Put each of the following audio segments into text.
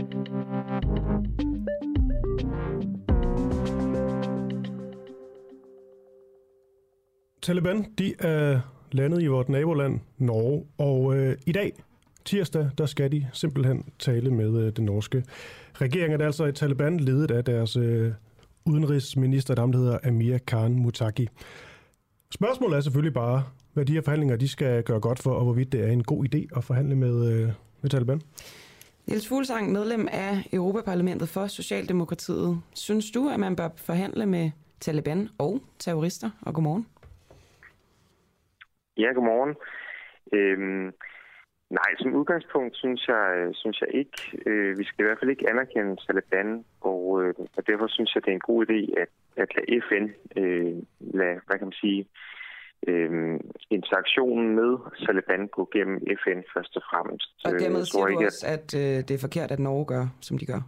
Taliban, de er landet i vort naboland Norge, og i dag, tirsdag, der skal de simpelthen tale med den norske regering. Det er altså et Taliban ledet af deres udenrigsminister, der hedder Amir Khan Muttaqi. Spørgsmålet er selvfølgelig bare, hvad de her forhandlinger de skal gøre godt for, og hvorvidt det er en god idé at forhandle med Taliban. Niels Fuglsang, medlem af Europaparlamentet for Socialdemokratiet. Synes du, at man bør forhandle med Taliban og terrorister? Og godmorgen. Ja, godmorgen. Nej, som udgangspunkt synes jeg ikke. Vi skal i hvert fald ikke anerkende Taliban, og derfor synes jeg, det er en god idé at lade FN, hvad kan man sige, interaktionen med Taliban gå gennem FN først og fremmest. Og dermed siger du også, at det er forkert, at Norge gør, som de gør?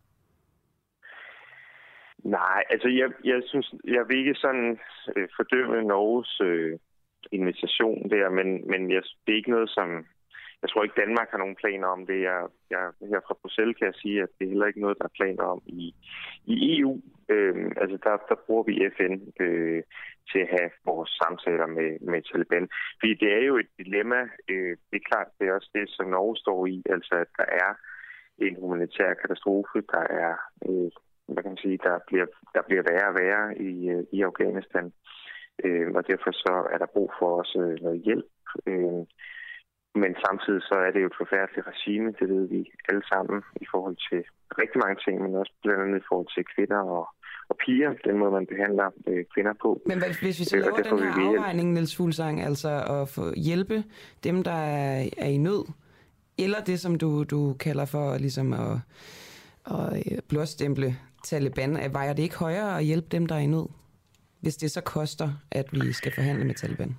Nej, altså jeg synes, jeg vil ikke sådan fordømme Norges invitation der, men det er ikke noget, som jeg tror ikke Danmark har nogen planer om det. Jeg her fra Bruxelles kan jeg sige, at det er heller ikke noget, der er planer om i EU. Altså der bruger vi FN til at have vores samtaler med Taliban. Fordi det er jo et dilemma. Det er klart, det er også det, som Norge står i. Altså at der er en humanitær katastrofe, der er, hvad kan man sige, der bliver værre og værre i Afghanistan. Og derfor så er der brug for også noget hjælp. Men samtidig så er det jo et forfærdeligt regime, det ved vi alle sammen, i forhold til rigtig mange ting, men også blandt andet i forhold til kvinder og piger, den måde man behandler kvinder på. Men hvis vi så laver den her afvejning, Niels Fuglsang, altså at få hjælpe dem, der er i nød, eller det, som du kalder for ligesom at blåstemple Taliban, vejer det ikke højere at hjælpe dem, der er i nød, hvis det så koster, at vi skal forhandle med Taliban?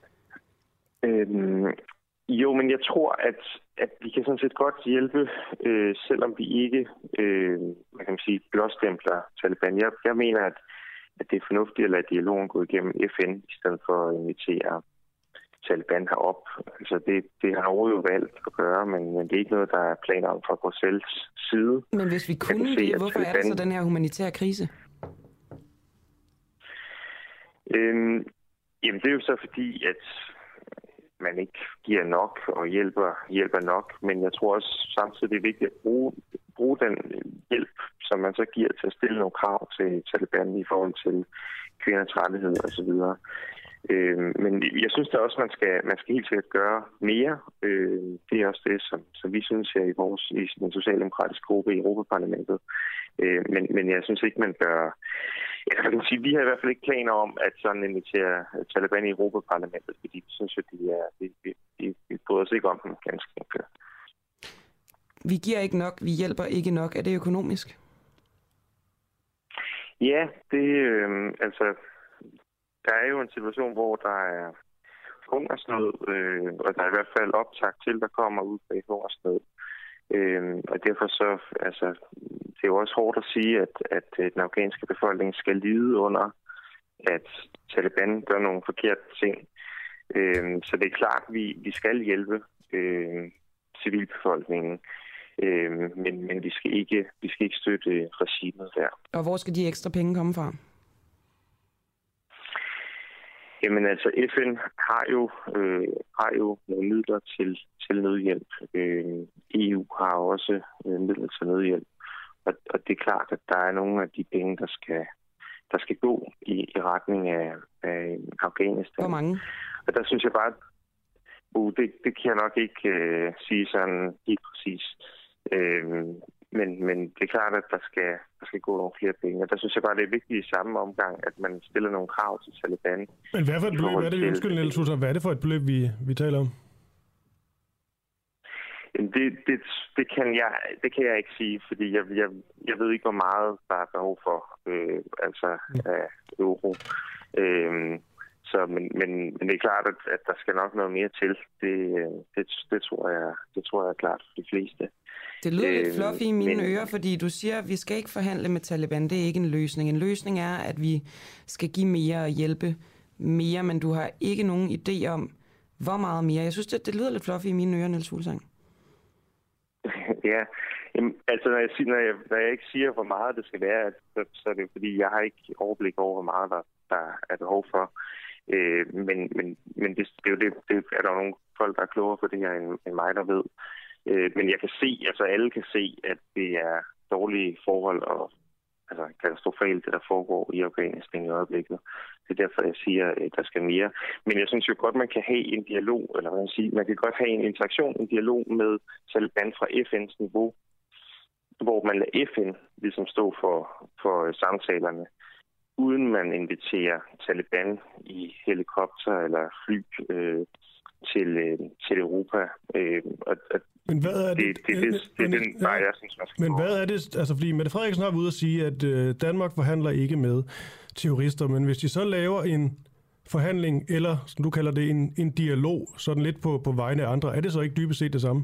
Jo, men jeg tror, at vi kan sådan set godt hjælpe, selvom vi ikke, hvad kan man sige, blåstempler Taliban. Jeg mener, at det er fornuftigt at lade dialogen gå igennem FN, i stedet for at invitere Taliban herop. Altså det har Norge jo valgt at gøre, men det er ikke noget, der er planer om fra Bruxelles side. Men hvis vi kunne det, hvorfor er der så den her humanitære krise? Jamen det er jo så fordi, at man ikke giver nok og hjælper nok, men jeg tror også samtidig, det er vigtigt at bruge den hjælp, som man så giver til at stille nogle krav til Taliban i forhold til kvinders rettigheder osv. Men jeg synes da også, man skal helt sikkert gøre mere. Det er også det, som vi synes her i den socialdemokratiske gruppe i Europaparlamentet. Men jeg synes ikke, man bør... Jeg kan sige, vi har i hvert fald ikke planer om at sådan invitere Taliban i Europaparlamentet, fordi vi synes, at vi bryder os ikke om dem ganske enkelt. Vi giver ikke nok, vi hjælper ikke nok. Er det økonomisk? Ja, det altså... Der er jo en situation, hvor der er hungersnød, og der er i hvert fald optakt til, der kommer ud af hungersnød. Og derfor så, altså, det er jo også hårdt at sige, at den afghanske befolkning skal lide under, at Taliban gør nogle forkerte ting. Så det er klart, at vi skal hjælpe civilbefolkningen, men vi skal ikke støtte regimet der. Og hvor skal de ekstra penge komme fra? Jamen altså, FN har jo nogle midler til nødhjælp. EU har også midler til nødhjælp. Og det er klart, at der er nogle af de penge, der skal gå i retning af Afghanistan. Hvor mange? Og der synes jeg bare, det kan jeg nok ikke sige sådan helt præcis. Men det er klart, at der skal gå nogle flere penge. Og der synes jeg bare, det er vigtigt i samme omgang, at man stiller nogle krav til Taliban. Men hvad for et beløb er det, undskyld, Niels Fuglsang, hvad er det for et beløb, vi taler om? Det kan jeg ikke sige, fordi jeg ved ikke, hvor meget der er behov for, af euro. Men det er klart, at der skal nok noget mere til. Det tror jeg er klart for de fleste. Det lyder lidt fluffy i mine ører, fordi du siger, at vi skal ikke forhandle med Taliban. Det er ikke en løsning. En løsning er, at vi skal give mere og hjælpe mere, men du har ikke nogen idé om, hvor meget mere. Jeg synes, det lyder lidt fluffy i mine ører, Niels Fuglsang. Ja, altså når jeg ikke siger, hvor meget det skal være, så er det fordi, jeg har ikke overblik over, hvor meget der er behov for. Men det er der nogle folk, der er klogere på det her end mig, der ved. Men jeg kan se, altså alle kan se, at det er dårlige forhold og altså katastrofalt, det der foregår i Afghanistan i øjeblikket. Det er derfor, jeg siger, at der skal mere. Men jeg synes jo godt, man kan have en dialog, eller hvad man siger, man kan godt have en interaktion, en dialog med Taliban fra FN's niveau, hvor man lader FN ligesom stå for samtalerne, uden man inviterer Taliban i helikopter eller fly til Europa. Men hvad er det? Det er den vej, jeg synes, man skal Men hvad er det? Altså, fordi Mette Frederiksen har været ude at sige, at Danmark forhandler ikke med terrorister, men hvis de så laver en forhandling, eller som du kalder det, en dialog, sådan lidt på vegne af andre, er det så ikke dybest set det samme?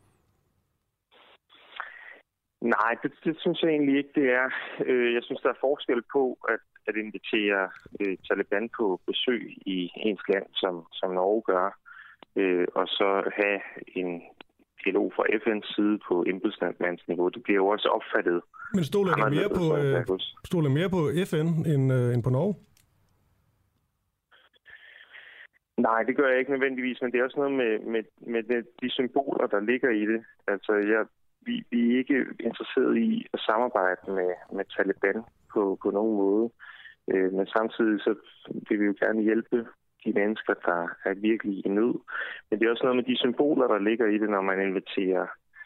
Nej, det synes jeg egentlig ikke, det er. Jeg synes, der er forskel på at invitere Taliban på besøg i ens land, som Norge gør, og så have en dialog fra FN's side på embedsmandsniveau. Det bliver jo også opfattet. Men stoler mere på FN end på Norge? Nej, det gør jeg ikke nødvendigvis, men det er også noget med de symboler, der ligger i det. Altså, vi er ikke interesseret i at samarbejde med Taliban på nogen måde. Men samtidig så vil vi jo gerne hjælpe de mennesker, der er virkelig i nød. Men det er også noget med de symboler, der ligger i det, når man inviterer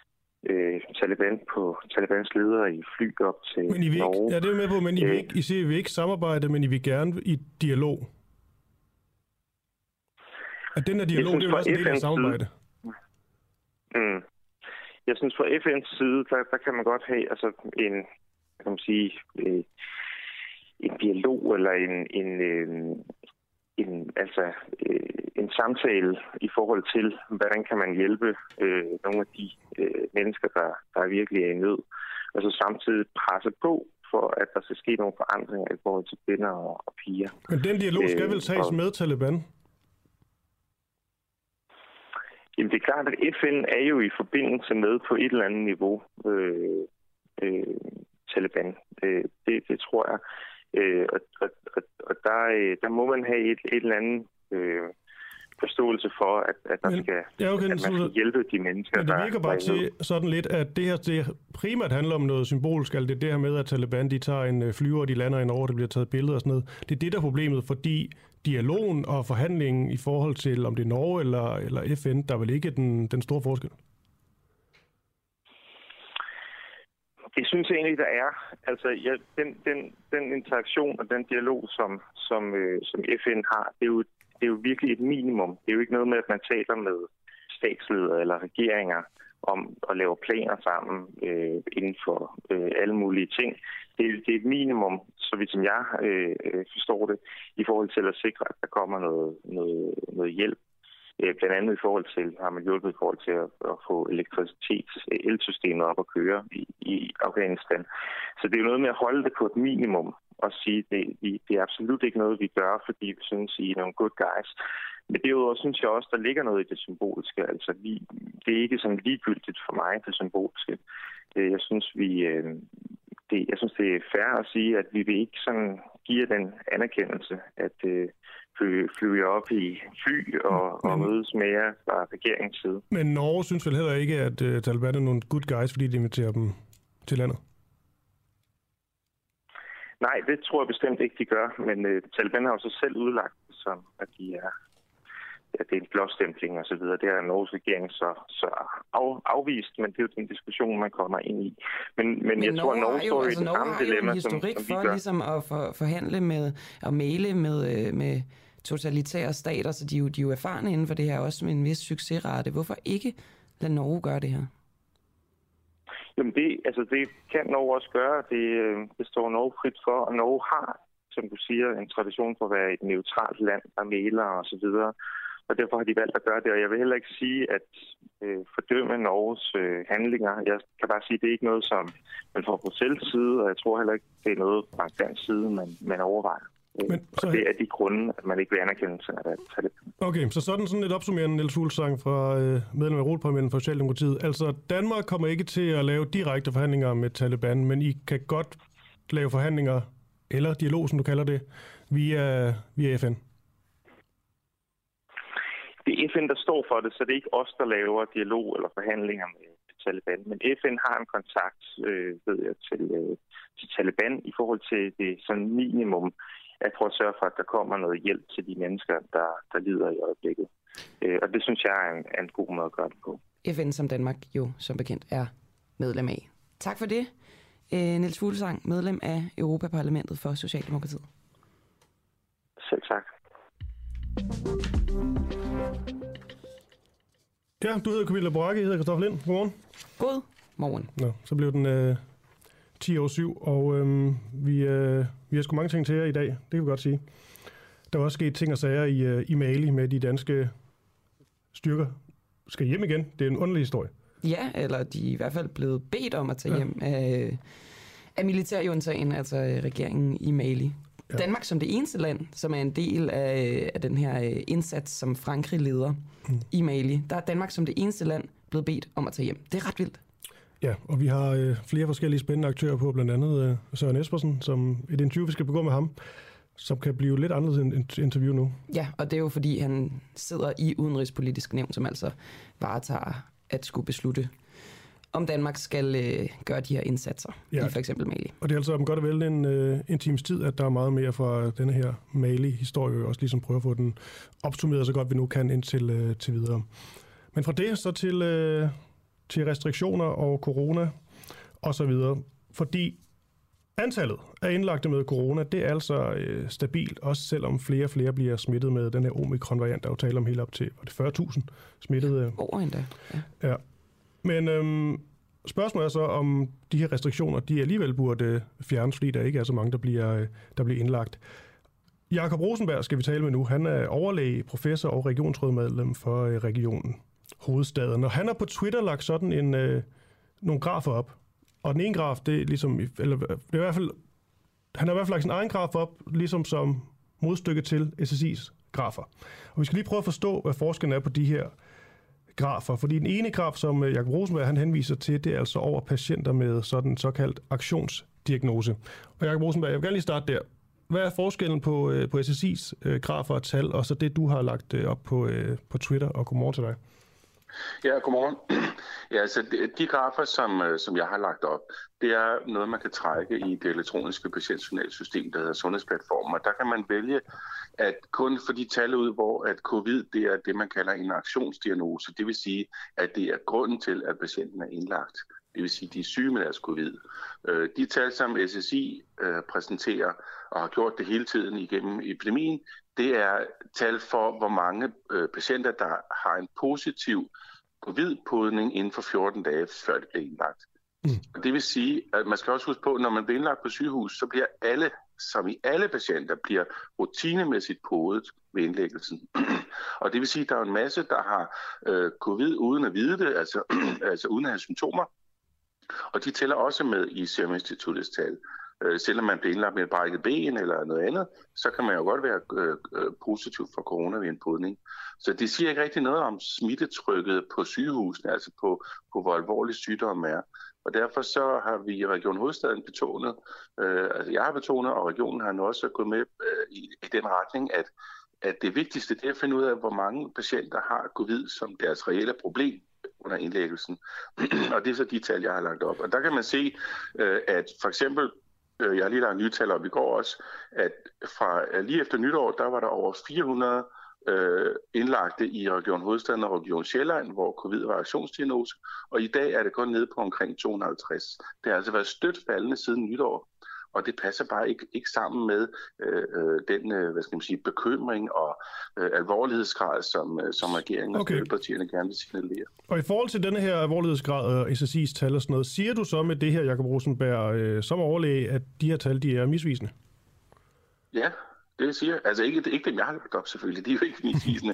Talibans ledere i fly op til Norge. Ja, det er jo med på, men I siger, at vi ikke samarbejde, men I vil gerne i dialog. At den her dialog, det er jo også en del af samarbejde. Jeg synes, fra FN's side, der kan man godt have altså en dialog eller en samtale i forhold til, hvordan kan man hjælpe nogle af de mennesker, der virkelig er i nød. Og så samtidig presse på for, at der skal ske nogle forandringer i forhold til kvinder og piger. Men den dialog skal vel tages med Taliban? Jamen, det er klart, at FN er jo i forbindelse med på et eller andet niveau Taliban. Det tror jeg. Og der må man have et eller andet forståelse for, at man skal hjælpe de mennesker. Men det virker bare til sådan lidt, at det her det primært handler om noget symbolsk, altså det her med, at Taliban de tager en flyver, de lander i Norge, der bliver taget billeder og sådan noget. Det er det, der er problemet, fordi dialogen og forhandlingen i forhold til, om det er Norge eller FN, der er vel ikke den store forskel? Det synes jeg egentlig, der er. Altså, den interaktion og den dialog, som FN har, det er jo virkelig et minimum. Det er jo ikke noget med, at man taler med statsledere eller regeringer om at lave planer sammen inden for alle mulige ting. Det er et minimum, så vidt som jeg forstår det, i forhold til at sikre, at der kommer noget hjælp. Blandt andet i forhold til, har man hjulpet i forhold til at få elsystemet op at køre i Afghanistan. Så det er jo noget med at holde det på et minimum og sige, det er absolut ikke noget, vi gør, fordi vi synes, I er nogle good guys. Men derudover synes jeg også, der ligger noget i det symbolske. Altså, det er ikke sådan ligegyldigt for mig, det symbolske. Jeg synes, det er fair at sige, at vi vil ikke sådan give den anerkendelse, at flyve op i fly og mødes med jer fra regeringens side. Men Norge synes vel heller ikke, at Taliban er nogle good guys, fordi de inviterer dem til landet? Nej, det tror jeg bestemt ikke, de gør. Men Taliban har jo så selv udlagt som, at det er en blåstempling og så videre. Det har Norges regering så afvist, men det er jo den diskussion, man kommer ind i. Men jeg tror, at Norge står i det samme dilemma, som vi gør. For ligesom at forhandle med og mægle med totalitære stater, så de er jo erfarne inden for det her, også med en vis succesrate. Hvorfor ikke lade Norge gøre det her? Jamen det kan Norge også gøre. Det står Norge frit for, og Norge har, som du siger, en tradition for at være et neutralt land, der mæler og så videre. Og derfor har de valgt at gøre det. Og jeg vil heller ikke sige, at fordømme Norges handlinger. Jeg kan bare sige, at det er ikke noget, som man får på Bruxelles side, og jeg tror heller ikke, det er noget fra dansk side, man overvejer. Og det er de grunde, at man ikke vil anerkende Taliban. Okay, så sådan lidt opsummerende, Niels Fuglsang fra medlem af Europaparlamentet for Socialdemokratiet. Altså, Danmark kommer ikke til at lave direkte forhandlinger med Taliban, men I kan godt lave forhandlinger, eller dialog, som du kalder det, via FN. Det er FN, der står for det, så det er ikke os, der laver dialog eller forhandlinger med Taliban. Men FN har en kontakt til Taliban i forhold til det sådan minimum, at prøve at sørge for, at der kommer noget hjælp til de mennesker, der lider i øjeblikket. Og det synes jeg er en god måde at gøre det på. FN, som Danmark jo som bekendt er medlem af. Tak for det, Niels Fuglsang, medlem af Europaparlamentet for Socialdemokratiet. Selv tak. Ja, du hedder Camilla Boracchi, jeg hedder Christoffer Lind. Godmorgen. God morgen. Nå, så blev den 10:07, og vi har sgu mange ting til jer i dag, det kan vi godt sige. Der er også sket ting og sager i Mali med de danske styrker. Skal hjem igen? Det er en underlig historie. Ja, eller de er i hvert fald blevet bedt om at tage hjem af militærjuntagen, altså regeringen i Mali. Ja. Danmark som det eneste land, som er en del af den her indsats, som Frankrig leder i Mali, der er Danmark som det eneste land blevet bedt om at tage hjem. Det er ret vildt. Ja, og vi har flere forskellige spændende aktører på, blandt andet Søren Espersen, som et interview, vi skal begå med ham, som kan blive lidt anderledes end et interview nu. Ja, og det er jo fordi, han sidder i Udenrigspolitisk Nævn, som altså varetager at skulle beslutte, om Danmark skal gøre de her indsatser i for eksempel Mali. Og det er altså om godt og vel en times tid, at der er meget mere fra denne her Mali-historie, også ligesom prøver at få den opsummeret så godt vi nu kan indtil til videre. Men fra det så til restriktioner og corona og så videre. Fordi antallet af indlagte med corona, det er altså stabilt, også selvom flere og flere bliver smittet med den her omikron-variant, der jo taler om helt op til 40.000 smittede. Over endda. Ja. Men spørgsmålet er så, om de her restriktioner, de alligevel burde fjernes, fordi der ikke er så mange, der bliver indlagt. Jakob Rosenberg skal vi tale med nu. Han er overlæge, professor og regionsrådsmedlem for regionen Hovedstaden. Og han har på Twitter lagt sådan nogle grafer op. Og den ene graf, det er ligesom, eller det er i hvert fald, han har i hvert fald lagt sin egen graf op, ligesom som modstykke til SSI's grafer. Og vi skal lige prøve at forstå, hvad forskellen er på de her grafer. Fordi den ene graf, som Jakob Rosenberg han henviser til, det er altså over patienter med sådan en såkaldt aktionsdiagnose. Og Jakob Rosenberg, jeg vil gerne lige starte der. Hvad er forskellen på SSI's grafer og tal, og så det, du har lagt op på Twitter, og godmorgen til dig? Ja, godmorgen. Ja, altså de grafer, som jeg har lagt op, det er noget, man kan trække i det elektroniske patientjournalsystem, der hedder Sundhedsplatformen. Og der kan man vælge at kun få de tal ud, hvor at covid, det er det, man kalder en aktionsdiagnose. Det vil sige, at det er grunden til, at patienten er indlagt. Det vil sige, at de er syge med deres covid. De tal, som SSI præsenterer og har gjort det hele tiden igennem epidemien, det er tal for, hvor mange patienter, der har en positiv covid-podning inden for 14 dage, før det bliver indlagt. Og det vil sige, at man skal også huske på, når man bliver indlagt på sygehus, så bliver alle, som i alle patienter, bliver rutinemæssigt podet ved indlæggelsen. Og det vil sige, at der er en masse, der har covid uden at vide det, altså uden at have symptomer. Og de tæller også med i Serum Instituttets tal. Selvom man bliver indlagt med et brækket ben eller noget andet, så kan man jo godt være positiv for corona ved en podning. Så det siger ikke rigtig noget om smittetrykket på sygehusene, altså på hvor alvorlig sygdom er. Og derfor så har vi i Region Hovedstaden betonet, altså jeg har betonet, og regionen har nu også gået med i den retning, at det vigtigste det er at finde ud af, hvor mange patienter har covid som deres reelle problem under indlæggelsen. Og det er så de tal, jeg har lagt op. Og der kan man se, at for eksempel, jeg har lige lagt nye tal op i går også, at fra lige efter nytår, der var der over 400 indlagte i Region Hovedstaden og Region Sjælland, hvor covid var aktionsdiagnose, og i dag er det gået ned på omkring 250. Det har altså været stødt faldende siden nytår, og det passer bare ikke sammen med den bekymring og alvorlighedsgrad, som regeringen og støttepartierne gerne vil signalere. Og i forhold til denne her alvorlighedsgrad og SSI's tal og sådan noget, siger du så med det her, Jakob Rosenberg, som overlæge, at de her tal, de er misvisende? Ja, Det siger altså ikke dem, jeg har lagt op selvfølgelig, de er jo ikke misvisende,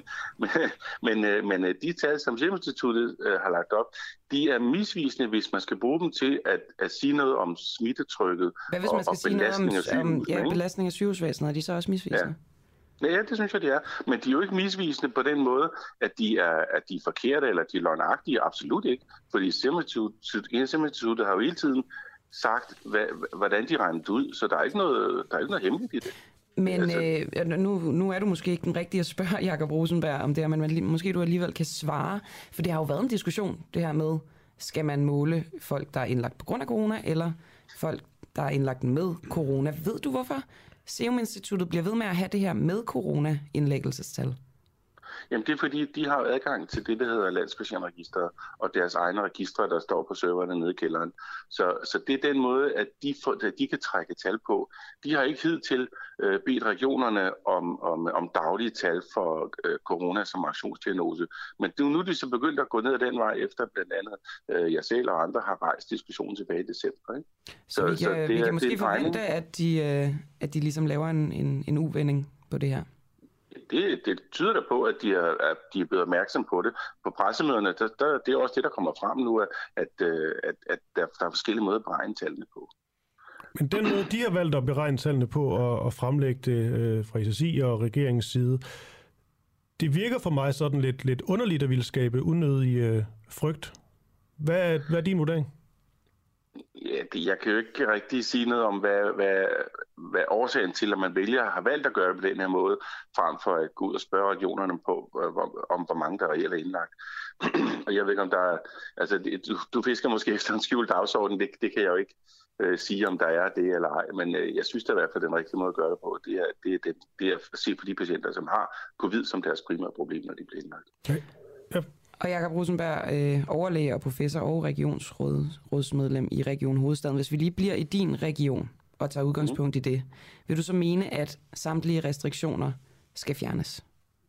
men de tal, som Serum Instituttet har lagt op, de er misvisende, hvis man skal bruge dem til at sige noget om smittetrykket. Hvad hvis man skal sige noget om belastning af sygehusvæsenet, er de så også misvisende? Ja, det synes jeg, det er. Men de er jo ikke misvisende på den måde, at de er forkerte eller de er løgnagtige. Absolut ikke. Fordi Serum Instituttet har jo hele tiden sagt, hvordan de regner ud, så der er ikke noget hemmeligt i det. Men nu er du måske ikke den rigtige at spørge Jakob Rosenberg om det her, men måske du alligevel kan svare, for det har jo været en diskussion, det her med, skal man måle folk, der er indlagt på grund af corona, eller folk, der er indlagt med corona. Ved du, hvorfor Serum Instituttet bliver ved med at have det her med corona-indlæggelsestal? Jamen det er fordi, de har adgang til det, der hedder Landspatientregisteret og deres egne registre, der står på serverne nede i kælderen. Så det er den måde, at de kan trække tal på. De har ikke hidtil bedt regionerne om daglige tal for corona som aktionsdiagnose. Men nu er de så begyndt at gå ned ad den vej, efter blandt andet jeg selv og andre har rejst diskussionen tilbage i december. Ikke? Så vi kan måske forvente, at de ligesom laver en uvending på det her? Det tyder da på, at de er blevet opmærksom på det. På pressemøderne, det er også det, der kommer frem nu, at der er forskellige måder at beregne tallene på. Men den måde, de har valgt at beregne tallene på og fremlægge det fra SSI og regeringens side, det virker for mig sådan lidt underligt at ville skabe unødig frygt. Hvad er din vurdering? Ja, jeg kan jo ikke rigtig sige noget om, hvad årsagen til, at man har valgt at gøre det på den her måde, frem for at gå ud og spørge regionerne på, om hvor mange der reelt er indlagt. Og jeg ved ikke, om der er... Altså, du fisker måske efter en skjult dagsorden, det kan jeg jo ikke sige, om der er det eller ej, men jeg synes, det er i hvert fald den rigtige måde at gøre det på. Det er at se på de patienter, som har covid som deres primære problem, når de bliver indlagt. Okay. Ja. Og Jakob Rosenberg, overlæge og professor og regionsrådsmedlem i Region Hovedstaden. Hvis vi lige bliver i din region og tager udgangspunkt i det, vil du så mene, at samtlige restriktioner skal fjernes?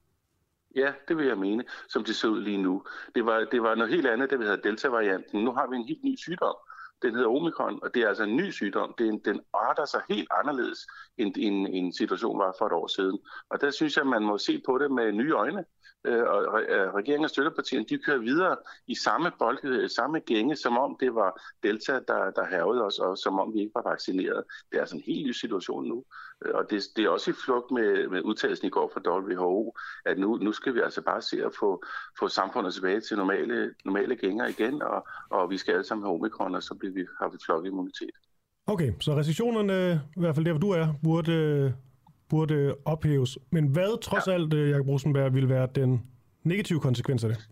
Ja, det vil jeg mene, som det ser ud lige nu. Det var noget helt andet, da vi havde Delta-varianten. Nu har vi en helt ny sygdom. Den hedder Omikron, og det er altså en ny sygdom. Den arter sig helt anderledes, end en situation var for et år siden. Og der synes jeg, man må se på det med nye øjne. Og regeringen og støttepartierne, de kører videre i samme gænge, som om det var Delta, der hærgede os, og som om vi ikke var vaccineret. Det er altså en helt ny situation nu. Og det er også i flugt med udtalelsen i går fra WHO, at nu skal vi altså bare se at få samfundet tilbage til normale gænger igen, og vi skal alle sammen have Omikron, og så har vi flokimmunitet. Okay, så restriktionerne, i hvert fald der, hvor du er, burde ophæves. Men hvad trods alt, Jakob Rosenberg, vil være den negative konsekvens af det?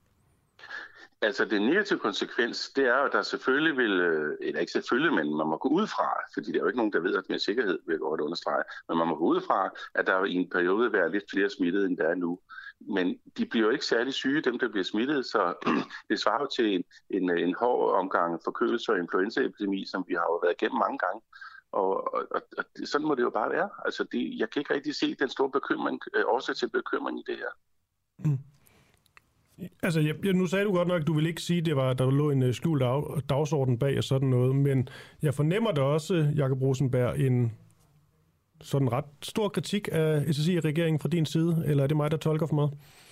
Altså, den negative konsekvens, det er, at der selvfølgelig eller ikke selvfølgelig, men man må gå ud fra, fordi der er jo ikke nogen, der ved, at med sikkerhed vil godt understrege, men man må gå ud fra, at der i en periode vil være lidt flere smittede, end der er nu. Men de bliver jo ikke særlig syge, dem der bliver smittet, så det svarer jo til en hård omgang forkølelse og influenzaepidemi, som vi har jo været igennem mange gange. Og sådan må det jo bare være. Altså, jeg kan ikke rigtig se den store bekymring, årsag til bekymring i det her. Mm. Altså, nu sagde du godt nok, at du ville ikke sige, at der lå en skjult dagsorden bag og sådan noget, men jeg fornemmer da også, Jakob Rosenberg, en sådan ret stor kritik af SSI-regeringen fra din side, eller er det mig, der tolker for meget?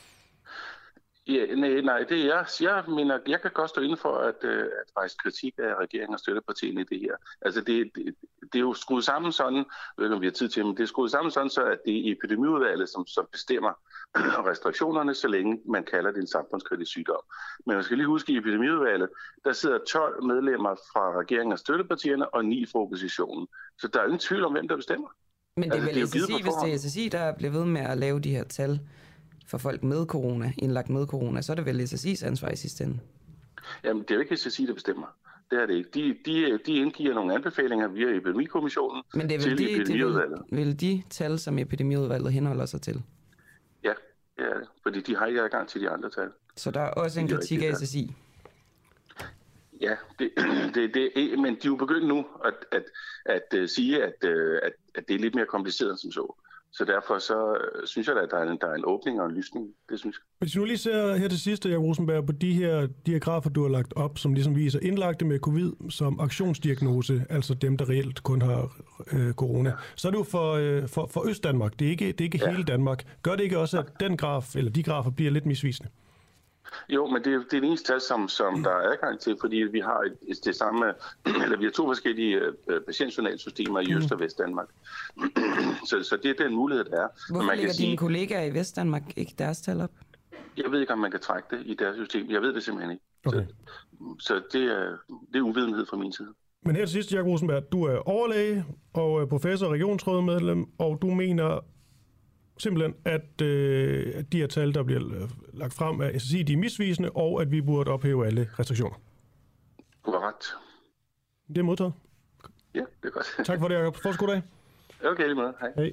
Ja, nej, det er jeg. Jeg mener, jeg kan godt stå inden for at rejse kritik af regeringen og støttepartierne i det her. Altså, det er jo skruet sammen sådan, jeg ved ikke, om vi har tid til, men det er skruet sammen sådan, så at det er epidemiudvalget, som bestemmer restriktionerne, så længe man kalder det en samfundskritisk sygdom. Men man skal lige huske, at i epidemiudvalget, der sidder 12 medlemmer fra regeringen og støttepartierne, og 9 fra oppositionen. Så der er ingen tvivl om, hvem der bestemmer. Men det er vel SSI, hvis det er SSI, der bliver ved med at lave de her tal for folk med corona, indlagt med corona, så er det vel SSI's ansvar i sidste ende? Jamen, det er jo ikke SSI, der bestemmer. Det er det ikke. De indgiver nogle anbefalinger via Epidemikommissionen til Epidemiudvalget. Vil de tal, som Epidemiudvalget henholder sig til? Ja, fordi de har ikke adgang til de andre tal. Så der er også en kritik af SSI? Ja, men de er jo begyndt nu at sige, at det er lidt mere kompliceret som så. Så derfor så synes jeg, at der er en åbning og en lysning. Det synes jeg. Hvis vi nu lige ser her til sidst, Jakob Rosenberg, på de her grafer, du har lagt op, som ligesom viser indlagte med covid som aktionsdiagnose, altså dem, der reelt kun har corona, så er det jo for Østdanmark. Det er ikke hele Danmark. Gør det ikke også, at den graf, eller de grafer, bliver lidt misvisende? Jo, men det er det eneste tal, som der er adgang til, fordi vi har det samme, eller vi har 2 forskellige patientjournalsystemer i Øst- og Vestdanmark. så det er den mulighed, der er. Hvorfor lægger dine kollegaer i Vestdanmark ikke deres tal op? Jeg ved ikke, om man kan trække det i deres system. Jeg ved det simpelthen ikke. Okay. Så det er uvidenhed fra min side. Men her til sidst, Jakob Rosenberg, du er overlæge og professor og regionsrådsmedlem, og du mener simpelthen, at de her tal, der bliver lagt frem af SSI, de er misvisende, og at vi burde ophæve alle restriktioner. Du har ret. Det er modtaget. Ja, det er godt. Tak for det, Jakob. Fortsat god dag. Okay, lige måde. Hej. Hej.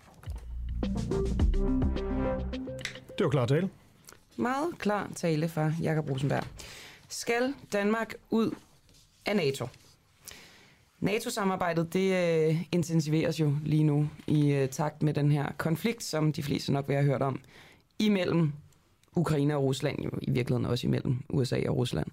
Det var klar tale. Meget klar tale fra Jakob Rosenberg. Skal Danmark ud af NATO? NATO-samarbejdet, det intensiveres jo lige nu i takt med den her konflikt, som de fleste nok vil have hørt om, imellem Ukraine og Rusland, jo i virkeligheden også imellem USA og Rusland.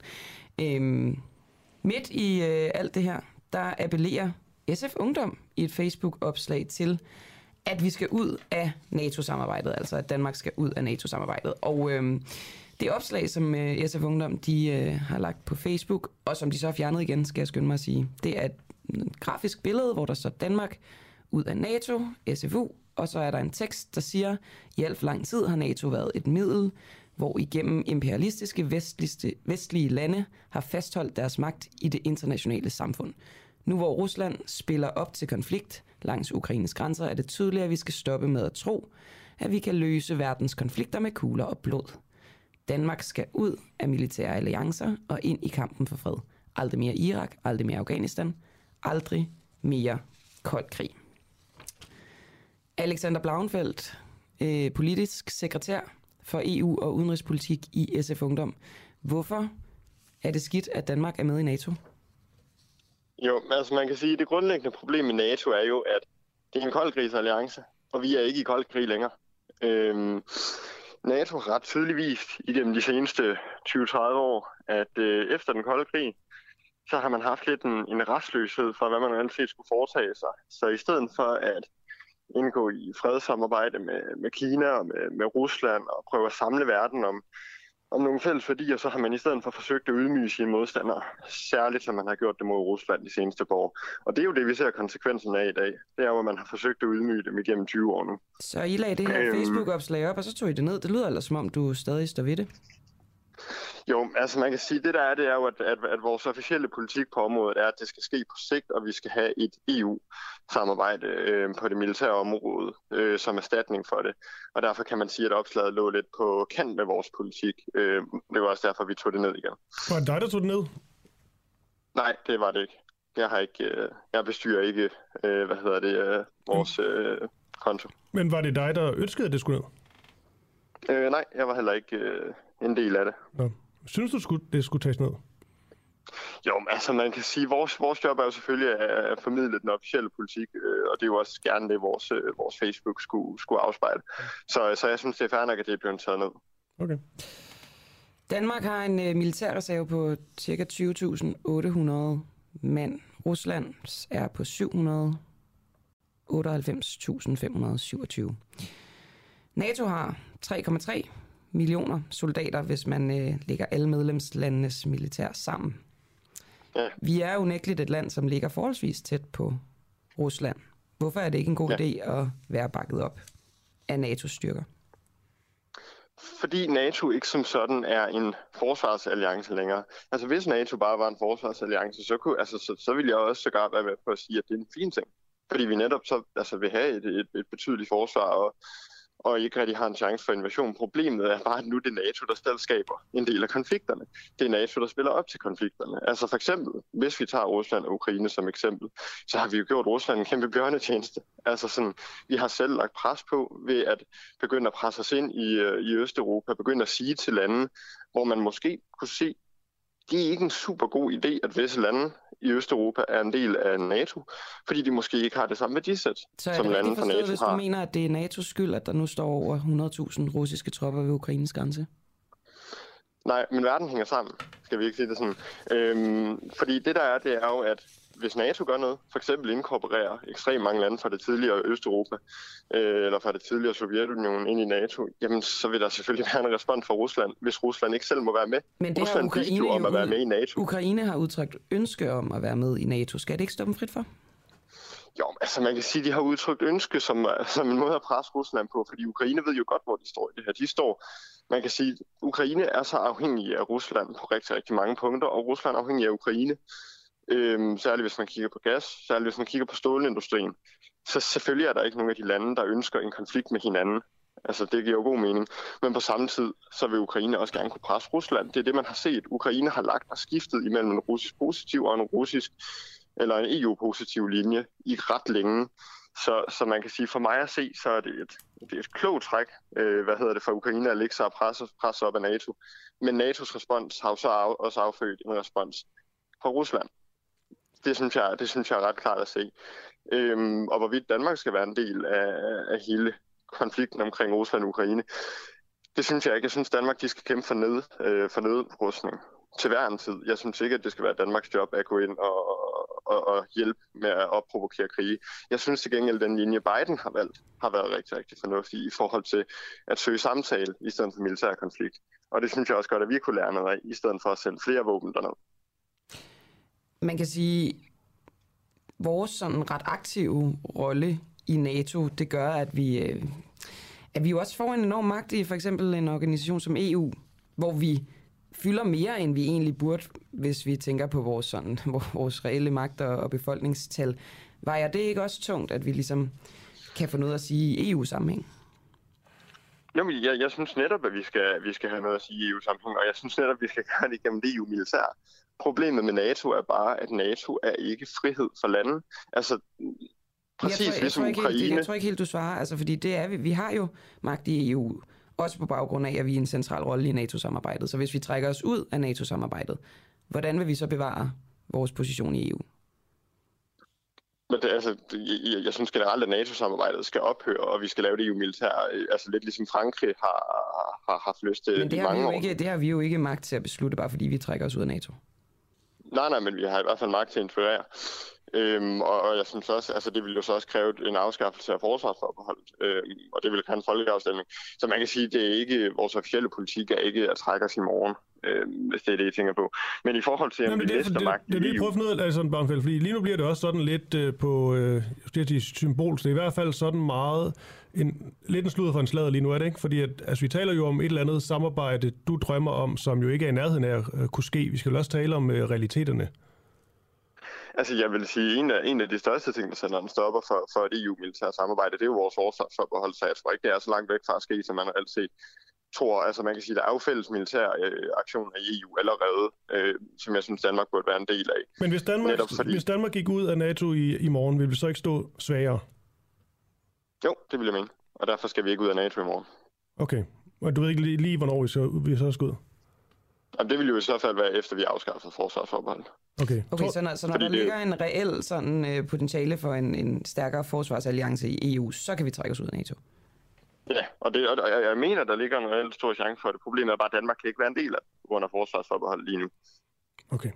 Midt i alt det her, der appellerer SF Ungdom i et Facebook-opslag til, at vi skal ud af NATO-samarbejdet, altså at Danmark skal ud af NATO-samarbejdet. Og det opslag, som SF Ungdom de har lagt på Facebook, og som de så har fjernet igen, skal jeg skynde mig at sige, det er et grafisk billede, hvor der står Danmark ud af NATO, SFU, og så er der en tekst, der siger, i alt for lang tid har NATO været et middel, hvor igennem imperialistiske vestlige lande har fastholdt deres magt i det internationale samfund. Nu hvor Rusland spiller op til konflikt langs Ukraines grænser, er det tydeligt, at vi skal stoppe med at tro, at vi kan løse verdens konflikter med kugler og blod. Danmark skal ud af militære alliancer og ind i kampen for fred. Aldrig mere Irak, aldrig mere Afghanistan, aldrig mere kold krig. Alexander Blauenfeldt, politisk sekretær for EU og udenrigspolitik i SF Ungdom. Hvorfor er det skidt, at Danmark er med i NATO? Jo, altså man kan sige, at det grundlæggende problem i NATO er jo, at det er en koldkrigsalliance, og vi er ikke i kold krig længere. NATO har ret tydeligvis igennem de seneste 20-30 år, at efter den kolde krig, så har man haft lidt en restløshed for, hvad man reelt set skulle foretage sig. Så i stedet for at indgå i fredssamarbejde med Kina og med Rusland og prøve at samle verden om nogle fælles værdier, så har man i stedet for forsøgt at ydmyge sine modstandere, særligt som man har gjort det mod Rusland de seneste par år. Og det er jo det, vi ser konsekvensen af i dag. Det er jo, at man har forsøgt at ydmyge dem igennem 20 år nu. Så I lagde det her Facebook-opslag op, og så tog I det ned. Det lyder ellers, som om du stadig står ved det. Jo, altså man kan sige, det er jo, at vores officielle politik på området er, at det skal ske på sigt, og vi skal have et EU-samarbejde på det militære område som erstatning for det. Og derfor kan man sige, at opslaget lå lidt på kant med vores politik. Det var også derfor, vi tog det ned igen. Var det dig, der tog det ned? Nej, det var det ikke. Jeg bestyrer ikke, vores konto. Men var det dig, der ønskede, at det skulle ned? Nej, jeg var heller ikke en del af det. Nå. Synes du, det skulle tages ned? Jo, altså man kan sige, vores job er jo selvfølgelig at formidle den officielle politik, og det er jo også gerne det, vores Facebook skulle afspejle. Så jeg synes, det er fair nok, at det er blevet taget ned. Okay. Danmark har en militærreserve på ca. 20.800 mand. Rusland er på 798.527. NATO har 3,3 millioner soldater, hvis man lægger alle medlemslandenes militær sammen. Ja. Vi er unægteligt et land, som ligger forholdsvis tæt på Rusland. Hvorfor er det ikke en god idé at være bakket op af NATO's styrker? Fordi NATO ikke som sådan er en forsvarsalliance længere. Altså hvis NATO bare var en forsvarsalliance, så ville jeg også sågar være med på at sige, at det er en fin ting. Fordi vi netop så vil have et betydeligt forsvar, og ikke rigtig har en chance for invasion. Problemet er bare, at nu det er NATO, der selv skaber en del af konflikterne. Det er NATO, der spiller op til konflikterne. Altså for eksempel, hvis vi tager Rusland og Ukraine som eksempel, så har vi jo gjort Rusland en kæmpe bjørnetjeneste. Altså sådan, vi har selv lagt pres på ved at begynde at presse os ind i Østeuropa, begynde at sige til lande, hvor man måske kunne se det er ikke en super god idé, at visse lande i Østeuropa er en del af NATO, fordi de måske ikke har det samme værdisæt, som lande fra NATO har. Hvis du mener, at det er NATO's skyld, at der nu står over 100.000 russiske tropper ved Ukraines grænse? Nej, men verden hænger sammen, skal vi ikke sige det sådan. Fordi det er jo, at hvis NATO gør noget, for eksempel inkorporerer ekstremt mange lande fra det tidligere Østeuropa, eller fra det tidligere Sovjetunionen ind i NATO, jamen så vil der selvfølgelig være en respons fra Rusland, hvis Rusland ikke selv må være med. Men det Rusland Ukraine jo om at være med i NATO. Ukraine har udtrykt ønske om at være med i NATO. Skal det ikke stå dem frit for? Jo, altså man kan sige, at de har udtrykt ønske som en måde at presse Rusland på, fordi Ukraine ved jo godt, hvor de står i det her. Man kan sige, at Ukraine er så afhængig af Rusland på rigtig, rigtig mange punkter, og Rusland er afhængig af Ukraine. Særligt hvis man kigger på gas, særligt hvis man kigger på stålindustrien. Så selvfølgelig er der ikke nogen af de lande, der ønsker en konflikt med hinanden. Altså det giver jo god mening. Men på samme tid, så vil Ukraine også gerne kunne presse Rusland. Det er det, man har set. Ukraine har lagt og skiftet imellem en russisk positiv og en russisk eller en EU-positiv linje i ret længe. Så man kan sige, for mig at se, så er det et klogt træk, for Ukraine at lægge sig og presse op af NATO. Men NATO's respons har jo så også affødt en respons fra Rusland. Det synes jeg er ret klart at se. Og hvorvidt Danmark skal være en del af hele konflikten omkring Rusland og Ukraine, det synes jeg ikke. Jeg synes, Danmark de skal kæmpe for nedrustning til hver en tid. Jeg synes ikke, at det skal være Danmarks job at gå ind og hjælpe med at opprovokere krige. Jeg synes til gengæld, at den linje Biden har valgt, har været rigtig, rigtig fornuftig i forhold til at søge samtale i stedet for militær konflikt. Og det synes jeg også godt, at vi kunne lære noget af, i stedet for at sende flere våben derned. Man kan sige, vores sådan ret aktive rolle i NATO, det gør, at vi jo også får en enorm magt i for eksempel en organisation som EU, hvor vi fylder mere, end vi egentlig burde, hvis vi tænker på vores reelle magt og befolkningstal. Vejer det ikke også tungt, at vi ligesom kan få noget at sige i EU-sammenhæng? Jamen, jeg synes netop, at vi skal have noget at sige i EU-sammenhæng, og jeg synes netop, at vi skal gøre det igennem det EU-militær. Problemet med NATO er bare, at NATO er ikke frihed for lande. Altså, ligesom Ukraine. Jeg tror ikke helt, du svarer, altså, fordi det er vi har jo magt i EU, også på baggrund af, at vi er en central rolle i NATO-samarbejdet. Så hvis vi trækker os ud af NATO-samarbejdet, hvordan vil vi så bevare vores position i EU? Men jeg synes generelt, at NATO-samarbejdet skal ophøre, og vi skal lave det EU-militær, altså lidt ligesom Frankrig har haft lyst til i mange år. Men det har vi jo ikke magt til at beslutte, bare fordi vi trækker os ud af NATO. Nej, men vi har i hvert fald magt til at influere. Og jeg synes også, altså det vil jo så også kræve en afskaffelse af forsvarsforbeholdet, og det vil kræve en folkeafstemning. Så man kan sige, at det er ikke vores officielle politik er ikke at trække os i morgen, hvis det er det, I tænker på. Men i forhold til, vi mister magt i EU... Det er det, prøv noget af sådan Bavnfeldt, fordi lige nu bliver det også sådan lidt på symbolsk. Det er i hvert fald sådan meget lidt en sludder for en sladder lige nu, er det ikke? Fordi vi taler jo om et eller andet samarbejde, du drømmer om, som jo ikke er i nærheden af at kunne ske. Vi skal jo også tale om realiteterne. Altså, jeg vil sige, en af de største ting, der sætter en stopper for et EU-militært samarbejde, det er jo vores forsvarsforbehold, så jeg tror ikke, det er så langt væk fra at ske, som man altid tror. Altså, man kan sige, der er jo fælles militære aktioner i EU allerede, som jeg synes, Danmark burde være en del af. Men hvis Danmark gik ud af NATO i morgen, ville vi så ikke stå svagere? Jo, det vil jeg mene. Og derfor skal vi ikke ud af NATO i morgen. Okay. Og du ved ikke lige hvornår vi så skal ud? Jamen, det vil jo i så fald være efter, vi afskaffer forsvarsforbeholdet. Okay, så når der ligger en reel sådan, potentiale for en stærkere forsvarsalliance i EU, så kan vi trække os ud af NATO? Ja, og jeg mener, der ligger en reelt stor chance for det. Problemet er bare, at Danmark kan ikke være en del af grund af forsvarsforbeholdet lige nu. Okay.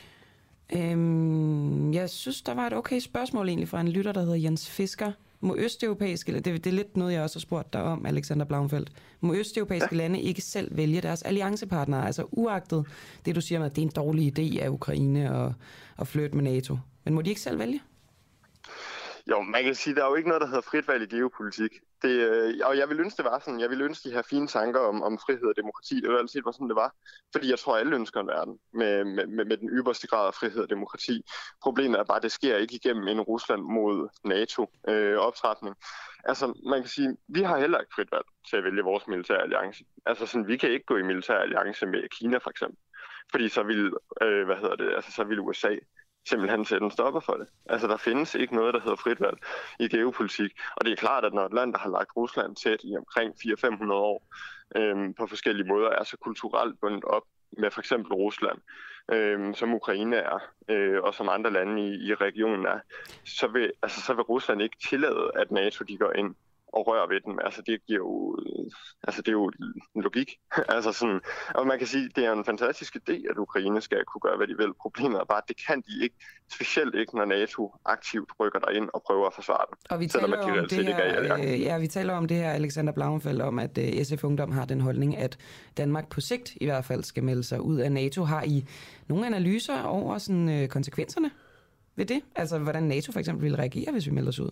Jeg synes, der var et okay spørgsmål egentlig fra en lytter, der hedder Jens Fisker. Må østeuropæiske, det er lidt noget, jeg også har spurgt dig om, Alexander Blauenfeldt. Må østeuropæiske lande ikke selv vælge deres alliancepartnere? Altså uagtet det, du siger med, at det er en dårlig idé af Ukraine at flytte med NATO. Men må de ikke selv vælge? Jo, man kan sige, at der er jo ikke noget, der hedder frit valg i geopolitik. Og jeg vil ønske, det var sådan. Jeg vil ønske de her fine tanker om frihed og demokrati. Det var altid sådan, det var. Fordi jeg tror, alle ønsker en verden med den ypperste grad af frihed og demokrati. Problemet er bare, at det sker ikke igennem en Rusland mod NATO-optrapning. Altså, man kan sige, vi har heller ikke frit valg til at vælge vores militære alliance. Altså, sådan, vi kan ikke gå i militær alliance med Kina, for eksempel. Fordi så vil, så vil USA simpelthen sætte en stopper for det. Altså, der findes ikke noget, der hedder frit valg i geopolitik. Og det er klart, at når et land, der har lagt Rusland tæt i omkring 400-500 år, på forskellige måder, er så kulturelt bundet op med for eksempel Rusland, som Ukraine er, og som andre lande i regionen er, så vil Rusland ikke tillade, at NATO de går ind og rører ved dem. Altså det giver jo, det er jo logik. Og man kan sige, det er en fantastisk idé, at Ukraine skal kunne gøre, hvad de vil. Problemet er bare, at det kan de ikke, specielt ikke, når NATO aktivt rykker derind og prøver at forsvare dem. Og vi taler om det her, vi taler om det her, Alexander Blauenfeldt, om at SF Ungdom har den holdning, at Danmark på sigt i hvert fald skal melde sig ud af NATO. Har I nogle analyser over sådan, konsekvenserne ved det? Altså hvordan NATO for eksempel vil reagere, hvis vi melder os ud?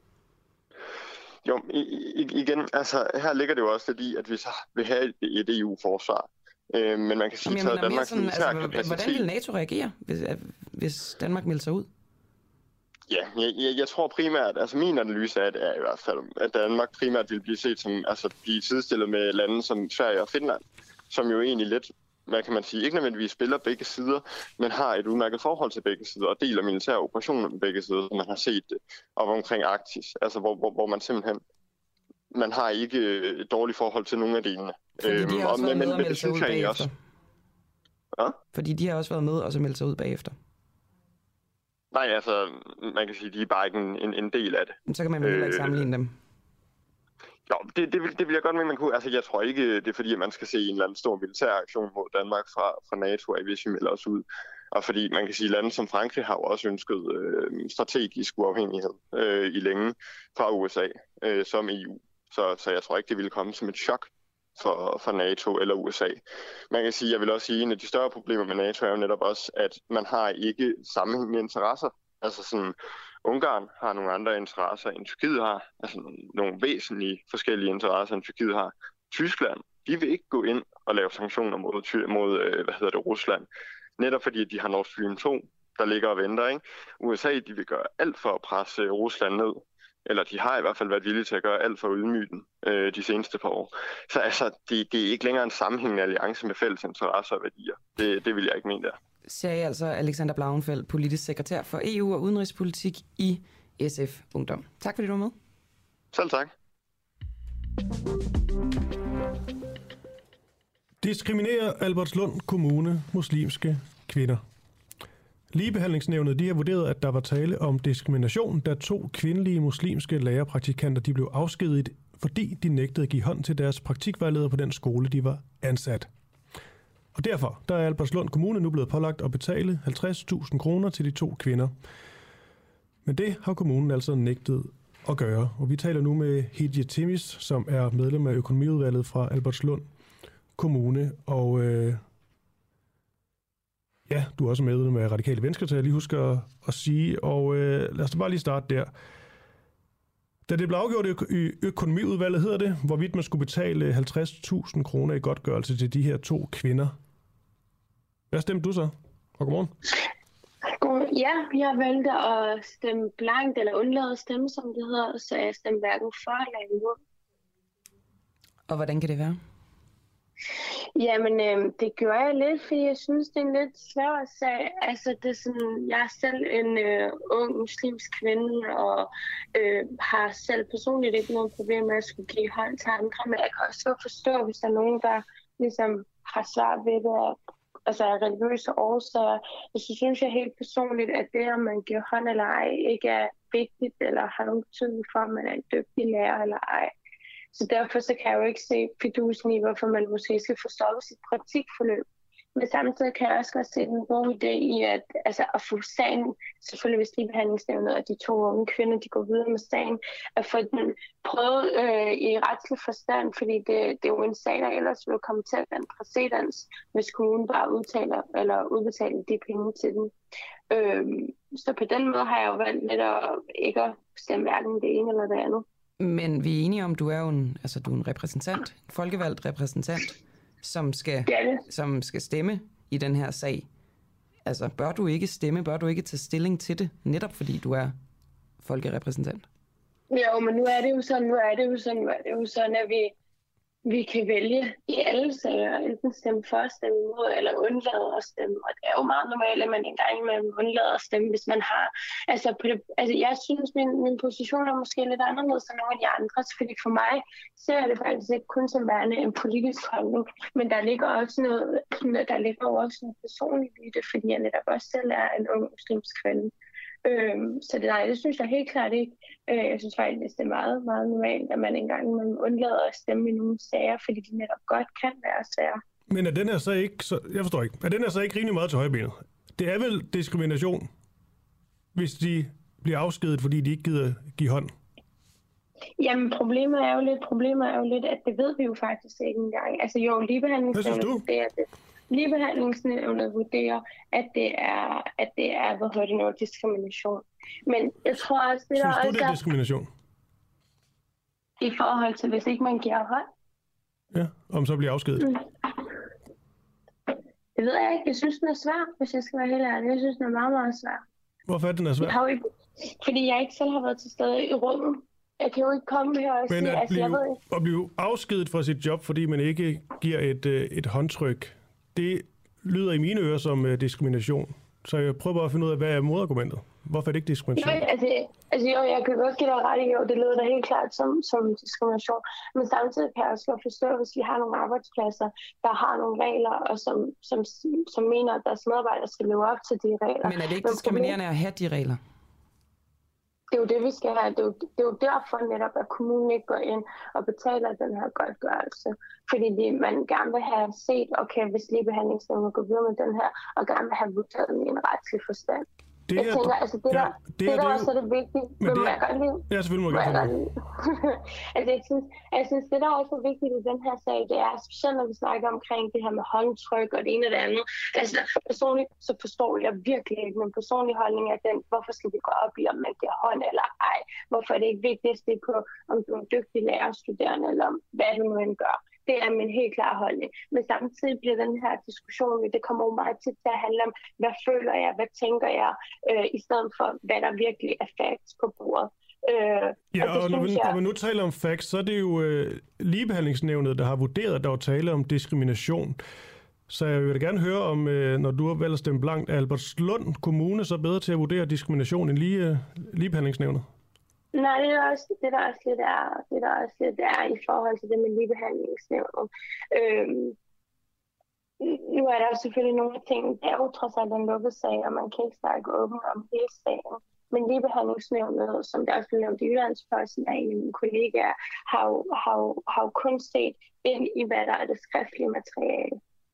Jo, igen, her ligger det jo også fordi, at vi så vil have et EU-forsvar. Men man kan sige, at Danmarks militærkapacitet... Hvordan vil NATO reagere, hvis Danmark melder sig ud? Ja, jeg tror primært, min analyse af det er i hvert fald, at Danmark primært vil blive set som, blive sidestillet med lande som Sverige og Finland, som jo egentlig lidt, hvad kan man sige, ikke nødvendigvis spiller begge sider, men har et udmærket forhold til begge sider og deler militære operationer med begge sider, som man har set det op omkring Arktis, hvor man simpelthen man har ikke et dårligt forhold til nogen af delene. Fordi de har også været med og meldt sig ud bagefter. Ja? Fordi de har også været med og så meldt sig ud bagefter. Nej, man kan sige, de er bare ikke en del af det. Men så kan man vel ikke sammenligne dem. Jo, det vil jeg godt mene, man kunne. Jeg tror ikke, det er fordi, at man skal se en eller anden stor militær aktion mod Danmark fra NATO, hvis vi melder os ud. Og fordi man kan sige, at lande som Frankrig har jo også ønsket strategisk uafhængighed i længe fra USA som EU. Så jeg tror ikke, det ville komme som et chok for NATO eller USA. Man kan sige, jeg vil også sige, at en af de større problemer med NATO er jo netop også, at man har ikke sammenhængende interesser. Ungarn har nogle andre interesser, end Tyrkiet har. Nogle væsentlige forskellige interesser, end Tyrkiet har. Tyskland, de vil ikke gå ind og lave sanktioner mod Rusland. Netop fordi de har Nord Stream 2, der ligger og venter. Ikke? USA, de vil gøre alt for at presse Rusland ned. Eller de har i hvert fald været villige til at gøre alt for at ydmyge den de seneste par år. Så det er ikke længere en sammenhængende alliance med fælles interesser og værdier. Det vil jeg ikke mene der. Sagde altså Alexander Blauenfeldt, politisk sekretær for EU og udenrigspolitik i SF Ungdom. Tak fordi du var med. Selv tak. Diskriminerer Albertslund Kommune muslimske kvinder? Ligebehandlingsnævnet de har vurderet, at der var tale om diskrimination, da 2 kvindelige muslimske lærerpraktikanter de blev afskediget, fordi de nægtede at give hånd til deres praktikvejleder på den skole, de var ansat. Og derfor der er Albertslund Kommune nu blevet pålagt at betale 50.000 kroner til de 2 kvinder. Men det har kommunen altså nægtet at gøre. Og vi taler nu med Hedje Timis, som er medlem af økonomiudvalget fra Albertslund Kommune. Og ja, du er også medlem af Radikale Venstre, til jeg lige husker at sige. Og lad os da bare lige starte der. Da det blev afgjort i økonomiudvalget, hedder det, hvorvidt man skulle betale 50.000 kroner i godtgørelse til de her 2 kvinder. Hvad stemte du så? Og godmorgen. Ja, jeg valgte at stemme blankt eller undlade at stemme, som det hedder, så jeg stemte hverken for eller imod. Og hvordan kan det være? Jamen, det gør jeg lidt, fordi jeg synes, det er en lidt svær sag. Det er sådan, jeg er selv en ung muslimsk kvinde, og har selv personligt ikke noget problem med at skulle give hånd til andre, men jeg kan også forstå, hvis der er nogen, der ligesom har svært ved det, af religiøse årsager. Så synes jeg helt personligt, at det, om man giver hånd eller ej, ikke er vigtigt, eller har nogen betydning for, om man er en dygtig lærer eller ej. Så derfor så kan jeg jo ikke se fidusen i, hvorfor man måske skal få stoppet sit praktikforløb. Men samtidig kan jeg også godt se en god idé i at få sagen, selvfølgelig hvis ligebehandlingsnævnet og de 2 unge kvinder, de går videre med sagen, at få den prøvet i retslig forstand, fordi det er jo en sag, der ellers vil komme til at være en præcedens, hvis kommunen bare udbetaler de penge til den. Så på den måde har jeg jo valgt lidt at ikke at stemme hverken det ene eller det andet. Men vi er enige om, du er jo en repræsentant, en folkevalgt repræsentant, som skal stemme i den her sag. Bør du ikke stemme, bør du ikke tage stilling til det, netop fordi du er folkerepræsentant? Jo, men nu er det jo sådan, at vi kan vælge i alle sager, enten stemme for, stemme imod, eller undlade at stemme. Og det er jo meget normalt, at man engang imellem undlader at stemme, hvis man har... Altså jeg synes, min position er måske lidt anderledes end nogle af de andres, fordi for mig ser jeg det faktisk ikke kun som værende en politisk holdning, men der ligger også noget personligt i det, fordi jeg netop også selv er en ung muslimsk kvinde. Så det synes jeg helt klart ikke. Jeg synes faktisk, det er meget, meget normalt, at man engang undlader at stemme i nogle sager, fordi de netop godt kan være sager. Men er den her så ikke, jeg forstår ikke, er den her så ikke rimelig meget til højbenet? Det er vel diskrimination, hvis de bliver afskediget, fordi de ikke gider give hånd? Jamen, problemet er jo lidt, at det ved vi jo faktisk ikke engang. Altså jo, ligebehandlingsnævnet vurderer det. Ligebehandlingsnævnet vurderer, at det er noget diskrimination. Men jeg tror også, det synes der også... Synes du, det er diskrimination? I forhold til, hvis ikke man giver hånd? Ja, om så bliver afskediget. Det ved jeg ikke. Jeg synes, den er svær, hvis jeg skal være helt ærlig. Jeg synes, den er meget, meget svær. Hvorfor er den er svær? Fordi jeg ikke selv har været til stede i rummet. Jeg kan jo ikke komme her og sige... Men at blive afskediget fra sit job, fordi man ikke giver et håndtryk, det lyder i mine ører som diskrimination. Så jeg prøver bare at finde ud af, hvad er modargumentet? Hvorfor er det ikke diskrimination? Jo, jeg kan godt give dig ret i, jo, det lyder da helt klart som diskrimination. Men samtidig kan jeg også godt forstå, hvis vi har nogle arbejdspladser, der har nogle regler, og som mener, at deres medarbejdere skal leve op til de regler. Men er det ikke diskriminerende at have de regler? Det er jo det, vi skal have. Det er jo derfor netop, at kommunen ikke går ind og betaler den her godtgørelse. Fordi man gerne vil have set, okay, hvis ligebehandlingsnævnet går videre med den her, og gerne vil have vurderet den i en retslig forstand. Jeg tænker, altså det der også er det vigtige, Ja, selvfølgelig må jeg gerne. Jeg synes, det der også er vigtigt i den her sag, det er, specielt når vi snakker omkring det her med håndtryk og det ene og det andet. Altså personligt, så forstår jeg virkelig ikke, men personlig holdning er den, hvorfor skal vi gå op i, om man giver hånd eller ej? Hvorfor er det ikke vigtigt at se på, om du er en dygtig lærerstuderende, eller hvad du nu end gør? Det er min helt klare holdning. Men samtidig bliver den her diskussion, det kommer jo meget til at handle om, hvad føler jeg, hvad tænker jeg, i stedet for, hvad der virkelig er facts på bordet. Og når vi nu taler om facts, så er det jo ligebehandlingsnævnet, der har vurderet, at der var tale om diskrimination. Så jeg vil da gerne høre om, når du har valgt at stemme blankt, Albertslund Kommune så bedre til at vurdere diskrimination end ligebehandlingsnævnet? Nej, det er også lidt er i forhold til det med ligebehandlingsnævnet. Nu er der jo selvfølgelig nogle ting, der er jo trods alt en lukket sag, og man kan ikke snakke åbent om hele sagen. Men ligebehandlingsnævnet, som der også blev nævnt i Jyllandsposten af en af mine kollegaer, har jo kun set ind i, hvad der er det skriftlige materiale.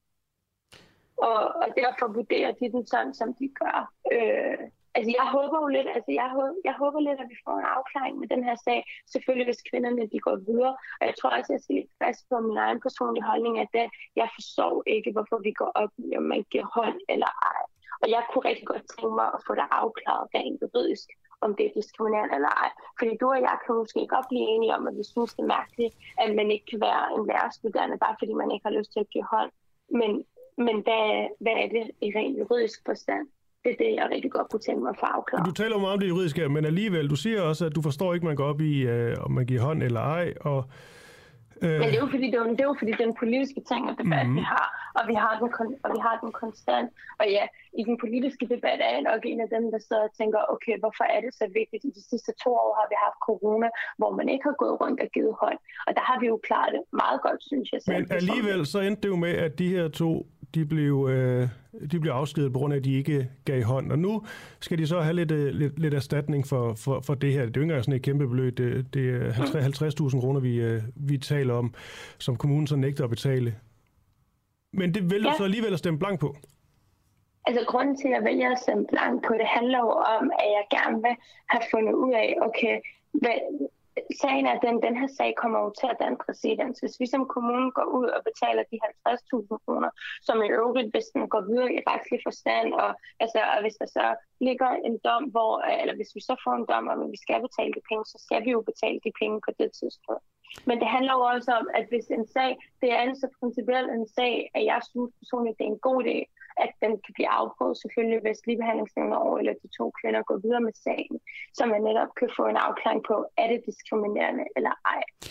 Og derfor vurderer de den sådan, som de gør. Jeg håber lidt, at vi får en afklaring med den her sag. Selvfølgelig, hvis kvinderne de går videre. Og jeg tror også, at jeg skal lidt fast på min egen personlige holdning, at jeg forstår ikke, hvorfor vi går op i, om man giver hånd eller ej. Og jeg kunne rigtig godt tænke mig at få det afklaret rent juridisk, om det er diskriminerende eller ej. Fordi du og jeg kan måske godt blive enige om, at vi synes, det er mærkeligt, at man ikke kan være en lærerstuderende, bare fordi man ikke har lyst til at give hånd. Men hvad er det i rent juridisk forstand? Det er det, jeg rigtig godt kunne tænke mig at få afklaret. Du taler jo meget om det juridiske, men alligevel, du siger også, at du forstår ikke, man går op i, om man giver hånd eller ej. Men det er jo fordi, det er en politiske ting og debat, vi har. Og vi har den konstant. Og ja, i den politiske debat er jeg nok en af dem, der sidder og tænker, okay, hvorfor er det så vigtigt? I de sidste 2 år har vi haft corona, hvor man ikke har gået rundt og givet hånd. Og der har vi jo klaret det meget godt, synes jeg selv. Men alligevel så endte det jo med, at de her 2, de blev afskediget på grund af, at de ikke gav hånd. Og nu skal de så have lidt erstatning for det her. Det er jo ikke engang sådan et kæmpe beløb. Det er 50.000 kroner, vi taler om, som kommunen så nægter at betale. Men det vælger så alligevel at stemme blank på. Altså grunden til, at jeg vælger at stemme blank på, det handler jo om, at jeg gerne vil have fundet ud af, okay, sagen er, at den her sag kommer jo til at danne præcedens. Hvis vi som kommune går ud og betaler de 50.000 kroner, som i øvrigt, hvis den går videre i retslig forstand, og hvis der så ligger en dom, eller hvis vi så får en dom om, at vi skal betale de penge, så skal vi jo betale de penge på det tidspunkt. Men det handler jo også om, at hvis en sag, det er en så principielt en sag, at jeg synes personligt, det er en god idé, at den kan blive afprøvet selvfølgelig, hvis ligebehandlingsnævnet over, eller de 2 kvinder går videre med sagen, så man netop kan få en afklaring på, er det diskriminerende eller ej.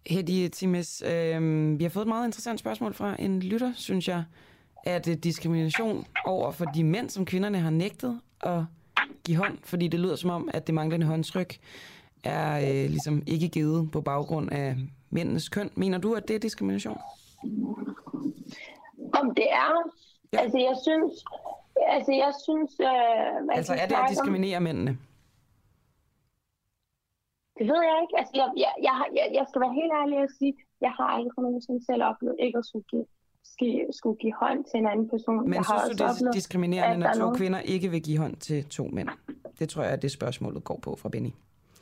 Hedi Times, vi har fået et meget interessant spørgsmål fra en lytter, synes jeg. Er det diskrimination over for de mænd, som kvinderne har nægtet at give hånd? Fordi det lyder som om, at det manglende håndtryk er ligesom ikke givet på baggrund af mændenes køn. Mener du, at det er diskrimination? Om det er? Ja. Altså, jeg synes... Altså, er det at diskriminere mændene? Det ved jeg ikke. Altså, jeg skal være helt ærlig og sige, jeg har aldrig nogensinde selv oplevet ikke at skulle give hånd til en anden person. Men synes du, det er diskriminerende, når to kvinder ikke vil give hånd til to mænd? Det tror jeg, at det spørgsmålet går på fra Benny.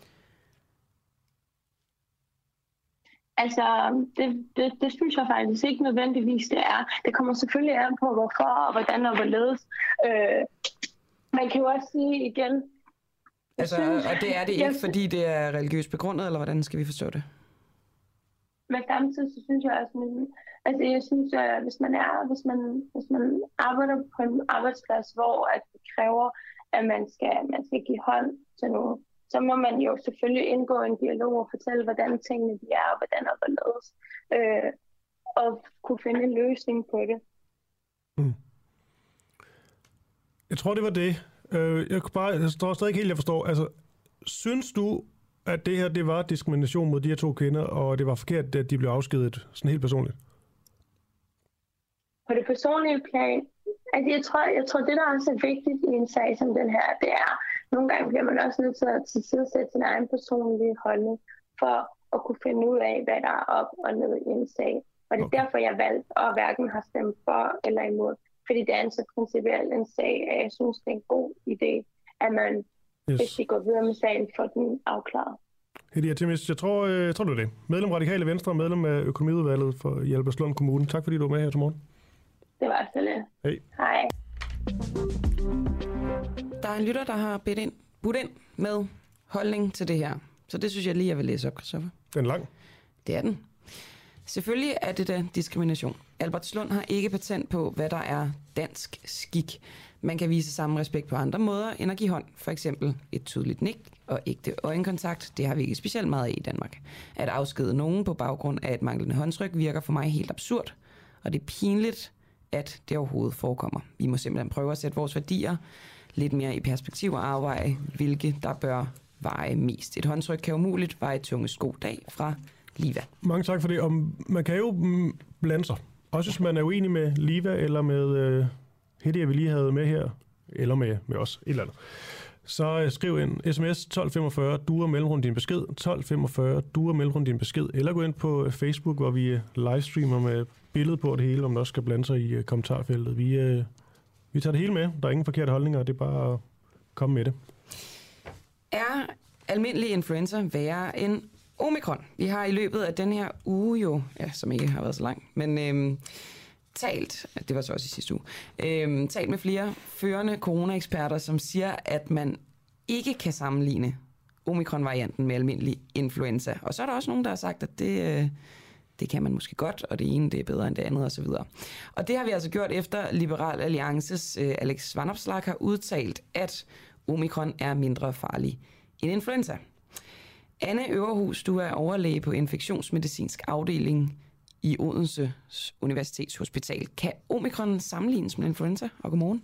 Altså, det synes jeg faktisk ikke nødvendigvis, det er. Det kommer selvfølgelig an på, hvorfor og hvordan og hvorledes. Man kan jo også sige igen... Altså, og det er det ikke, fordi det er religiøst begrundet, eller hvordan skal vi forstå det? Men samtidig så synes jeg også, altså jeg synes, at hvis man arbejder på en arbejdsplads, hvor at det kræver, at man skal give hånd til nogen, så må man jo selvfølgelig indgå en dialog og fortælle, hvordan tingene de er, og hvordan og hvorledes, og kunne finde en løsning på det. Jeg tror, det var det. Jeg står stadig ikke helt, jeg forstår. Altså, synes du, at det her, det var diskrimination mod de her to kvinder, og det var forkert, at de blev afskediget, sådan helt personligt? På det personlige plan, altså jeg tror, det der også er vigtigt i en sag som den her, det er, nogle gange bliver man også nødt til at tilsidesætte sin egen personlige holdning, for at kunne finde ud af, hvad der er op og ned i en sag. Og det er derfor, jeg valgte at hverken har stemt for eller imod. Fordi det er en så principiel en sag, at jeg synes, det er en god idé, at man, hvis vi går videre med sagen, får den afklaret. Hedi Timis, jeg tror det er det. Medlem Radikale Venstre og medlem af økonomiudvalget for Albertslund Kommune. Tak fordi du var med her til morgen. Det var så lidt. Hej. Hej. Der er en lytter, der har budt ind med holdning til det her. Så det synes jeg lige, jeg vil læse op, Christoffer. Den er lang. Det er den. Selvfølgelig er det da diskrimination. Albertslund har ikke patent på, hvad der er dansk skik. Man kan vise samme respekt på andre måder end at give hånd. For eksempel et tydeligt nik og ægte øjenkontakt. Det har vi ikke specielt meget af i Danmark. At afskede nogen på baggrund af et manglende håndtryk virker for mig helt absurd. Og det er pinligt, at det overhovedet forekommer. Vi må simpelthen prøve at sætte vores værdier lidt mere i perspektiv og afveje, hvilke der bør veje mest. Et håndtryk kan umuligt veje tunge sko-dag fra Liva. Mange tak for det. Og man kan jo blande sig. Også hvis man er uenig med Liva eller med Hedi, vi lige havde med her, eller med os, et eller andet. Så skriv en sms 1245, duer mellemrum din besked, 1245, duer mellemrum din besked, eller gå ind på Facebook, hvor vi livestreamer med billede på det hele, om der også skal blande sig i kommentarfeltet. Vi tager det hele med. Der er ingen forkerte holdninger, det er bare at komme med det. Er almindelig influenza værre end Omikron? Vi har i løbet af den her uge jo, som ikke har været så lang, men talt, det var så også i sidste uge, talt med flere førende corona-eksperter, som siger, at man ikke kan sammenligne Omikron-varianten med almindelig influenza. Og så er der også nogen, der har sagt, at det kan man måske godt, og det ene det er bedre end det andet osv. Og det har vi altså gjort efter Liberal Alliances Alex Vanopslagh har udtalt, at Omikron er mindre farlig end influenza. Anne Øverhus, du er overlæge på infektionsmedicinsk afdeling i Odense Universitetshospital. Kan Omikron sammenlignes med influenza? Og godmorgen.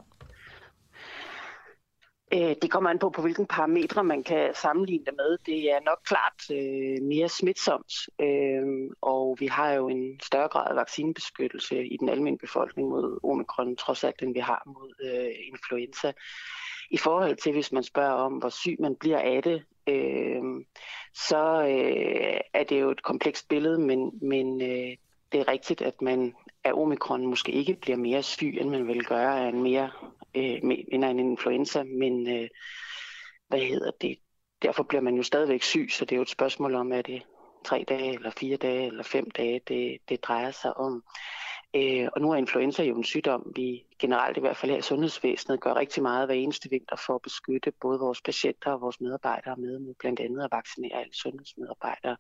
Det kommer an på, hvilken parametre man kan sammenligne det med. Det er nok klart mere smitsomt, og vi har jo en større grad af vaccinebeskyttelse i den almindelige befolkning mod Omikron, trods alt, end vi har mod influenza. I forhold til, hvis man spørger om, hvor syg man bliver af det, så er det jo et komplekst billede, men det er rigtigt, at man af Omikron måske ikke bliver mere syg, end man vil gøre af en influenza, men derfor bliver man jo stadigvæk syg, så det er jo et spørgsmål om, er det 3 dage, eller 4 dage, eller 5 dage, det drejer sig om. Og nu er influenza jo en sygdom, vi generelt i hvert fald her i sundhedsvæsenet gør rigtig meget hver eneste vinter for at beskytte både vores patienter og vores medarbejdere med blandt andet at vaccinere alle sundhedsmedarbejdere.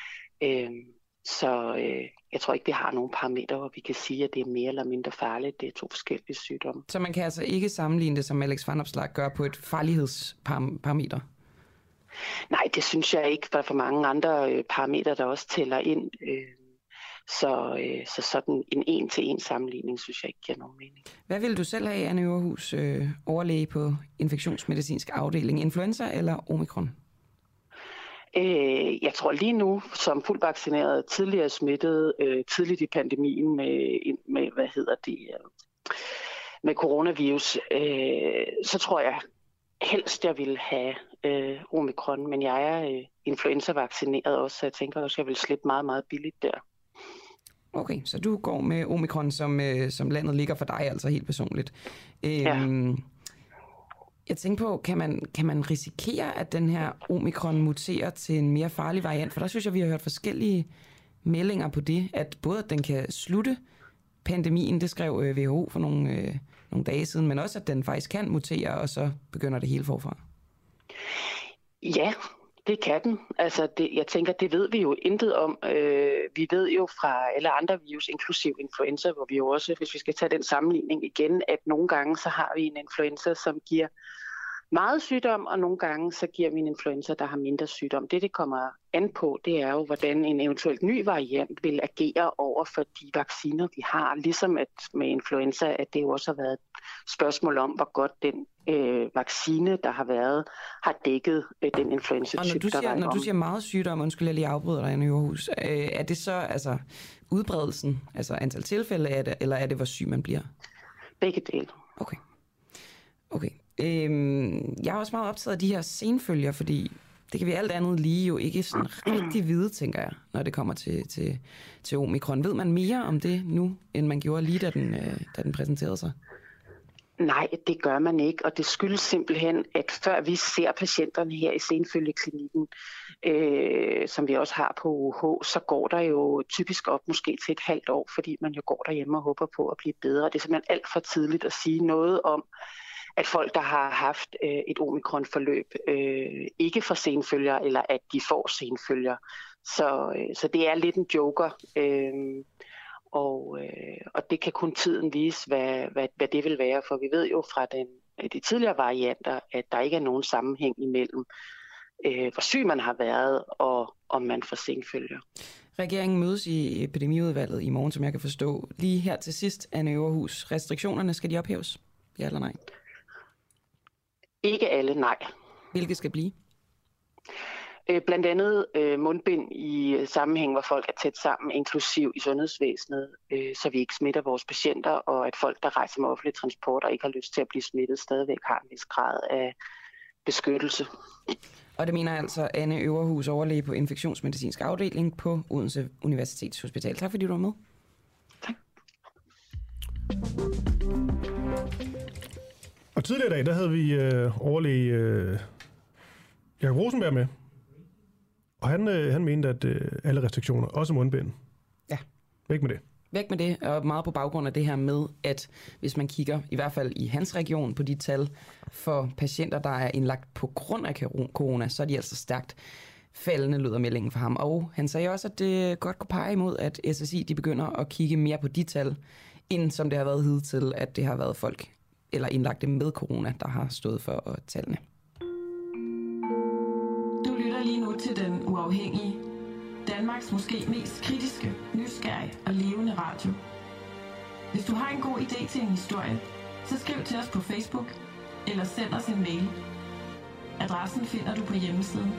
Så jeg tror ikke, vi har nogen parametre, hvor vi kan sige, at det er mere eller mindre farligt. Det er 2 forskellige sygdomme. Så man kan altså ikke sammenligne det, som Alex Vanopslagh gør, på et farlighedsparameter? Nej, det synes jeg ikke. Der er for mange andre parametre, der også tæller ind. Så sådan en en-til-en sammenligning, synes jeg ikke giver nogen mening. Hvad vil du selv have, Anne Øverhus, overlæge på infektionsmedicinsk afdeling? Influenza eller omikron? Jeg tror lige nu, som fuldt vaccineret, tidligere smittet, tidligt i pandemien med coronavirus, så tror jeg helst, jeg vil have omikron, men jeg er influenza-vaccineret også, så jeg tænker også, jeg vil slippe meget, meget billigt der. Okay, så du går med omikron, som landet ligger for dig, altså helt personligt. Ja. Jeg tænker på, kan man risikere, at den her omikron muterer til en mere farlig variant? For der synes jeg, vi har hørt forskellige meldinger på det, at både at den kan slutte pandemien, det skrev WHO for nogle dage siden, men også at den faktisk kan mutere, og så begynder det hele forfra. Ja, det kan den. Altså, jeg tænker, det ved vi jo intet om. Vi ved jo fra alle andre virus, inklusiv influenza, hvor vi jo også, hvis vi skal tage den sammenligning igen, at nogle gange så har vi en influenza, som giver meget sygdom, og nogle gange så giver vi en influenza, der har mindre sygdom. Det kommer an på, det er jo, hvordan en eventuelt ny variant vil agere over for de vacciner, vi har. Ligesom at med influenza, at det jo også har været et spørgsmål om, hvor godt den vaccine, der har været, har dækket den influenza-type, der var. Når du siger meget sygdom, undskyld, jeg lige afbryder dig, Anne Øverhus, er det så altså udbredelsen, altså antal tilfælde, eller er det, hvor syg man bliver? Begge dele. Okay. Jeg er også meget optaget af de her senfølger, fordi det kan vi alt andet lige jo ikke sådan rigtig vide, tænker jeg, når det kommer til omikron. Ved man mere om det nu, end man gjorde lige, da den præsenterede sig? Nej, det gør man ikke, og det skyldes simpelthen, at før vi ser patienterne her i senfølgeklinikken, som vi også har på UH, så går der jo typisk op måske til et halvt år, fordi man jo går derhjemme og håber på at blive bedre. Det er simpelthen alt for tidligt at sige noget om, at folk, der har haft et omikron-forløb, ikke får senfølger, eller at de får senfølger. Så det er lidt en joker, og det kan kun tiden vise, hvad det vil være. For vi ved jo fra de tidligere varianter, at der ikke er nogen sammenhæng imellem, hvor syg man har været, og om man får senfølger. Regeringen mødes i epidemiudvalget i morgen, som jeg kan forstå. Lige her til sidst, Anne Øverhus. Restriktionerne, skal de ophæves? Ja eller nej? Ikke alle, nej. Hvilke skal blive? Blandt andet mundbind i sammenhæng, hvor folk er tæt sammen, inklusiv i sundhedsvæsenet, så vi ikke smitter vores patienter, og at folk, der rejser med offentlig transport og ikke har lyst til at blive smittet, stadigvæk har en vis grad af beskyttelse. Og det mener altså Anne Øverhus, overlæge på infektionsmedicinsk afdeling på Odense Universitetshospital. Tak fordi du var med. Tak. Og tidligere i dag, der havde vi overlæge Jakob Rosenberg med. Og han mente, at alle restriktioner, også mundbind, væk med det. Væk med det, og meget på baggrund af det her med, at hvis man kigger, i hvert fald i hans region, på de tal for patienter, der er indlagt på grund af corona, så er de altså stærkt faldende, lyder meldingen for ham. Og han sagde også, at det godt kunne pege imod, at SSI de begynder at kigge mere på de tal, end som det har været hidtil, at det har været folk eller indlagte med corona, der har stået for tallene. Du lytter lige nu til Den Uafhængige. Danmarks måske mest kritiske, nysgerrige og levende radio. Hvis du har en god idé til en historie, så skriv til os på Facebook eller send os en mail. Adressen finder du på hjemmesiden.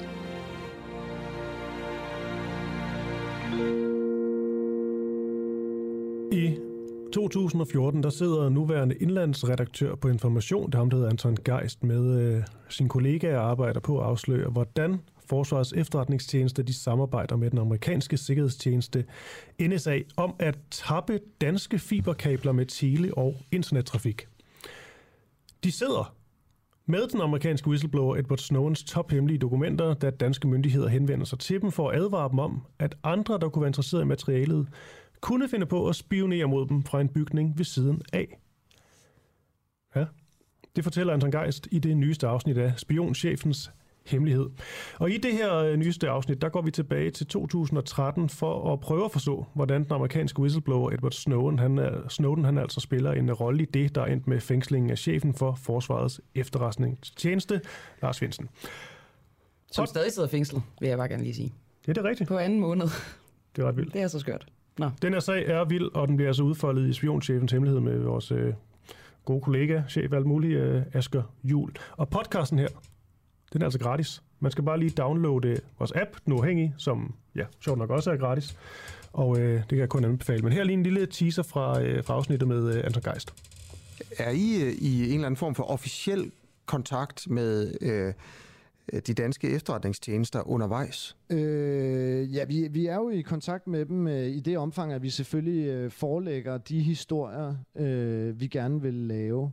I 2014, der sidder nuværende indlandsredaktør på Information, det er ham, der hedder Anton Geist, med sine kollegaer og arbejder på at afsløre, hvordan Forsvarets efterretningstjeneste de samarbejder med den amerikanske sikkerhedstjeneste NSA om at tappe danske fiberkabler med tele- og internettrafik. De sidder med den amerikanske whistleblower Edward Snowdens tophemmelige dokumenter, da danske myndigheder henvender sig til dem for at advare dem om, at andre, der kunne være interesseret i materialet, kunne finde på at spionere mod dem fra en bygning ved siden af. Ja, det fortæller Anton Geist i det nyeste afsnit af Spionchefens Hemmelighed. Og i det her nyeste afsnit, der går vi tilbage til 2013 for at prøve at forstå, hvordan den amerikanske whistleblower Edward Snowden han altså spiller en rolle i det, der er endt med fængslingen af chefen for Forsvarets efterretningstjeneste, Lars Findsen. Som stadig sidder fængslet, vil jeg bare gerne lige sige. Ja, det er rigtigt. På anden måned. Det er ret vildt. Det er så skørt. Nå. Den her sag er vild, og den bliver altså udfoldet i Spionchefens hemmelighed med vores gode kollega, chef alt muligt, Asger Juhl. Og podcasten her, den er altså gratis. Man skal bare lige downloade vores app, Den Uafhængige, som sjovt nok også er gratis. Og det kan jeg kun anbefale. Men her er lige en lille teaser fra afsnittet med Anton Geist. Er I i en eller anden form for officiel kontakt med de danske efterretningstjenester undervejs? Ja, vi er jo i kontakt med dem i det omfang, at vi selvfølgelig forelægger de historier, vi gerne vil lave.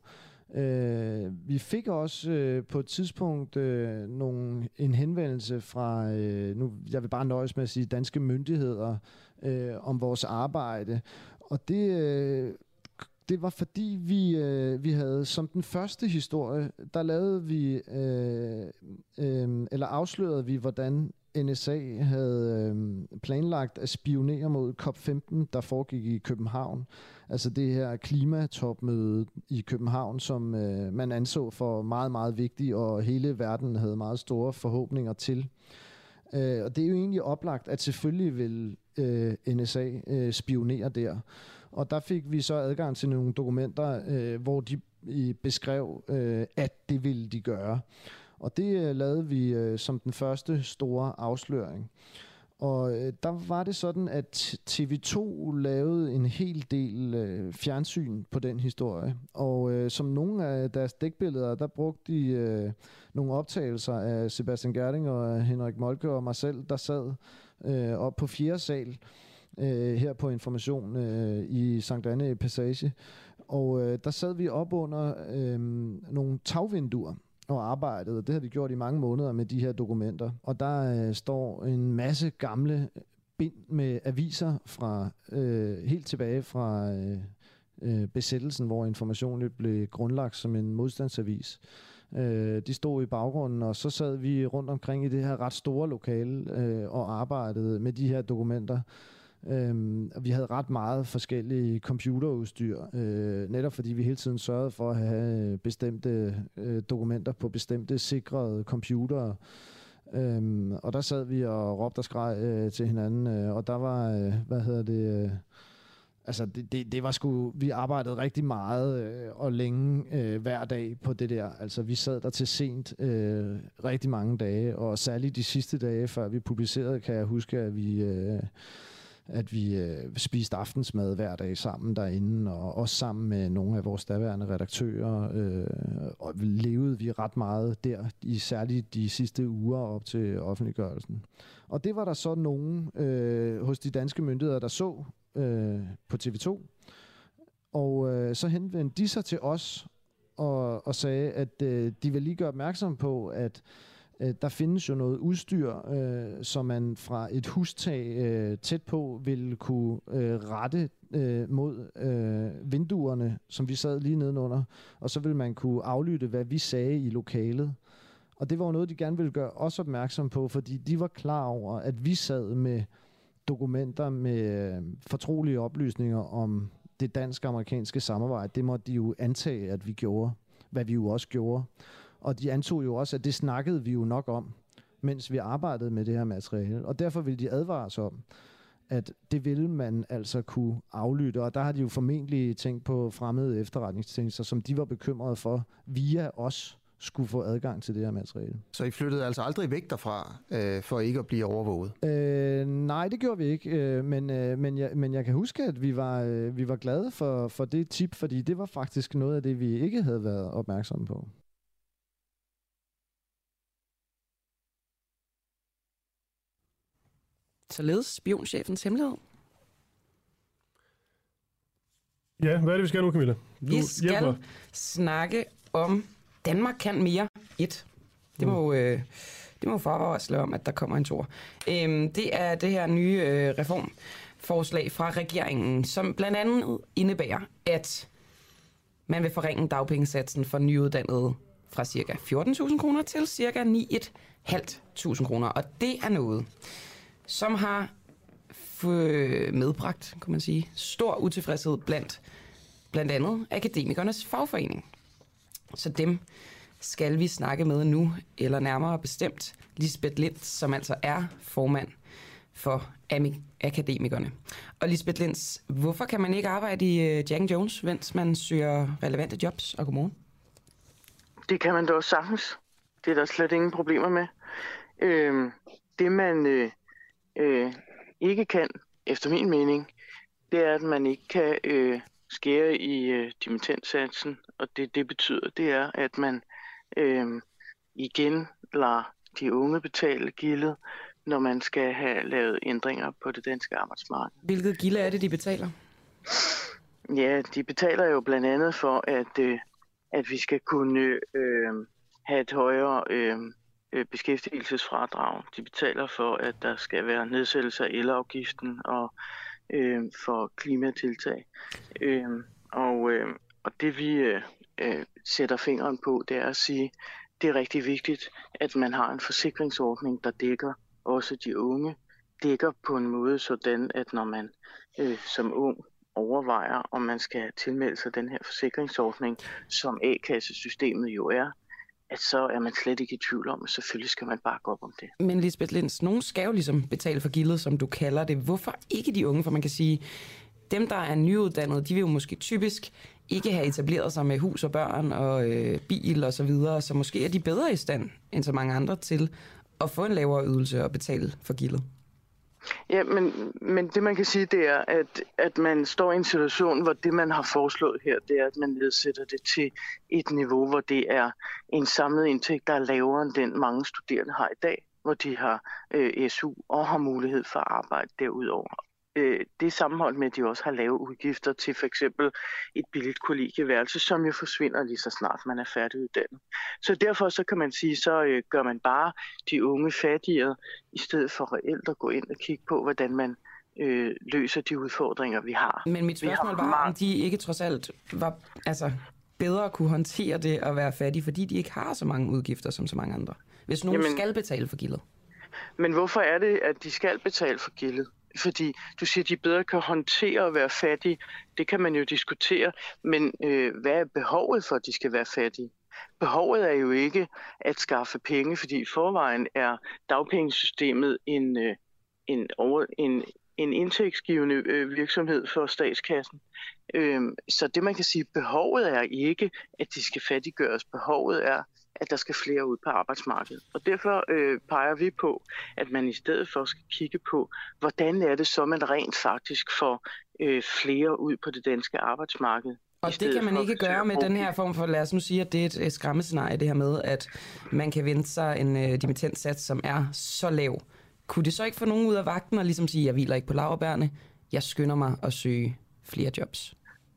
Vi fik også på et tidspunkt en henvendelse fra, nu jeg vil bare nøjes med at sige, danske myndigheder om vores arbejde. Og det var fordi vi havde som den første historie, der lavede vi, eller afslørede vi, hvordan NSA havde planlagt at spionere mod COP15, der foregik i København. Altså det her klimatopmøde i København, som man anså for meget, meget vigtigt, og hele verden havde meget store forhåbninger til. Og det er jo egentlig oplagt, at selvfølgelig vil NSA spionere der. Og der fik vi så adgang til nogle dokumenter, hvor de beskrev, at det ville de gøre. Og det lavede vi som den første store afsløring. Og der var det sådan, at TV2 lavede en hel del fjernsyn på den historie. Og som nogle af deres dækbilleder, der brugte de nogle optagelser af Sebastian Gerding og Henrik Moltke og mig selv, der sad op på 4. sal her på Information i Sankt Anne Passage. Og der sad vi op under nogle tagvinduer og arbejdede, og det har vi gjort i mange måneder med de her dokumenter. Og der står en masse gamle bind med aviser fra helt tilbage fra besættelsen, hvor Information blev grundlagt som en modstandsavis. De stod i baggrunden, og så sad vi rundt omkring i det her ret store lokale og arbejdede med de her dokumenter. Vi havde ret meget forskellige computerudstyr, netop fordi vi hele tiden sørgede for at have bestemte dokumenter på bestemte sikrede computere. Og der sad vi og råbte og skreg til hinanden, og der var, altså det var sgu, vi arbejdede rigtig meget og længe hver dag på det der. Altså vi sad der til sent rigtig mange dage, og særligt de sidste dage, før vi publicerede, kan jeg huske, at vi spiste aftensmad hver dag sammen derinde, og også sammen med nogle af vores daværende redaktører, og levede vi ret meget der, særligt de sidste uger op til offentliggørelsen. Og det var der så nogen hos de danske myndigheder, der så på TV2, og så henvendte de sig til os og sagde, at de ville lige gøre opmærksom på, at der findes jo noget udstyr, som man fra et hustag tæt på ville kunne rette mod vinduerne, som vi sad lige nedenunder, og så ville man kunne aflytte, hvad vi sagde i lokalet. Og det var jo noget, de gerne ville gøre os opmærksom på, fordi de var klar over, at vi sad med dokumenter med fortrolige oplysninger om det dansk-amerikanske samarbejde. Det måtte de jo antage, at vi gjorde, hvad vi jo også gjorde. Og de antog jo også, at det snakkede vi jo nok om, mens vi arbejdede med det her materiale. Og derfor ville de advare os om, at det ville man altså kunne aflytte. Og der har de jo formentlig tænkt på fremmede efterretningstjenester, som de var bekymrede for, via os skulle få adgang til det her materiale. Så I flyttede altså aldrig væk derfra, for ikke at blive overvåget? Nej, det gjorde vi ikke. Men jeg kan huske, at vi var glade for det tip, fordi det var faktisk noget af det, vi ikke havde været opmærksomme på. Således spionchefens hemmelighed. Ja, hvad er det, vi skal nu, Camilla? Vi skal snakke om Danmark kan mere 1. Det må forvarsle om, at der kommer en tur. Det er det her nye reformforslag fra regeringen, som blandt andet indebærer, at man vil forringe dagpengesatsen for nyuddannede fra ca. 14.000 kroner til ca. 9.500 kroner. Og det er noget, som har medbragt, kan man sige, stor utilfredshed blandt andet akademikernes fagforening. Så dem skal vi snakke med nu, eller nærmere bestemt Lisbeth Lintz, som altså er formand for Akademikerne. Og Lisbeth Lintz, hvorfor kan man ikke arbejde i Jack & Jones, mens man søger relevante jobs? Og godmorgen. Det kan man da også sagtens. Det er der slet ingen problemer med. Det man ikke kan, efter min mening, det er, at man ikke kan skære i dimittendsatsen. Og det betyder, det er, at man igen lader de unge betale gildet, når man skal have lavet ændringer på det danske arbejdsmarked. Hvilket gilde er det, de betaler? Ja, de betaler jo blandt andet for, at vi skal kunne have et højere beskæftigelsesfradrag. De betaler for, at der skal være nedsættelse af elafgiften og for klimatiltag. Og det vi sætter fingeren på, det er at sige, det er rigtig vigtigt, at man har en forsikringsordning, der dækker også de unge, dækker på en måde sådan, at når man som ung overvejer, om man skal tilmelde sig den her forsikringsordning, som A-kassesystemet jo er, at så er man slet ikke i tvivl om, at selvfølgelig skal man bare gå op om det. Men Lisbeth Lintz, nogen skal jo ligesom betale for gildet, som du kalder det. Hvorfor ikke de unge? For man kan sige, dem, der er nyuddannede, de vil jo måske typisk ikke have etableret sig med hus og børn og bil og så videre, så måske er de bedre i stand end så mange andre til at få en lavere ydelse og betale for gildet. Ja, men det man kan sige, det er, at man står i en situation, hvor det man har foreslået her, det er, at man nedsætter det til et niveau, hvor det er en samlet indtægt, der er lavere end den mange studerende har i dag, hvor de har SU og har mulighed for at arbejde derudover. Det er sammenholdt med, at de også har lave udgifter til for eksempel et billigt kollegieværelse, som jo forsvinder lige så snart man er færdiguddannet. Så derfor så kan man sige, så gør man bare de unge fattigere, i stedet for reelt at gå ind og kigge på, hvordan man løser de udfordringer, vi har. Men mit spørgsmål var, om de ikke trods alt var bedre kunne håndtere det at være fattige, fordi de ikke har så mange udgifter som så mange andre. Hvis nogen skal betale for gildet. Men hvorfor er det, at de skal betale for gildet? Fordi du siger, at de bedre kan håndtere at være fattige. Det kan man jo diskutere. Men hvad er behovet for, at de skal være fattige? Behovet er jo ikke at skaffe penge, fordi i forvejen er dagpengesystemet en indtægtsgivende virksomhed for statskassen. Så det man kan sige, behovet er ikke, at de skal fattiggøres. Behovet er, at der skal flere ud på arbejdsmarkedet. Og derfor peger vi på, at man i stedet for skal kigge på, hvordan er det så, man rent faktisk får flere ud på det danske arbejdsmarked. Og det kan man ikke gøre med den her form for, lad os nu sige, at det er et skræmmescenarie, det her med, at man kan vente sig en dimittendsats, som er så lav. Kunne det så ikke få nogen ud af vagten og ligesom sige, jeg hviler ikke på laurbærrene, jeg skynder mig at søge flere jobs?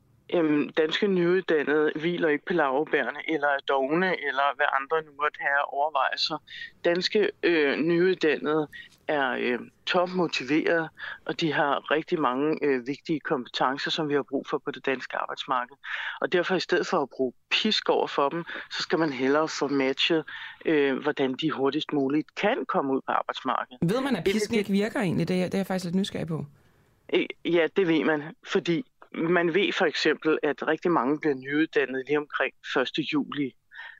Danske nyuddannede hviler ikke på laurbærne eller er dovne, eller hvad andre nu måtte have overvejelser. Danske nyuddannede er topmotiverede, og de har rigtig mange vigtige kompetencer, som vi har brug for på det danske arbejdsmarked. Og derfor i stedet for at bruge pisk over for dem, så skal man hellere få matchet, hvordan de hurtigst muligt kan komme ud på arbejdsmarkedet. Ved man, at pisken ikke virker egentlig? Det er jeg faktisk lidt nysgerrig på. Ja, det ved man, fordi man ved for eksempel, at rigtig mange bliver nyuddannet lige omkring 1. juli.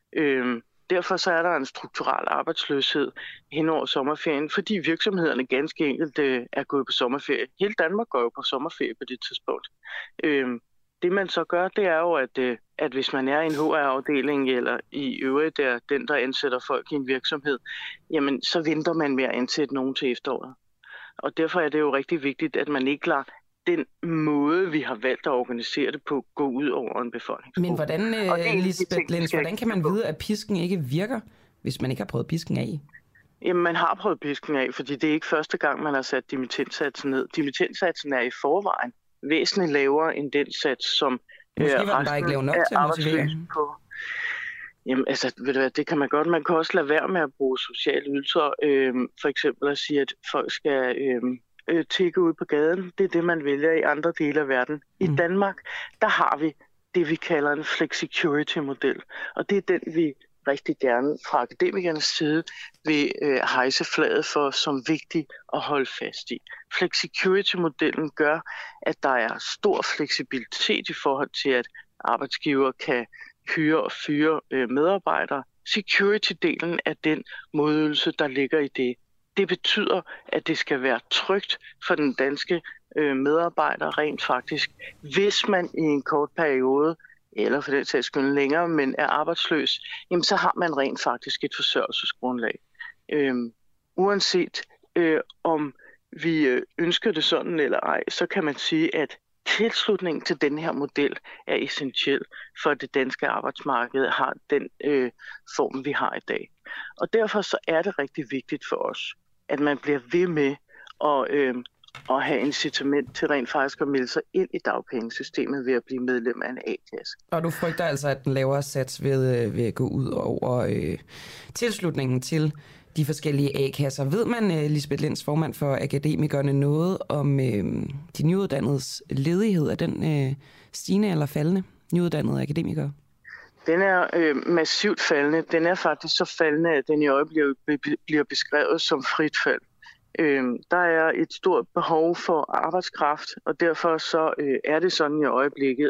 Derfor så er der en strukturel arbejdsløshed hen over sommerferien, fordi virksomhederne ganske enkelt er gået på sommerferie. Hele Danmark går jo på sommerferie på det tidspunkt. Det man så gør, det er jo, at hvis man er i en HR-afdeling eller i øvrigt er den, der ansætter folk i en virksomhed, jamen så venter man med at ansætte nogen til efteråret. Og derfor er det jo rigtig vigtigt, at man ikke lader den måde, vi har valgt at organisere det på, gå ud over en befolkningsgruppe. Men hvordan, Lisbeth Lintz, hvordan kan man vide, at pisken ikke virker, hvis man ikke har prøvet pisken af? Jamen, man har prøvet pisken af, fordi det er ikke første gang, man har sat dimittendsatsen ned. Dimittendsatsen er i forvejen væsentligt lavere end den sats, som måske var den bare ikke lav nok til at motivere på. Jamen, altså, ved du hvad, det kan man godt. Man kan også lade være med at bruge sociale ydelser. For eksempel at sige, at folk skal tikke ud på gaden. Det er det, man vælger i andre dele af verden. I Danmark, der har vi det, vi kalder en flexicurity-model. Og det er den, vi rigtig gerne fra akademikernes side vil hejse flaget for som vigtigt at holde fast i. Flexicurity-modellen gør, at der er stor fleksibilitet i forhold til, at arbejdsgiver kan hyre og fyre medarbejdere security-delen af den modydelse, der ligger i det. Det betyder, at det skal være trygt for den danske medarbejder rent faktisk, hvis man i en kort periode, eller for den sags skyld længere, men er arbejdsløs, jamen så har man rent faktisk et forsørgelsesgrundlag. Uanset om vi ønsker det sådan eller ej, så kan man sige, at tilslutningen til den her model er essentiel for, at det danske arbejdsmarked har den form, vi har i dag. Og derfor så er det rigtig vigtigt for os, at man bliver ved med at have incitament til rent faktisk at melde sig ind i dagpengesystemet ved at blive medlem af en A-kasse. Og du frygter altså, at den lavere sats vil gå ud over tilslutningen til de forskellige A-kasser. Ved man, Lisbeth Lenz, formand for Akademikerne, noget om de nyuddannedes ledighed? Er den stigende eller faldende, nyuddannede akademikere? Den er massivt faldende. Den er faktisk så faldende, at den i øjeblikket bliver beskrevet som frit fald. Der er et stort behov for arbejdskraft, og derfor så er det sådan i øjeblikket,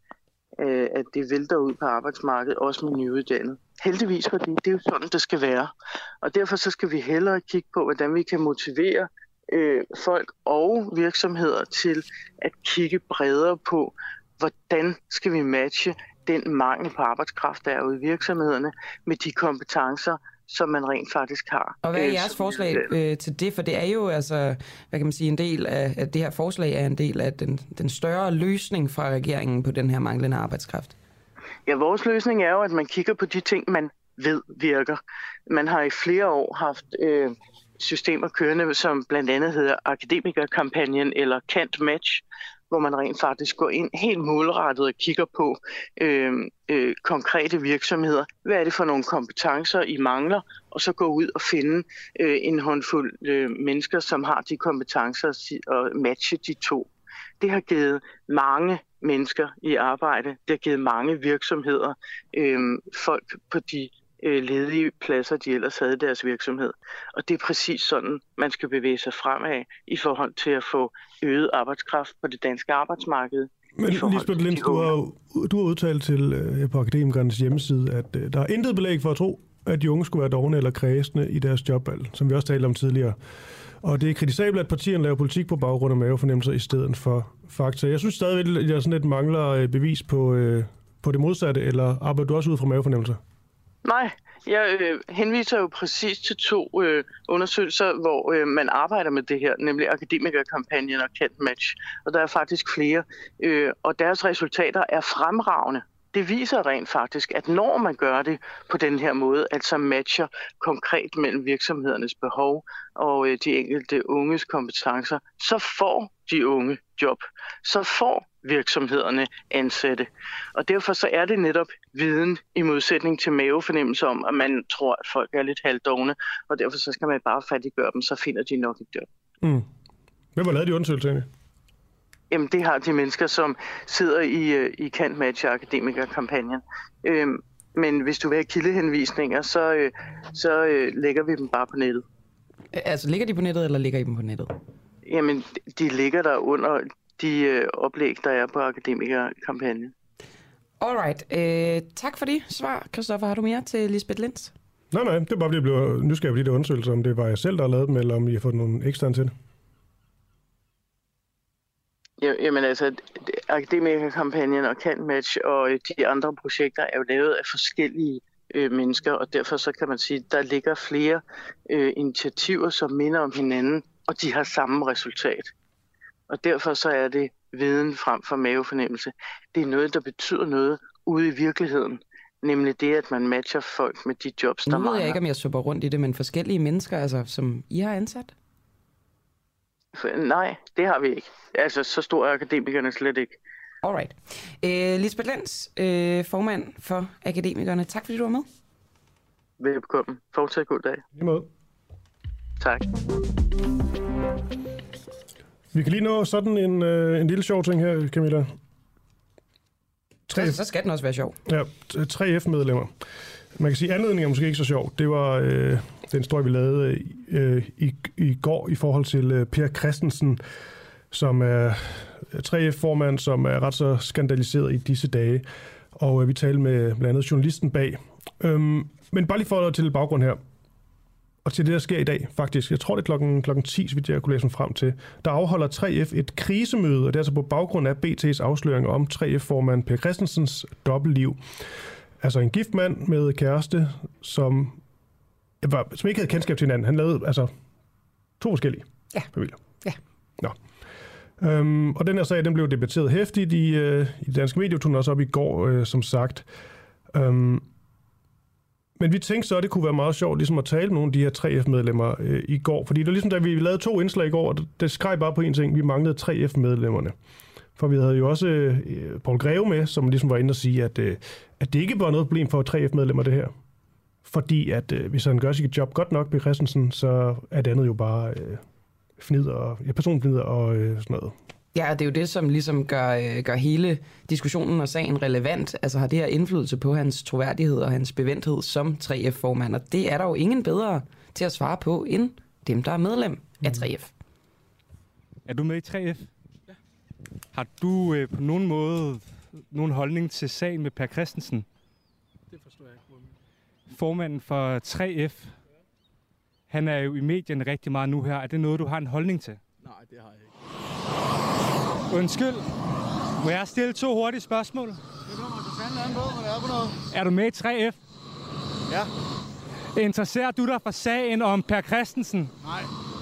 at det vælter ud på arbejdsmarkedet, også med nyuddannede. Heldigvis, fordi det er jo sådan, det skal være. Og derfor så skal vi hellere kigge på, hvordan vi kan motivere folk og virksomheder til at kigge bredere på, hvordan skal vi matche den mangel på arbejdskraft, der er ude i virksomhederne, med de kompetencer, som man rent faktisk har. Og hvad er jeres forslag til det? For det er jo altså, hvad kan man sige, en del af det her forslag er en del af den større løsning fra regeringen på den her manglende arbejdskraft. Ja, vores løsning er jo, at man kigger på de ting, man ved virker. Man har i flere år haft systemer kørende, som blandt andet hedder Akademikerkampagnen eller Can't Match, hvor man rent faktisk går ind helt målrettet og kigger på konkrete virksomheder. Hvad er det for nogle kompetencer, I mangler? Og så gå ud og finde en håndfuld mennesker, som har de kompetencer og matche de to. Det har givet mange mennesker i arbejde. Det har givet mange virksomheder folk på de ledige pladser, de ellers havde i deres virksomhed. Og det er præcis sådan, man skal bevæge sig fremad i forhold til at få øget arbejdskraft på det danske arbejdsmarked. Men Lisbeth Lenz, du har udtalt til på Akademikernes hjemmeside, at der er intet belæg for at tro, at de unge skulle være dovne eller kræsende i deres jobvalg, som vi også talte om tidligere. Og det er kritisabelt, at partierne laver politik på baggrund af mavefornemmelser i stedet for fakta. Jeg synes stadigvæk, at jeg sådan lidt mangler bevis på det modsatte, eller arbejder du også ud fra mavefornemmelser? Nej, jeg henviser jo præcis til 2 undersøgelser, hvor man arbejder med det her, nemlig Akademikerkampagnen og Can't Match. Og der er faktisk flere, og deres resultater er fremragende. Det viser rent faktisk, at når man gør det på den her måde, altså matcher konkret mellem virksomhedernes behov og de enkelte unges kompetencer, så får de unge job. Så får virksomhederne ansatte. Og derfor så er det netop viden i modsætning til mavefornemmelse om, at man tror, at folk er lidt halvdovne, og derfor så skal man bare fattiggøre dem, så finder de nok et job. Hvem har lavet de undersøgelser? Jamen, det har de mennesker, som sidder i Can't Match Akademikerkampagnen. Men hvis du vil have kildehenvisninger, så lægger vi dem bare på nettet. Altså, ligger de på nettet, eller ligger I dem på nettet? Jamen, de ligger der under de oplæg, der er på Akademikerkampagnen. Alright. Tak for det svar, Christoffer. Har du mere til Lisbeth Lenz? Nej, det er bare, fordi jeg blev nysgerrig på de der undersøgelser, om det var jeg selv, der har lavet dem, eller om I har fået nogle eksterne til det. Jamen altså, Akademikerkampagnen og Can't Match og de andre projekter er jo lavet af forskellige mennesker, og derfor så kan man sige, at der ligger flere initiativer, som minder om hinanden, og de har samme resultat. Og derfor så er det viden frem for mavefornemmelse. Det er noget, der betyder noget ude i virkeligheden, nemlig det, at man matcher folk med de jobs, der mangler. Nu ved jeg ikke, om jeg supper rundt i det, men forskellige mennesker, altså, som I har ansat? Nej, det har vi ikke. Altså, så stor er akademikerne slet ikke. Alright. Lisbeth Lenz, formand for Akademikerne. Tak fordi du var med. Velkommen. Fortsat god dag. Lige måde. Tak. Vi kan lige nå sådan en lille sjov ting her, Camilla. Så skal den også være sjov. Ja, 3F-medlemmer. Man kan sige, at anledningen er måske ikke så sjov. Det var den historie, vi lavede i går i forhold til Per Christensen, som er 3F-formand, som er ret så skandaliseret i disse dage. Og vi talte med blandt andet journalisten bag Men bare lige for til baggrund her, og til det, der sker i dag, faktisk. Jeg tror, det er klokken 10, så vidt jeg kunne læse frem til. Der afholder 3F et krisemøde, og det er altså på baggrund af BT's afsløringer om 3F-formand Per Christensens dobbeltliv. Altså en gift mand med kæreste, som ikke havde kendskab til hinanden. Han lavede altså 2 forskellige familier. Ja. Nå. Og den her sag, den blev debatteret hæftigt i det danske medie, tog den også op i går, som sagt. Men vi tænkte så, at det kunne være meget sjovt ligesom at tale med nogle af de her 3F-medlemmer i går. Fordi det var ligesom, da vi lavede 2 indslag i går, og det skreg bare på en ting. Vi manglede 3F-medlemmerne. For vi havde jo også Poul Greve med, som ligesom var inde og sige, at det ikke var noget problem for 3F-medlemmer, det her. Fordi at hvis han gør sit job godt nok, Per Christensen, så er det andet jo bare personfnider og sådan noget. Ja, det er jo det, som ligesom gør hele diskussionen og sagen relevant. Altså har det her indflydelse på hans troværdighed og hans bevendthed som 3F-formand, og det er der jo ingen bedre til at svare på, end dem, der er medlem af 3F. Er du med i 3F? Ja. Har du på nogen måde nogen holdning til sagen med Per Christensen? Det forstår jeg ikke. Formanden for 3F, han er jo i medierne rigtig meget nu her. Er det noget, du har en holdning til? Nej, det har jeg ikke. Undskyld. Må jeg stille 2 hurtige spørgsmål? Det kommer så fandme an på, hvad det er for noget. Er du med i 3F? Ja. Interesserer du dig for sagen om Per Christensen? Nej.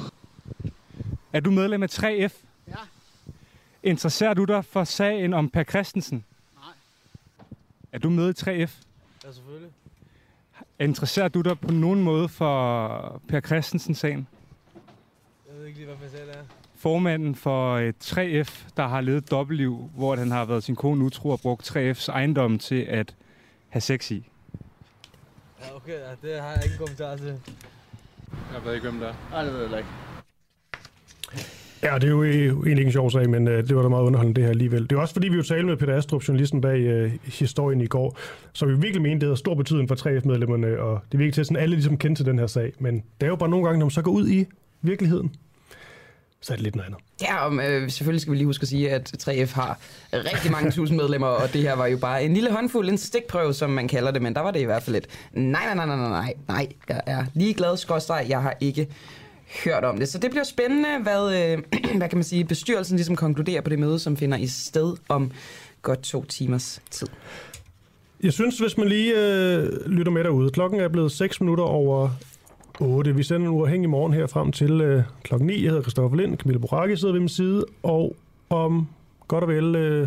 Er du medlem af 3F? Ja. Interesserer du dig for sagen om Per Christensen? Nej. Er du med i 3F? Ja, selvfølgelig. Interesserer du dig på nogen måde for Per Christensen-sagen? Jeg ved ikke lige, hvad jeg det er. Formanden for 3F, der har levet dobbeltliv, hvor han har været sin kone utro og brugt 3F's ejendom til at have sex i. Ja, okay. Ja, det har jeg ikke en kommentar til. Jeg ved ikke, hvem det er. Nej, det ved jeg ikke. Ja, det er jo egentlig ikke en sjov sag, men det var da meget underholdende det her alligevel. Det er også fordi, vi jo talte med Peter Astrup, journalisten bag historien i går, så vi virkelig mente, det havde stor betydning for 3F-medlemmerne, og det virker til, at sådan alle ligesom kendte til den her sag. Men det er jo bare nogle gange, når man så går ud i virkeligheden, så er det lidt noget andet. Ja, og selvfølgelig skal vi lige huske at sige, at 3F har rigtig mange tusind medlemmer, og det her var jo bare en lille håndfuld, en stikprøve, som man kalder det, men der var det i hvert fald et nej, jeg er ligeglad, skråstreg, jeg har ikke hørt om det. Så det bliver spændende, hvad kan man sige, bestyrelsen ligesom konkluderer på det møde, som finder i sted om godt 2 timers tid. Jeg synes, hvis man lige lytter med derude, klokken er blevet 6 minutter over 8. Vi sender en uafhængig morgen her frem til klokken 9. Jeg hedder Christoffer Lind, Camilla Boracchi sidder ved min side, og om godt og vel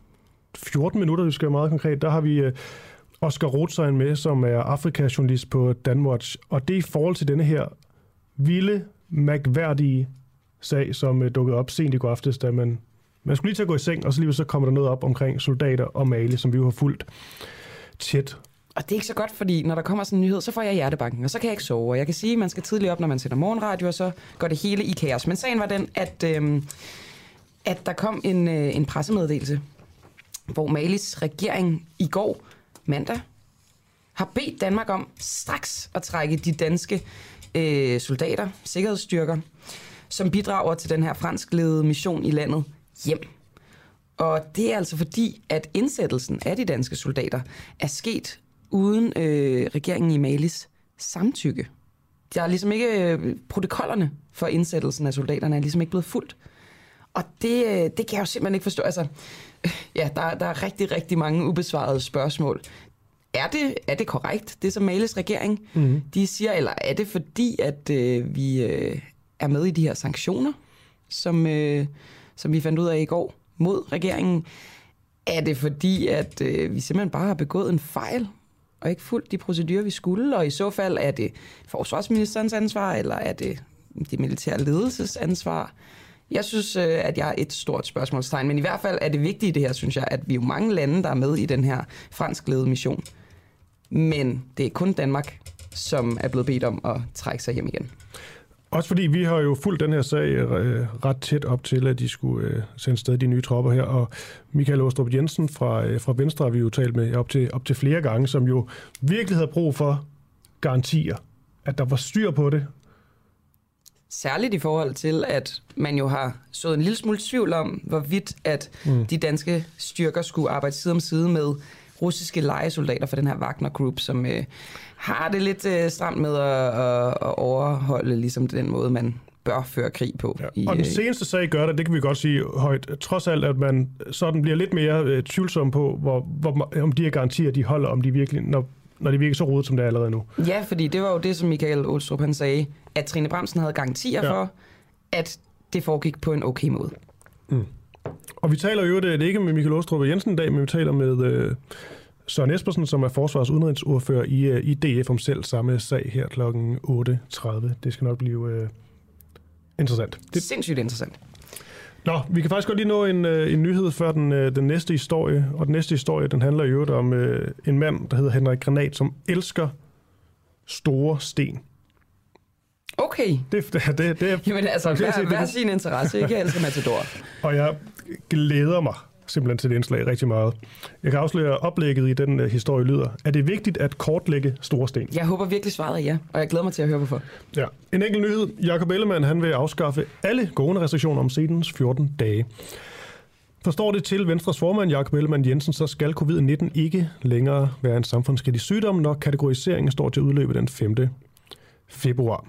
14 minutter, vi skal være meget konkret, der har vi Oscar Rothstein med, som er Afrika-journalist på Danwatch, og det er i forhold til denne her vilde, mærkværdige sag, som dukkede op sent i går aftes, da man skulle lige til at gå i seng, og så kommer der noget op omkring soldater og Mali, som vi jo har fulgt tæt. Og det er ikke så godt, fordi når der kommer sådan en nyhed, så får jeg hjertebanken, og så kan jeg ikke sove. Og jeg kan sige, at man skal tidligt op, når man sætter morgenradio, og så går det hele i kaos. Men sagen var den, at der kom en pressemeddelelse, hvor Malis regering i går, mandag, har bedt Danmark om straks at trække de danske soldater, sikkerhedsstyrker, som bidrager til den her franskledede mission i landet hjem. Og det er altså fordi, at indsættelsen af de danske soldater er sket uden regeringen i Malis samtykke. Der er ligesom ikke protokollerne for indsættelsen af soldaterne er ligesom ikke blevet fulgt. Og det kan jeg jo simpelthen ikke forstå. Altså, ja, der er rigtig, rigtig mange ubesvarede spørgsmål. Er det korrekt, det som Malis regering de siger, eller er det fordi, at vi er med i de her sanktioner, som vi fandt ud af i går mod regeringen? Er det fordi, at vi simpelthen bare har begået en fejl og ikke fulgt de procedurer, vi skulle? Og i så fald er det forsvarsministerens ansvar, eller er det militære ledelses ansvar? Jeg synes, at jeg er et stort spørgsmålstegn, men i hvert fald er det vigtigt i det her, synes jeg, at vi er jo mange lande, der er med i den her franskledede mission. Men det er kun Danmark, som er blevet bedt om at trække sig hjem igen. Også fordi vi har jo fulgt den her sag ret tæt op til, at de skulle sende sted de nye tropper her. Og Michael Aastrup Jensen fra Venstre har vi jo talt med op til flere gange, som jo virkelig havde brug for garantier, at der var styr på det. Særligt i forhold til, at man jo har sået en lille smule tvivl om, hvorvidt at de danske styrker skulle arbejde side om side med russiske lejesoldater for den her Wagner Group, som har det lidt stramt med at overholde ligesom den måde, man bør føre krig på. Ja. Og den seneste sag gør det kan vi godt sige højt, trods alt, at man sådan bliver lidt mere tvivlsom på, om de her garantier, de holder, om de virkelig, når det virker så rodet, som det er allerede nu. Ja, fordi det var jo det, som Michael Aastrup han sagde, at Trine Bramsen havde garantier for, at det foregik på en okay måde. Mm. Og vi taler jo det ikke med Michael Aastrup Jensen i dag, men vi taler med Søren Espersen, som er forsvars- og udenrigsordfører i DF om selv samme sag her kl. 8.30. Det skal nok blive interessant. Det er sindssygt interessant. Nå, vi kan faktisk godt lige nå en nyhed før den næste historie. Og den næste historie, den handler jo om en mand, der hedder Henrik Granat, som elsker store sten. Okay. Det er jamen altså, hver sin interesse, ikke? Jeg elsker Matador. Og jeg glæder mig simpelthen til det indslag rigtig meget. Jeg kan afsløre oplægget i den historie lyder. Er det vigtigt at kortlægge store sten? Jeg håber virkelig svaret er ja, og jeg glæder mig til at høre hvorfor. Ja. En enkelt nyhed. Jakob Ellemann, han vil afskaffe alle coronarestriktioner om senest 14 dage. Forstår det til Venstres formand Jakob Ellemann Jensen, så skal covid-19 ikke længere være en samfundskritisk sygdom, når kategoriseringen står til udløbe den 5. februar.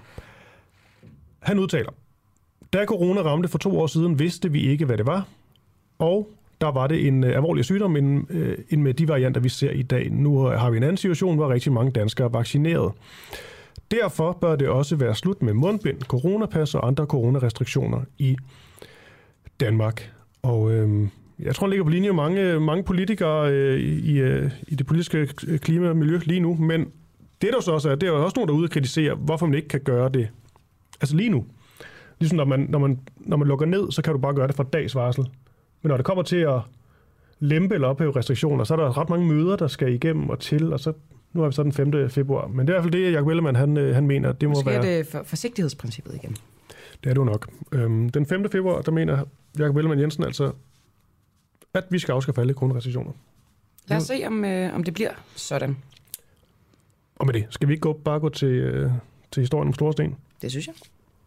Han udtaler, da corona ramte for 2 år siden, vidste vi ikke, hvad det var, og der var det en alvorlig sygdom end med de varianter, vi ser i dag. Nu har vi en anden situation, hvor rigtig mange danskere er vaccineret. Derfor bør det også være slut med mundbind, coronapas og andre coronarestriktioner i Danmark. Og jeg tror, det ligger på linje mange politikere i det politiske klima og miljø lige nu, men det der så også er, det er jo også nogen, der er ude og kritisere, hvorfor man ikke kan gøre det altså lige nu. Ligesom når man lukker ned, så kan du bare gøre det fra dags varsel. Men når det kommer til at lempe eller ophæve restriktioner, så er der ret mange møder, der skal igennem og til, og så nu er vi så den 5. februar. Men det er i hvert fald det, Jakob Ellemann han mener, det må være... Måske er det forsigtighedsprincippet igen. Det er det jo nok. Den 5. februar, der mener Jakob Ellemann Jensen altså, at vi skal afskaffe alle coronarestriktioner. Lad os se, om det bliver sådan. Og med det, skal vi ikke bare gå til historien om store sten? Det synes jeg.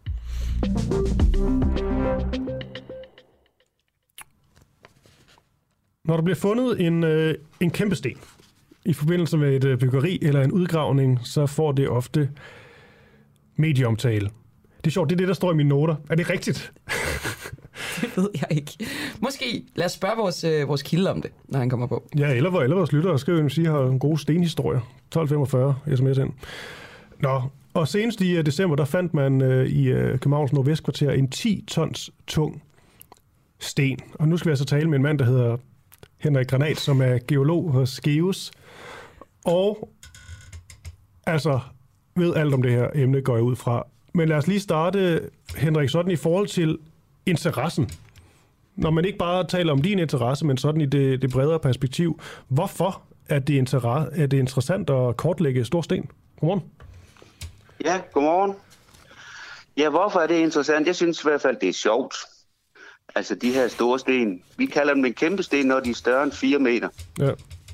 Når der bliver fundet en kæmpe sten i forbindelse med et byggeri eller en udgravning, så får det ofte medieomtale. Det er sjovt, det er det, der står i mine noter. Er det rigtigt? Det ved jeg ikke. Måske lad os spørge vores kilde om det, når han kommer på. Ja, eller vores lyttere skriver jo sige, har en god stenhistorie. 1245 sms ind. Nå, og senest i december, der fandt man i Københavns Nordvestkvarter en 10 tons tung sten. Og nu skal vi altså tale med en mand, der hedder Henrik Granat, som er geolog hos GEUS. Og altså ved alt om det her emne, går jeg ud fra. Men lad os lige starte, Henrik, sådan i forhold til interessen. Når man ikke bare taler om din interesse, men sådan i det bredere perspektiv. Hvorfor er det interessant at kortlægge stor sten? Godmorgen. Ja, godmorgen. Ja, hvorfor er det interessant? Jeg synes i hvert fald, det er sjovt. Altså de her store sten. Vi kalder dem en kæmpe sten, når de er større end 4 meter. Ja.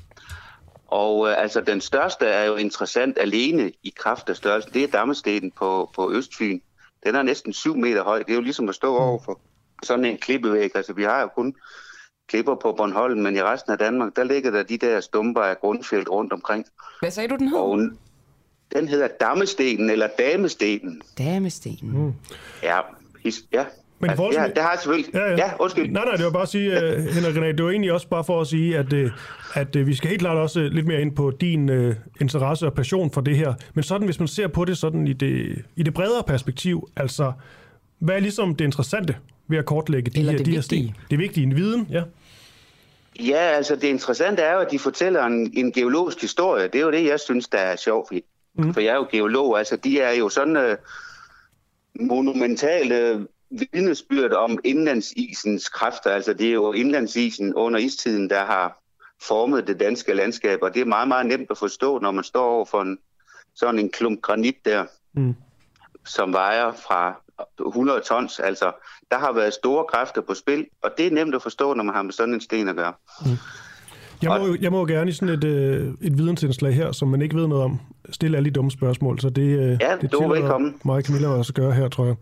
Og altså den største er jo interessant alene i kraft af størrelsen. Det er dammestenen på Østfyn. Den er næsten 7 meter høj. Det er jo ligesom at stå over for sådan en klippevæg. Altså vi har jo kun klipper på Bornholm, men i resten af Danmark, der ligger der de der stumper af grundfelt rundt omkring. Hvad sagde du, den hed? Og den hedder dammestenen eller damestenen. Damestenen. Mm. Ja. Men altså, det har jeg selvfølgelig... Ja, undskyld. Nej, det var bare at sige, Henrik Granat, det var egentlig også bare for at sige, at vi skal helt klart også lidt mere ind på din interesse og passion for det her. Men sådan, hvis man ser på det sådan i det bredere perspektiv, altså, hvad er ligesom det interessante ved at kortlægge de her sten? Det vigtige, en viden, ja. Ja, altså det interessante er jo, at de fortæller en geologisk historie. Det er jo det, jeg synes, der er sjovt. For jeg er jo geolog, altså de er jo sådan monumentale vidnesbyrd om indlandsisens kræfter. Altså det er jo indlandsisen under istiden, der har formet det danske landskab, og det er meget, meget nemt at forstå, når man står over for sådan en klump granit der, som vejer fra 100 tons. Altså, der har været store kræfter på spil, og det er nemt at forstå, når man har med sådan en sten at gøre. Jeg må gerne i sådan et vidensindslag her, som man ikke ved noget om, stille alle de dumme spørgsmål, så det du er velkommen. Mig og Camilla også gøre her, tror jeg.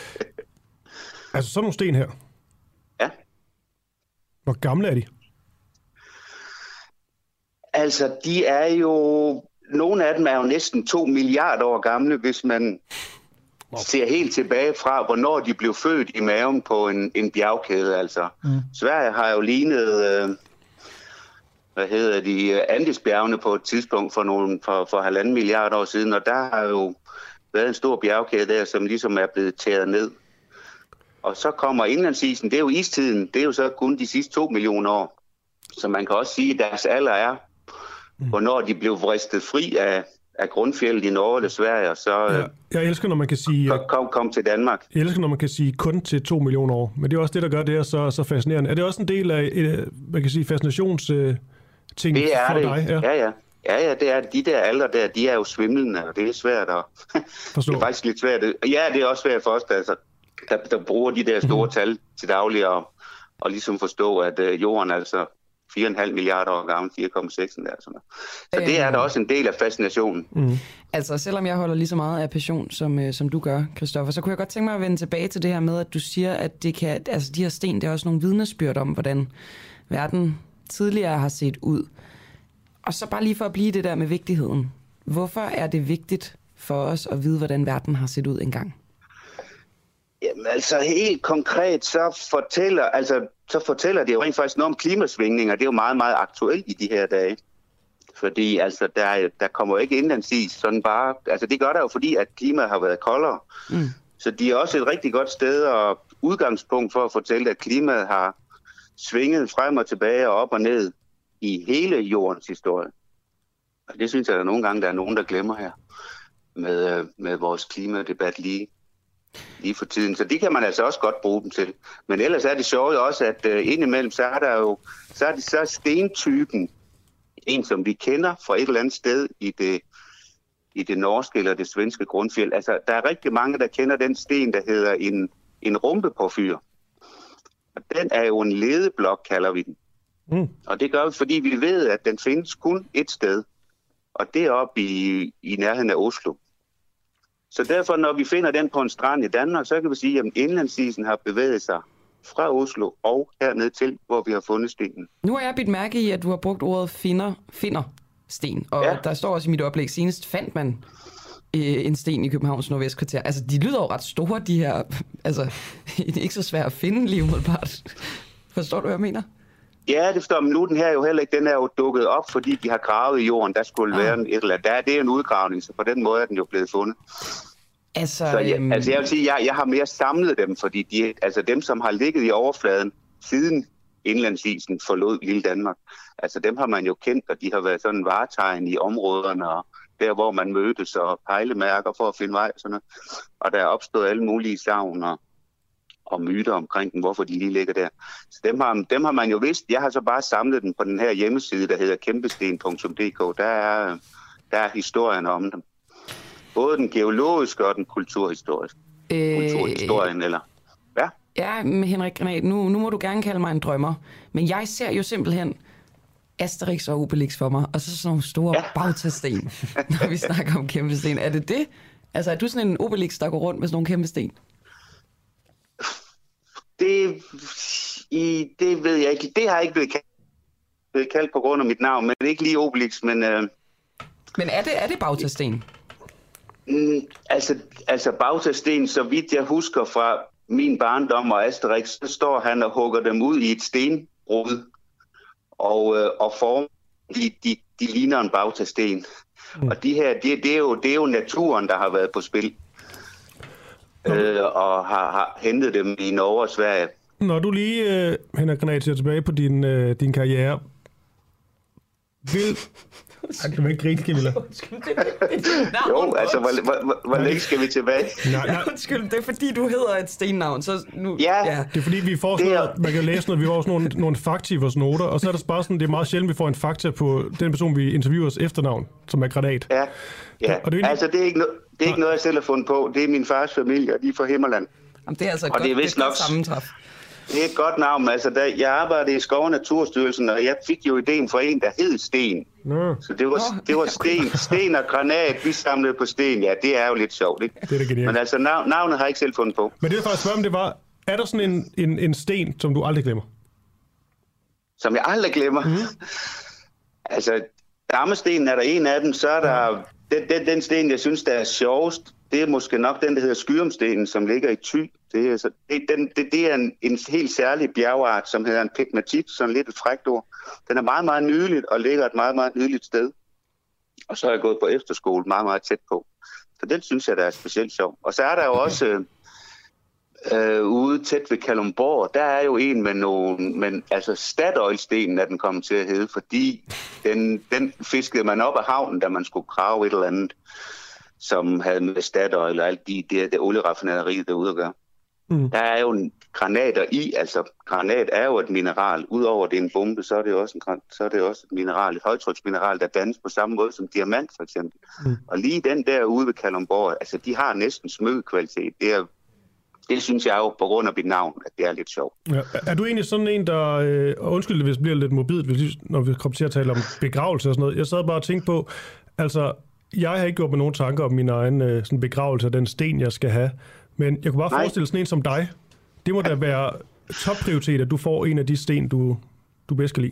Altså sådan nogle sten her. Ja. Hvor gamle er de? Altså, de er jo... Nogle af dem er jo næsten 2 milliarder år gamle, hvis man ser helt tilbage fra, hvornår de blev født i maven på en bjergkæde. Altså. Sverige har jo lignet... Andesbjergene på et tidspunkt for 1,5 milliarder år siden, og der har jo været en stor bjergkæde der, som ligesom er blevet tæret ned. Og så kommer indlandsisen, det er jo istiden, det er jo så kun de sidste 2 millioner år. Så man kan også sige, at deres alder er, hvornår de blev vristet fri af grundfjeldet i Norge eller Sverige, og så jeg elsker, når man kan sige, kom til Danmark. Jeg elsker, når man kan sige kun til 2 millioner år, men det er også det, der gør det her så fascinerende. Er det også en del af, man kan sige, fascinationsting for dig? Ja, det er de der alder der, de er jo svimlende, og det er svært at... det er faktisk lidt svært. Ja, det er også svært for os, der bruger de der store tal til daglig, og ligesom forstå, at jorden altså 4,5 milliarder år gammel, 4,6 der. Så det er da også en del af fascinationen. Altså, selvom jeg holder lige så meget af passion, som du gør, Christoffer, så kunne jeg godt tænke mig at vende tilbage til det her med, at du siger, at de her sten, det er også nogle vidnesbyrd om, hvordan verden tidligere har set ud. Og så bare lige for at blive det der med vigtigheden. Hvorfor er det vigtigt for os at vide, hvordan verden har set ud engang? Jamen altså helt konkret, så fortæller det jo rent faktisk noget om klimasvingninger. Det er jo meget, meget aktuelt i de her dage. Fordi altså, der kommer ikke indlandsis sådan bare... Altså det gør der jo, fordi at klimaet har været koldere. Så de er også et rigtig godt sted og udgangspunkt for at fortælle, at klimaet har svinget frem og tilbage og op og ned i hele jordens historie. Og det synes jeg, at nogle gange der er nogen, der glemmer her med vores klimadebat lige for tiden. Så det kan man altså også godt bruge dem til. Men ellers er det sjovt også, at indimellem, så er stentypen en, som vi kender fra et eller andet sted i det norske eller det svenske grundfjeld. Altså, der er rigtig mange, der kender den sten, der hedder en rumpeporfyr. Og den er jo en ledeblok, kalder vi den. Og det gør vi, fordi vi ved, at den findes kun et sted. Og det er oppe i nærheden af Oslo. Så derfor, når vi finder den på en strand i Danmark, så kan vi sige, at indlandsisen har bevæget sig fra Oslo og herned til, hvor vi har fundet stenen. Nu har jeg bidt mærke i, at du har brugt ordet findersten, og der står også i mit oplæg, senest fandt man en sten i Københavns Nordvestkvarter. Altså, de lyder jo ret store, de her. Altså, det er ikke så svært at finde lige umiddelbart. Forstår du, hvad jeg mener? Ja, det forstår man. Nu den her jo heller ikke. Den er jo dukket op, fordi de har gravet i jorden. Der skulle være et eller andet. Det er en udgravning, så på den måde er den jo blevet fundet. Så jeg vil sige, jeg har mere samlet dem, fordi dem, som har ligget i overfladen siden indlandsisen forlod lille Danmark, altså dem har man jo kendt, og de har været sådan varetegn i områderne, og der, hvor man mødtes, og pejlemærker for at finde vej og sådan noget. Og der er opstået alle mulige sagn og myter omkring dem, hvorfor de lige ligger der. Så dem har man jo vidst. Jeg har så bare samlet dem på den her hjemmeside, der hedder kæmpesten.dk. Der er historien om dem. Både den geologiske og den kulturhistoriske. Kulturhistorien, eller... Ja. Ja, Henrik Granat, nu må du gerne kalde mig en drømmer. Men jeg ser jo simpelthen Asterix og Obelix for mig, og så sådan nogle store bautasten, når vi snakker om kæmpesten. Er det det? Altså, er du sådan en Obelix, der går rundt med sådan nogle kæmpesten? Det ved jeg ikke. Det har ikke blevet kaldt på grund af mit navn, men det er ikke lige Obelix, men... Men er det bautasten? Altså bautasten, så vidt jeg husker fra min barndom og Asterix, så står han og hugger dem ud i et stenbrud, og former de ligner en bautasten. Og de her, det er jo naturen, der har været på spil. Og har hentet dem i Norge og Sverige. Når du lige, Henrik Granat, ser tilbage på din karriere, kan du ikke grine, Camilla? Jo, altså, hvor længe skal vi tilbage? Nej. Undskyld, det er fordi, du hedder et stennavn, så nu... Ja. Det er fordi, vi får sådan noget, man kan læse noget, vi får også nogle fakta i vores noter, og så er der bare sådan, det er meget sjældent, vi får en fakta på den person, vi interviewer os efternavn, som er Granat. Ja. Og det er altså, det er ikke noget, jeg selv har fundet på. Det er min fars familie, og de er fra Himmerland. Jamen, det er altså et godt sammentræf. Det er et godt navn. Altså, jeg arbejdede i Skov- og Naturstyrelsen, og jeg fik jo ideen fra en, der hed Sten. Så det var sten og Granat. Vi samlede på sten. Ja, det er jo lidt sjovt, ikke? Det er det genialt. Men altså, navnet har jeg ikke selv fundet på. Men det, jeg faktisk spørger om, det var, er der sådan en sten, som du aldrig glemmer? Som jeg aldrig glemmer? Altså, Dammestenen er der en af dem, så er der den sten, jeg synes, der er sjovest. Det er måske nok den, der hedder Skyrumstenen, som ligger i Thy. Det er en helt særlig bjergart, som hedder en pegmatit, sådan lidt et frækt ord. Den er meget, meget nydeligt og ligger et meget, meget nydeligt sted. Og så er jeg gået på efterskole meget, meget tæt på. Så den synes jeg, der er specielt sjov. Og så er der jo også ude tæt ved Kalundborg, der er jo en med nogle, men altså Statoilstenen er den kommet til at hedde, fordi den fiskede man op af havnen, da man skulle grave et eller andet, som havde med Statoil og alt det olieraffinaderi derude at gøre. Der er jo granater i, altså granat er jo et mineral. Udover det er en bombe, så er det også et mineral, et højtryksmineral, der dannes på samme måde som diamant for eksempel. Og lige den der ude ved Kalundborg, altså de har næsten smøgekvalitet. Det synes jeg jo på grund af mit navn, at det er lidt sjovt. Ja. Er du egentlig sådan en, der... undskyld, hvis det bliver lidt morbidt, når vi kommer til at tale om begravelse og sådan noget. Jeg sad bare og tænkte på, altså, jeg har ikke gjort mig nogen tanker om min egen sådan begravelse af den sten, jeg skal have. Men jeg kunne bare forestille sådan en som dig. Det må da være topprioritet, at du får en af de sten, du bedst kan lide.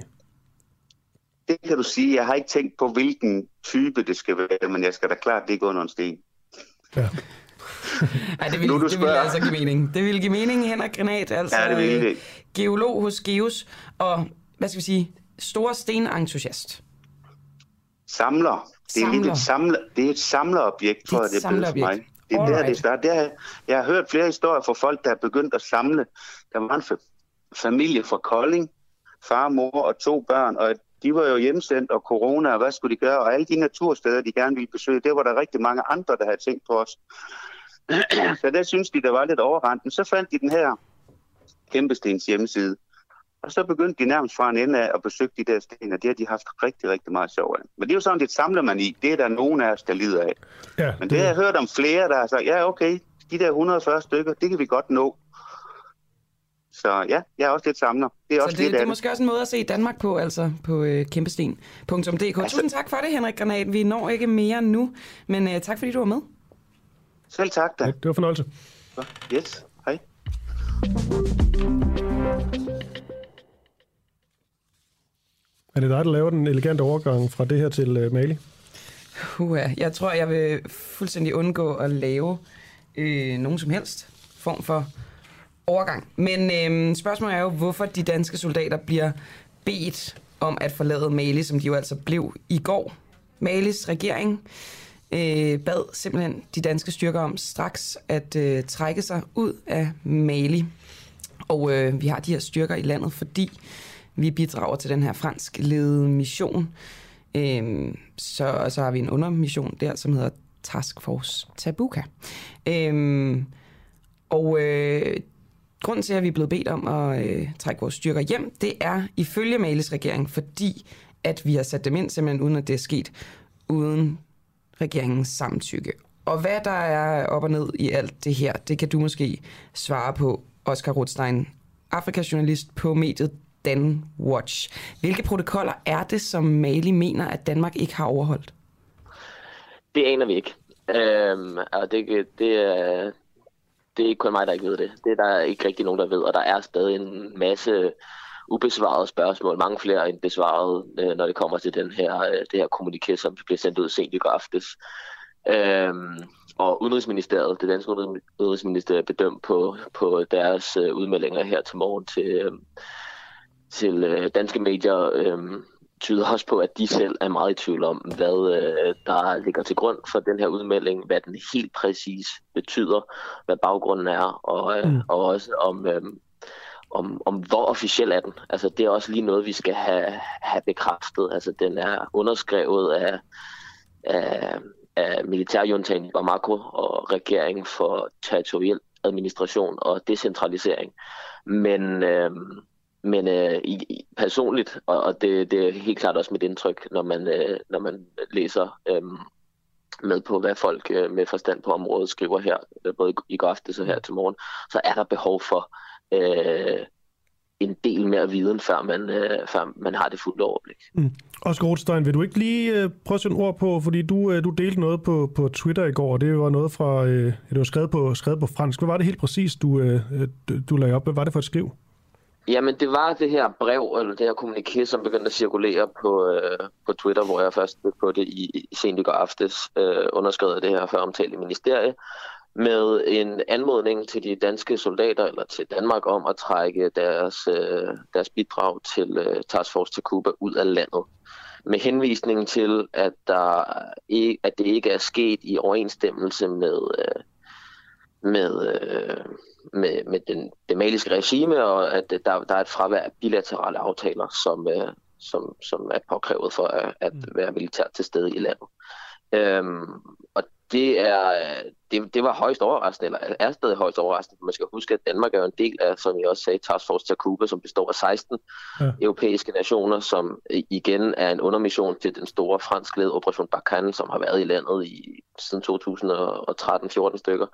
Det kan du sige. Jeg har ikke tænkt på, hvilken type det skal være, men jeg skal da klart ligge under en sten. Ja. Ej, det ville altså give mening. Det ville give mening, Henrik Granat, altså ja, det ville det. Geolog hos GEOS, og hvad skal vi sige, stor stenentusiast. Samler. Det er et samlerobjekt, tror jeg, det er blevet for mig. Det er der, det starter. Jeg har hørt flere historier fra folk, der er begyndt at samle. Der var en familie fra Kolding, far, mor og 2 børn, og de var jo hjemsendt, og corona, og hvad skulle de gøre? Og alle de natursteder, de gerne ville besøge, det var der rigtig mange andre, der havde tænkt på os. Så der synes de, der var lidt overrendt. Men så fandt de den her Kæmpestens hjemmeside. Og så begyndte de nærmest fra en ende af at besøge de der sten, og det har de haft rigtig, rigtig meget sjov af. Men det er jo sådan, det samler man i. Det er der nogen af os, der lider af. Ja, men det har jeg hørt om flere, der har sagt, ja okay, de der 140 stykker, det kan vi godt nå. Så ja, jeg er også lidt samler. Det er også det er måske også en måde at se Danmark på, altså på kæmpesten.dk. Tusind tak for det, Henrik Granat. Vi når ikke mere nu, men tak fordi du var med. Selv tak da. Ja, det var fornøjelse. Yes, hej. Er det dig, der laver den elegante overgang fra det her til Mali? Jeg tror, jeg vil fuldstændig undgå at lave nogen som helst form for overgang. Men spørgsmålet er jo, hvorfor de danske soldater bliver bedt om at forlade Mali, som de jo altså blev i går. Malis regering bad simpelthen de danske styrker om straks at trække sig ud af Mali. Og vi har de her styrker i landet, fordi vi bidrager til den her fransk-ledede mission. Så har vi en undermission der, som hedder Task Force Tabuka. Grunden til, at vi er blevet bedt om at trække vores styrker hjem, det er ifølge Malis regering, fordi at vi har sat dem ind, simpelthen uden at det er sket uden regeringens samtykke. Og hvad der er op og ned i alt det her, det kan du måske svare på, Oscar Rothstein, Afrika-journalist på mediet Danwatch. Hvilke protokoller er det, som Mali mener, at Danmark ikke har overholdt? Det aner vi ikke. Det er ikke kun mig, der ikke ved det. Det er der ikke rigtig nogen, der ved, og der er stadig en masse ubesvarede spørgsmål. Mange flere end besvaret, når det kommer til det her kommuniké, som bliver sendt ud sent i går aftes. Og Udenrigsministeriet, det danske Udenrigsministeriet, bedømt på deres udmeldinger her til morgen til danske medier, tyder også på, at de selv er meget i tvivl om, hvad der ligger til grund for den her udmelding, hvad den helt præcis betyder, hvad baggrunden er, og også om hvor officiel er den. Altså, det er også lige noget, vi skal have bekræftet. Altså, den er underskrevet af militærjuntaen i Bamako og regeringen for territorial administration og decentralisering. Men personligt, og det er helt klart også mit indtryk, når man læser med på, hvad folk med forstand på området skriver her, både i går aftes og her til morgen, så er der behov for en del mere viden, før man har det fulde overblik. Oscar Rothstein, vil du ikke lige prøve at sætte ord på, fordi du delte noget på Twitter i går, og det var noget fra, det var skrevet på fransk. Hvad var det helt præcis, du lagde op? Hvad var det for et skriv? Jamen, det var det her brev, eller det her kommuniké, som begyndte at cirkulere på Twitter, hvor jeg først blev på det i sent i går aftes, underskrevet det her før omtalte ministerie, med en anmodning til de danske soldater, eller til Danmark, om at trække deres bidrag til Task Force Takuba ud af landet. Med henvisning til, at det ikke er sket i overensstemmelse med det maliske regime, og at der er et fravær af bilaterale aftaler, som er påkrævet for at være militært til stede i landet. Og det var højst overraskende, eller er stadig højst overraskende. Man skal huske, at Danmark er jo en del af, som jeg også sagde, Task Force Takuba, som består af 16 europæiske nationer, som igen er en undermission til den store franskledede Operation Barkhane, som har været i landet siden 2013-14 stykker,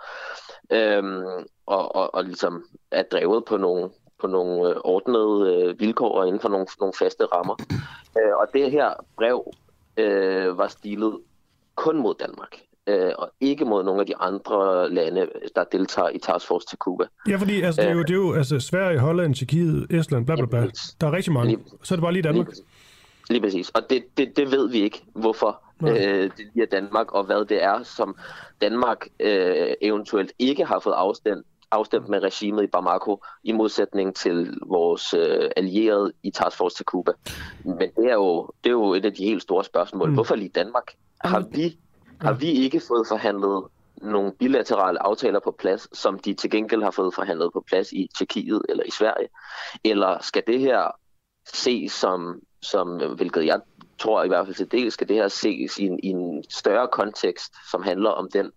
og ligesom er drevet på nogle ordnede vilkår og inden for nogle faste rammer. Og det her brev var stilet kun mod Danmark, og ikke mod nogle af de andre lande, der deltager i Task Force Takuba. Ja, fordi altså, det er jo altså, Sverige, Holland, Tjekkiet, Estland, bla bla bla. Der er rigtig mange. Så er det bare lige Danmark. Lige præcis. Og det ved vi ikke, hvorfor det er Danmark, og hvad det er, som Danmark eventuelt ikke har fået afstemt med regimet i Bamako, i modsætning til vores allierede i Task Force Takuba. Men det er jo et af de helt store spørgsmål. Hvorfor lige Danmark? Har vi ikke fået forhandlet nogle bilaterale aftaler på plads, som de til gengæld har fået forhandlet på plads i Tjekkiet eller i Sverige? Eller skal det her ses som hvilket jeg tror i hvert fald til del, skal det her ses i en større kontekst, som handler om den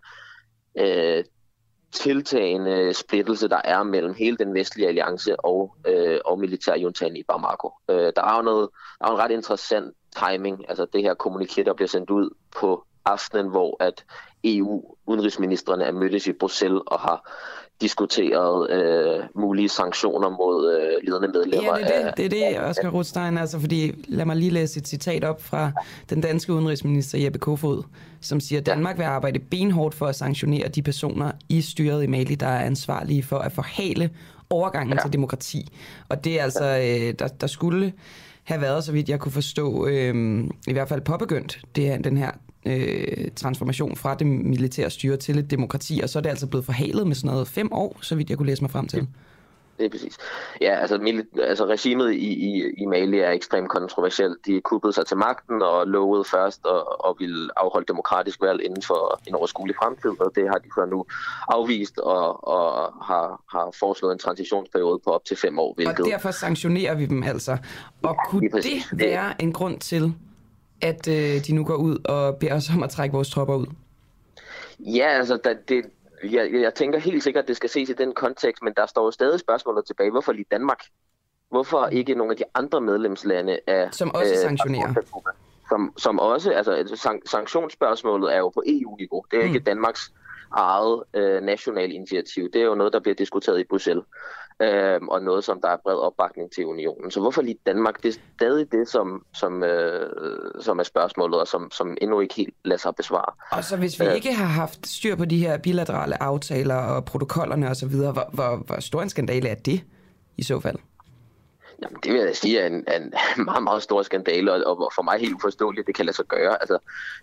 tiltagende splittelse, der er mellem hele den vestlige alliance og militærjuntaen i Bamako. Der er jo en ret interessant timing, altså det her kommuniké, der bliver sendt ud på aftenen, hvor at EU-udenrigsministrene er mødtes i Bruxelles og har diskuteret mulige sanktioner mod ledende medlemmer. Ja, det er det, Oscar Rothstein, altså fordi, lad mig lige læse et citat op fra den danske udenrigsminister Jeppe Kofod, som siger, at Danmark vil arbejde benhårdt for at sanktionere de personer i styret i Mali, der er ansvarlige for at forhale overgangen til demokrati. Og det er altså, der skulle have været, så vidt jeg kunne forstå, i hvert fald påbegyndt den her transformation fra det militære styre til et demokrati, og så er det altså blevet forhalet med sådan noget 5 år, så vidt jeg kunne læse mig frem til. Det er præcis. Ja, altså regimet i Mali er ekstremt kontroversielt. De kuppede sig til magten og lovede først og ville afholde demokratisk valg inden for en overskuelig fremtid, og det har de så nu afvist og har foreslået en transitionsperiode på op til 5 år. Og derfor sanktionerer vi dem altså. Og kunne det være en grund til, at de nu går ud og beder os om at trække vores tropper ud? Ja, altså jeg tænker helt sikkert, at det skal ses i den kontekst, men der står jo stadig spørgsmålet tilbage. Hvorfor lige Danmark? Hvorfor ikke nogle af de andre medlemslande af... Som også sanktionerer. Som også, altså sanktionsspørgsmålet er jo på EU-niveau. Det er ikke Danmarks eget nationale initiativ. Det er jo noget, der bliver diskuteret i Bruxelles. Og noget, som der er bred opbakning til unionen. Så hvorfor lige Danmark? Det er stadig det, som er spørgsmålet, og som endnu ikke helt lader sig besvare. Og så hvis vi ikke har haft styr på de her bilaterale aftaler og protokollerne osv., hvor stor en skandale er det i så fald? Jamen, det vil jeg sige er en meget, meget stor skandale, og for mig helt uforståeligt, at det kan lade sig gøre. Altså,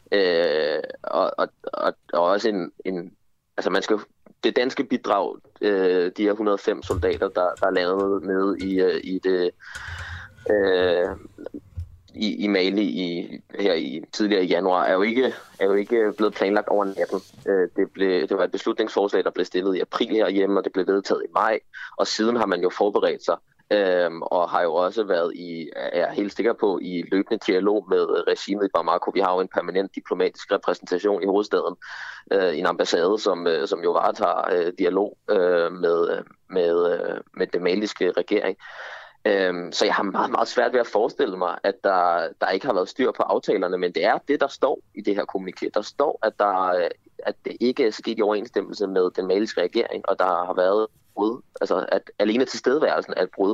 og også en altså man skal det danske bidrag, de her 105 soldater, der er lavet med i Mali her i tidligere i januar, er jo ikke blevet planlagt over natten. Det var et beslutningsforslag, der blev stillet i april herhjemme, og det blev vedtaget i maj, og siden har man jo forberedt sig, og har jo også været er helt sikker på, i løbende dialog med regimet i Bamako. Vi har jo en permanent diplomatisk repræsentation i hovedstaden, en ambassade, som jo varetager dialog med den maliske regering. Så jeg har meget, meget svært ved at forestille mig, at der ikke har været styr på aftalerne, men det er det, der står i det her kommuniké. Der står, at det ikke er sket i overensstemmelse med den maliske regering, og der har været brud, altså at alene tilstedeværelsen er et brud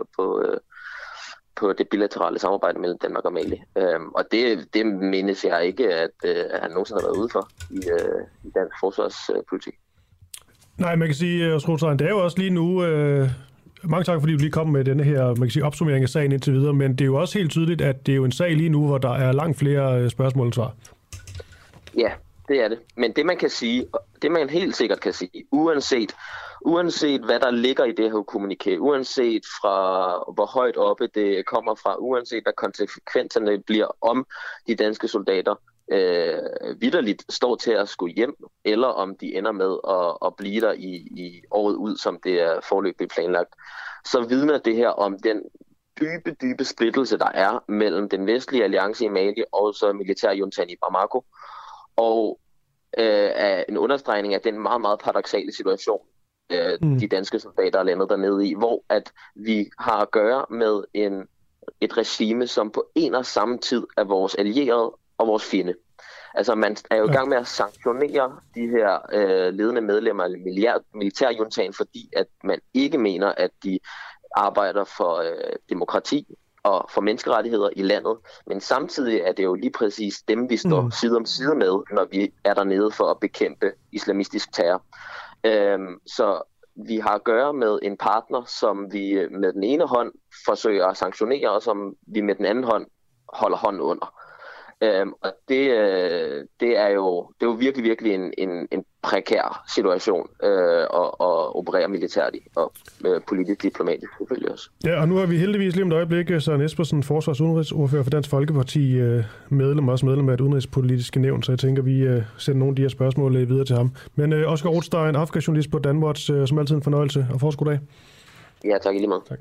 på det bilaterale samarbejde mellem Danmark og Mali. Og det mindes jeg ikke, at han nogensinde har været ude for i dansk forsvarspolitik. Nej, man kan sige, Oscar Rothstein, det er jo også lige nu Mange tak, fordi du lige kom med denne her, man kan sige, opsummering af sagen indtil videre, men det er jo også helt tydeligt, at det er jo en sag lige nu, hvor der er langt flere spørgsmål end svar. Ja, det er det. Men det man kan sige, det man helt sikkert kan sige, uanset hvad der ligger i det her kommuniké, uanset fra hvor højt oppe det kommer fra, uanset hvad konsekvenserne bliver om de danske soldater vitterligt står til at skulle hjem, eller om de ender med at blive der i året ud, som det er foreløbigt planlagt, så vidner det her om den dybe splittelse, der er mellem den vestlige alliance i Mali og så militærjuntaen i Bamako, og af en understregning af den meget, meget paradoksale situation, de danske soldater er landet dernede i, hvor at vi har at gøre med et regime, som på en og samme tid er vores allierede og vores fjende. Altså man er jo i gang med at sanktionere de her ledende medlemmer af militærjuntaen, fordi at man ikke mener, at de arbejder for demokrati og for menneskerettigheder i landet. Men samtidig er det jo lige præcis dem, vi står side om side med, når vi er dernede for at bekæmpe islamistisk terror. Så vi har at gøre med en partner, som vi med den ene hånd forsøger at sanktionere, og som vi med den anden hånd holder hånden under. Og det er jo virkelig en prekær situation at operere militært i, og politisk diplomatisk selvfølgelig også. Ja, og nu har vi heldigvis lige om et øjeblik Søren Espersen, forsvars- og udenrigsordfører for Dansk Folkeparti, medlem af et udenrigspolitiske nævn, så jeg tænker, vi sender nogle af de her spørgsmål videre til ham. Men Oscar Rothstein, Afrika-journalist på Danwatch, som altid en fornøjelse, og fortsat god dag. Ja, tak i lige måde. Tak.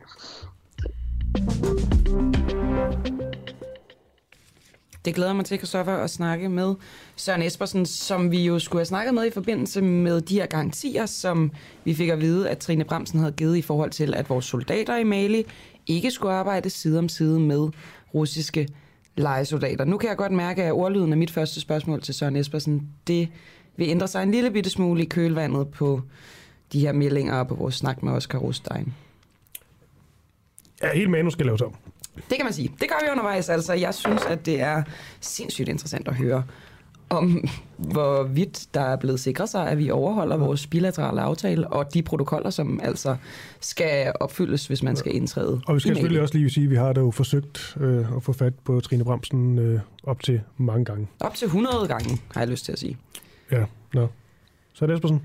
Det glæder mig til, Christoffer, at snakke med Søren Espersen, som vi jo skulle have snakket med i forbindelse med de her garantier, som vi fik at vide, at Trine Bramsen havde givet i forhold til, at vores soldater i Mali ikke skulle arbejde side om side med russiske lejesoldater. Nu kan jeg godt mærke, at ordlyden af mit første spørgsmål til Søren Espersen, det vil ændre sig en lille bitte smule i kølvandet på de her meldinger og på vores snak med Oscar Rothstein. Ja, hele manus skal laves om. Det kan man sige. Det gør vi undervejs. Altså, jeg synes, at det er sindssygt interessant at høre om, hvorvidt der er blevet sikret sig, at vi overholder vores bilaterale aftale og de protokoller, som altså skal opfyldes, hvis man skal indtræde. Og vi skal selvfølgelig også lige sige, at vi har da jo forsøgt at få fat på Trine Bramsen op til mange gange. Op til 100 gange, har jeg lyst til at sige. Ja, nå. Så er det Espersen.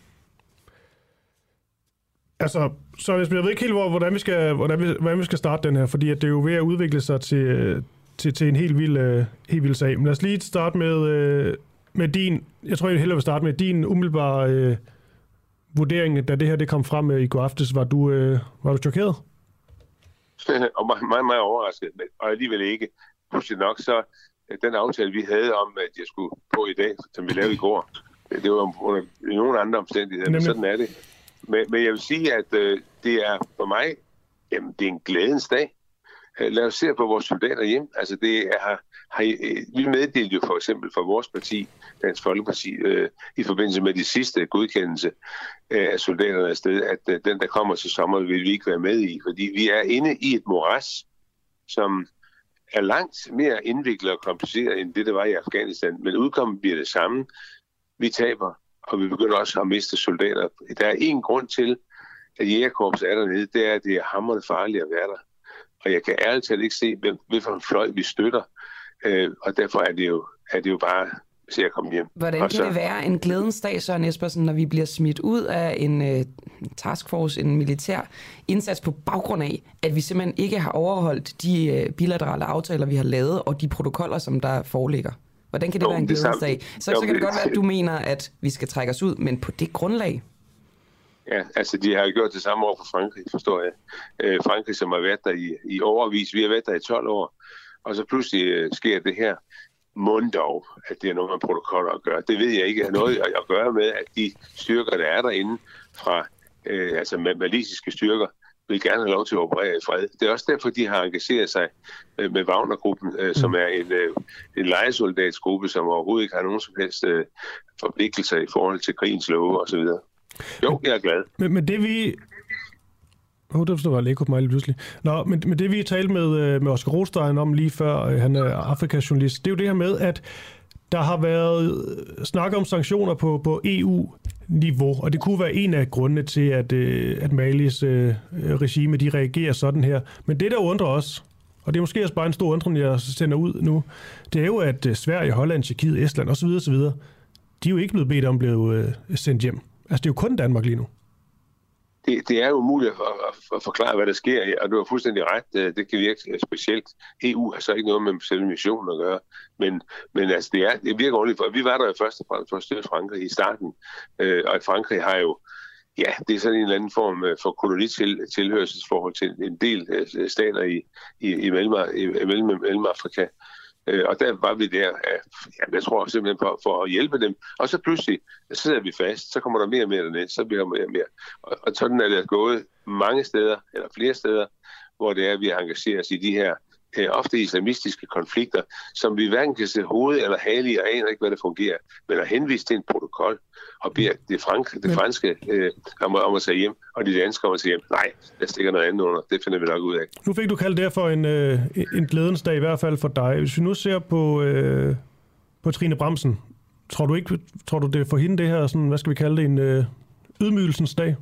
Altså, så jeg ved ikke helt, hvordan vi skal starte den her, fordi at det er jo ved at udvikle sig til en helt vild sag. Men lad os lige starte med din, jeg tror, jeg hellere vil starte med din umiddelbare vurdering, da det her det kom frem i går aftes. Var du chokeret? Og meget, meget overrasket, og alligevel ikke. Pludselig nok, så den aftale, vi havde om, at jeg skulle på i dag, som vi lavede i går, det var under nogle andre omstændigheder, men sådan er det. Men jeg vil sige, at det er for mig, jamen, det er en glædens dag. Lad os se på vores soldater hjem. Altså, vi meddelte jo for eksempel for vores parti, Dansk Folkeparti, i forbindelse med de sidste godkendelse af soldaterne afsted, at den, der kommer til sommer, vil vi ikke være med i. Fordi vi er inde i et moras, som er langt mere indviklet og kompliceret, end det, der var i Afghanistan. Men udkommet bliver det samme. Vi taber. Og vi begynder også at miste soldater. Der er en grund til, at jægerkorpset er dernede, det er, at det er hamrende farligt at være der. Og jeg kan ærligt talt ikke se, hvilken fløj vi støtter. Og derfor er det jo bare se at komme hjem. Hvordan kan det være en glædens dag, Søren Espersen, når vi bliver smidt ud af en taskforce, en militær indsats på baggrund af, at vi simpelthen ikke har overholdt de bilaterale aftaler, vi har lavet, og de protokoller, som der foreligger? Hvordan kan det være en glædesdag? Så kan det godt være, at du mener, at vi skal trække os ud, men på det grundlag? Ja, altså de har jo gjort det samme over for Frankrig, forstår jeg. Frankrig, som har været der i overvis. Vi har været der i 12 år, og så pludselig sker det her. Mund dog, at det er noget med protokoller at gøre. Det ved jeg ikke har noget at gøre med, at de styrker, der er derinde fra altså malisiske styrker, vil gerne have lov til at operere i fred. Det er også derfor, de har engageret sig med Wagner-gruppen, som er en lejesoldatsgruppe, som overhovedet ikke har nogen som helst forpligtelser i forhold til krigens love osv. Jo, jeg er glad. Men det vi... det forstår jeg ikke på mig lige pludselig. Nå, men det vi talte med Oscar Rothstein om lige før, han er Afrika-journalist, det er jo det her med, at der har været snak om sanktioner på EU niveau, og det kunne være en af grundene til, at Malis regime, de reagerer sådan her. Men det, der undrer os, og det er måske også bare en stor undring, jeg sender ud nu, det er jo, at Sverige, Holland, Tjekkiet, Estland osv., de er jo ikke blevet bedt om at blive sendt hjem. Altså, det er jo kun Danmark lige nu. Det er jo umuligt at forklare, hvad der sker, og du har fuldstændig ret. Det kan virke specielt. EU har så ikke noget med selve missionen at gøre, men altså, det virker ordentligt. For vi var der jo først og fremmest for at støtte Frankrig i starten, og at Frankrig har jo, ja, det er sådan en eller anden form for kolonitilhørselsforhold til en del stater i Mellemafrika. Og der var vi der, jeg tror simpelthen for at hjælpe dem. Og så pludselig, så sidder vi fast, så kommer der mere og mere derned, så bliver der mere og mere. Og sådan er det gået mange steder, eller flere steder, hvor det er, at vi engagerer os i de her ofte islamistiske konflikter, som vi hverken kan se hoved eller hale i, og aner ikke, hvad det fungerer, men at henvise til en protokol, og beder det franske om at tage hjem, og de danske om at tage hjem. Nej, der stikker noget andet under. Det finder vi nok ud af. Nu fik du kaldt det for en glædens dag, i hvert fald for dig. Hvis vi nu ser på Trine Bramsen, tror du det er for hende det her, sådan, hvad skal vi kalde det, en ydmygelsens dag?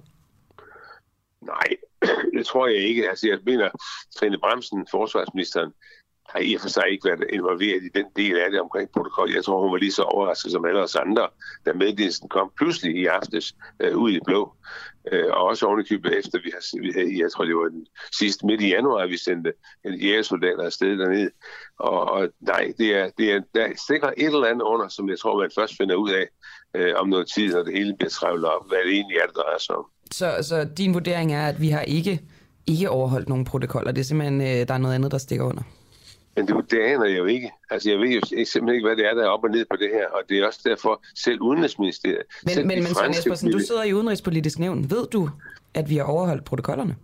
Nej, det tror jeg ikke. Altså, jeg mener, Trine Bramsen, forsvarsministeren, har i og for sig ikke været involveret i den del af det omkring protokol. Jeg tror, hun var lige så overrasket som alle os andre, da meddelelsen kom pludselig i aftes ud i det blå. Og også ovenikøbet efter, vi havde, jeg tror, det var den sidste midt i januar, vi sendte jægersoldater afsted dernede. Og nej, der stikker et eller andet under, som jeg tror, man først finder ud af om noget tid, når det hele bliver trævlet op, hvad det egentlig er, det drejer sig om. Så din vurdering er, at vi har ikke overholdt nogen protokoller. Det er simpelthen, der er noget andet, der stikker under. Men det aner jeg jo ikke. Altså, jeg ved jo simpelthen ikke, hvad det er, der er op og ned på det her, og det er også derfor selv Udenrigsministeriet. Men Søren Espersen, du sidder i Udenrigspolitisk Nævn. Ved du, at vi har overholdt protokollerne?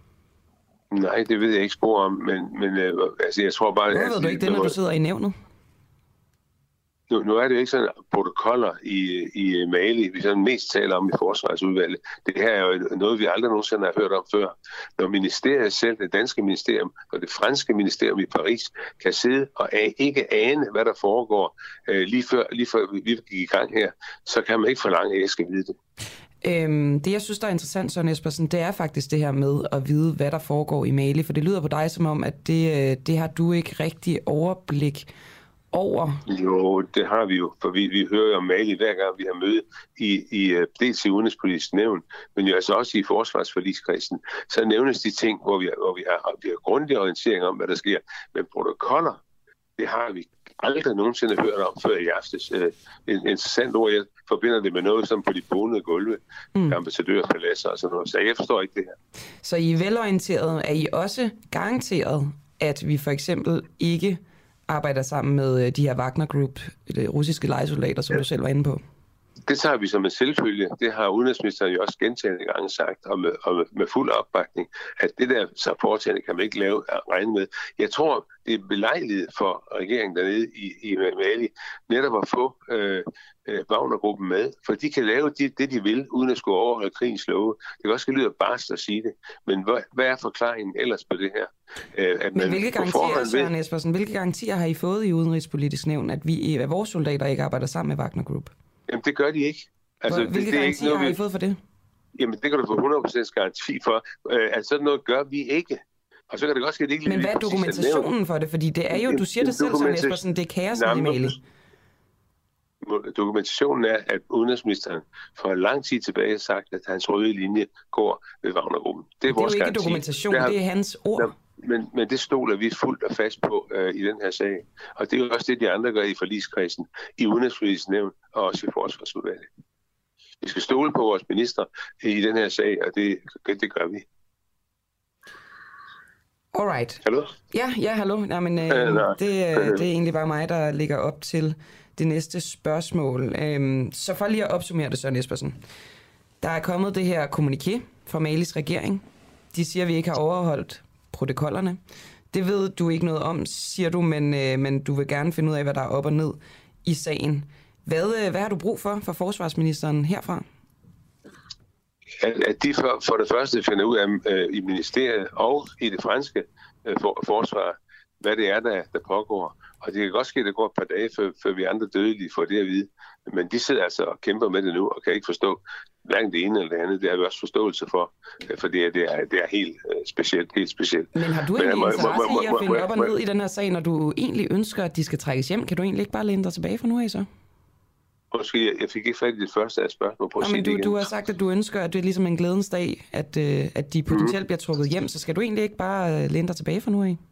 Nej, det ved jeg ikke spor om, men altså, jeg tror bare... Hvorfor ved du ikke det, når du sidder i nævnet? Nu er det jo ikke sådan protokoller i Mali, vi sådan mest taler om i forsvarsudvalget. Det her er jo noget, vi aldrig nogensinde har hørt om før. Når ministeriet selv, det danske ministerium og det franske ministerium i Paris, kan sidde og ikke ane, hvad der foregår lige før vi gik i gang her, så kan man ikke forlange, at jeg skal vide det. Det, jeg synes, der er interessant, Søren Espersen, det er faktisk det her med at vide, hvad der foregår i Mali. For det lyder på dig som om, at det har du ikke rigtig overblik over. Jo, det har vi jo, for vi hører jo om Mali hver gang vi har møde dels i Udenrigspolitisk Nævn, men jo altså også i forsvarsforligskredsen. Så nævnes de ting, hvor vi har grundig orientering om, hvad der sker. Men protokoller, det har vi aldrig nogensinde hørt om før i aftes. En interessant ord, jeg forbinder det med noget som på de bonede gulve, ambassadørpaladser og sådan noget. Så jeg forstår ikke det her. Så I er velorienteret. Er I også garanteret, at vi for eksempel ikke arbejder sammen med de her Wagner Group, de russiske lejesoldater, som du selv var inde på? Det tager vi som en selvfølge. Det har udenrigsministeren jo også gentagende gange sagt, og med fuld opbakning, at det der supporterne kan man ikke regne med. Jeg tror, det er belejligt for regeringen dernede i Mali netop at få Wagner-gruppen med, for de kan lave det, de vil, uden at skulle overholde krigens love. Det kan også lyde barst at sige det, men hvad er forklaringen ellers på det her? Men hvilke garantier, Søren Espersen, hvilke garantier har I fået i Udenrigspolitisk Nævn, at vores soldater ikke arbejder sammen med Wagner Group? Jamen, det gør de ikke. Altså, hvilke garantier har I fået for det? Jamen, det kan du få 100% garanti for. At sådan noget gør vi ikke. Og så kan det godt ske, at det ikke... Men hvad er dokumentationen for det? Fordi det er jo, du siger det selv, Søren Espersen, det er kaos i Mali. Dokumentationen er, at udenrigsministeren for lang tid tilbage har sagt, at hans røde linje går ved Wagner-gruppen. Det er vores garanti. Det er jo ikke dokumentation, det er hans ord. Men det stoler vi fuldt og fast på i den her sag. Og det er jo også det, de andre gør i forligskredsen, i Udenrigspolitisk Nævn og også i Forsvarsudvalget. Vi skal stole på vores minister i den her sag, og det gør vi. Alright. Hallo? Ja, hallo. Nej, men, det er egentlig bare mig, der ligger op til det næste spørgsmål. Så for lige at opsummere det, Søren Espersen. Der er kommet det her kommuniké fra Malis regering. De siger, at vi ikke har overholdt protokollerne. Det ved du ikke noget om, siger du, men du vil gerne finde ud af, hvad der er op og ned i sagen. Hvad har du brug for forsvarsministeren herfra? At de for det første finder ud af i ministeriet og i det franske forsvar, hvad det er, der pågår. Og det kan godt ske, at det går et par dage, før vi andre dødelige får det at vide. Men de sidder altså og kæmper med det nu, og kan ikke forstå hverken det ene eller det andet. Det har vi også forståelse for det er helt specielt. Helt specielt. Men har du egentlig interesse i at finde op og ned i den her sag, når du egentlig ønsker, at de skal trækkes hjem? Kan du egentlig ikke bare læne dig tilbage fra nu af så? Måske, jeg fik ikke fat i det første af spørgsmål. Men du har sagt, at du ønsker, at det er ligesom en glædens dag, at de potentielt bliver trukket hjem. Så skal du egentlig ikke bare læne dig tilbage fra nu af?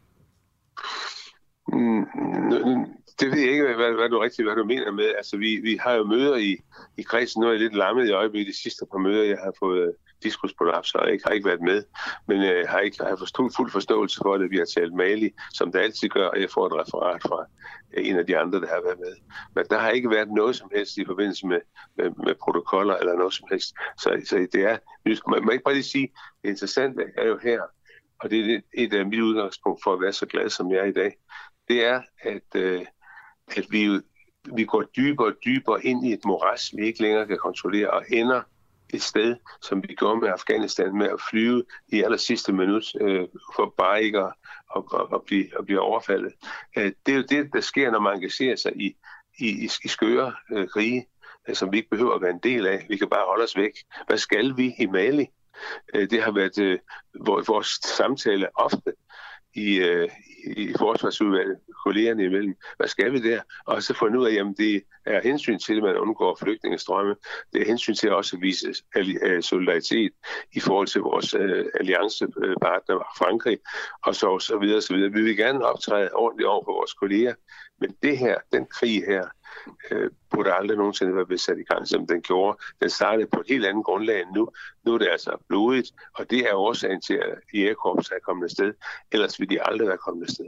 Det ved jeg ikke, hvad du mener med. Altså, vi har jo møder i kredsen. Nu er jeg lidt lammet i øjeblikket. De sidste par møder, jeg har fået diskusprolaps, og jeg har ikke været med. Men jeg har fuld forståelse for det. Vi har talt Mali, som det altid gør, og jeg får et referat fra en af de andre, der har været med. Men der har ikke været noget som helst i forbindelse med protokoller eller noget som helst. Så det er... Man må ikke bare lige sige, det interessante er jo her, og det er et af mit udgangspunkt for at være så glad, som jeg er i dag. Det er, at vi går dybere og dybere ind i et moras, vi ikke længere kan kontrollere, og ender et sted, som vi gjorde med Afghanistan, med at flyve i aller sidste minut, for bare ikke at blive overfaldet. Det er jo det, der sker, når man engagerer sig i skøre krige, som vi ikke behøver at være en del af. Vi kan bare holde os væk. Hvad skal vi i Mali? Det har været vores samtale ofte i forsvarsudvalget, kollegerne imellem. Hvad skal vi der? Og så finde ud af, at det er hensyn til, at man undgår flygtningestrømme. Det er hensyn til også at vise solidaritet i forhold til vores alliancepartner Frankrig, og så videre, så videre. Vi vil gerne optræde ordentligt over for vores kolleger, men den krig her, burde aldrig nogensinde være blevet sat i gang, som den gjorde. Den startede på et helt andet grundlag end nu. Nu er det altså blodigt, og det er årsagen til, at jægerkorps er kommet afsted. Ellers ville de aldrig være kommet afsted.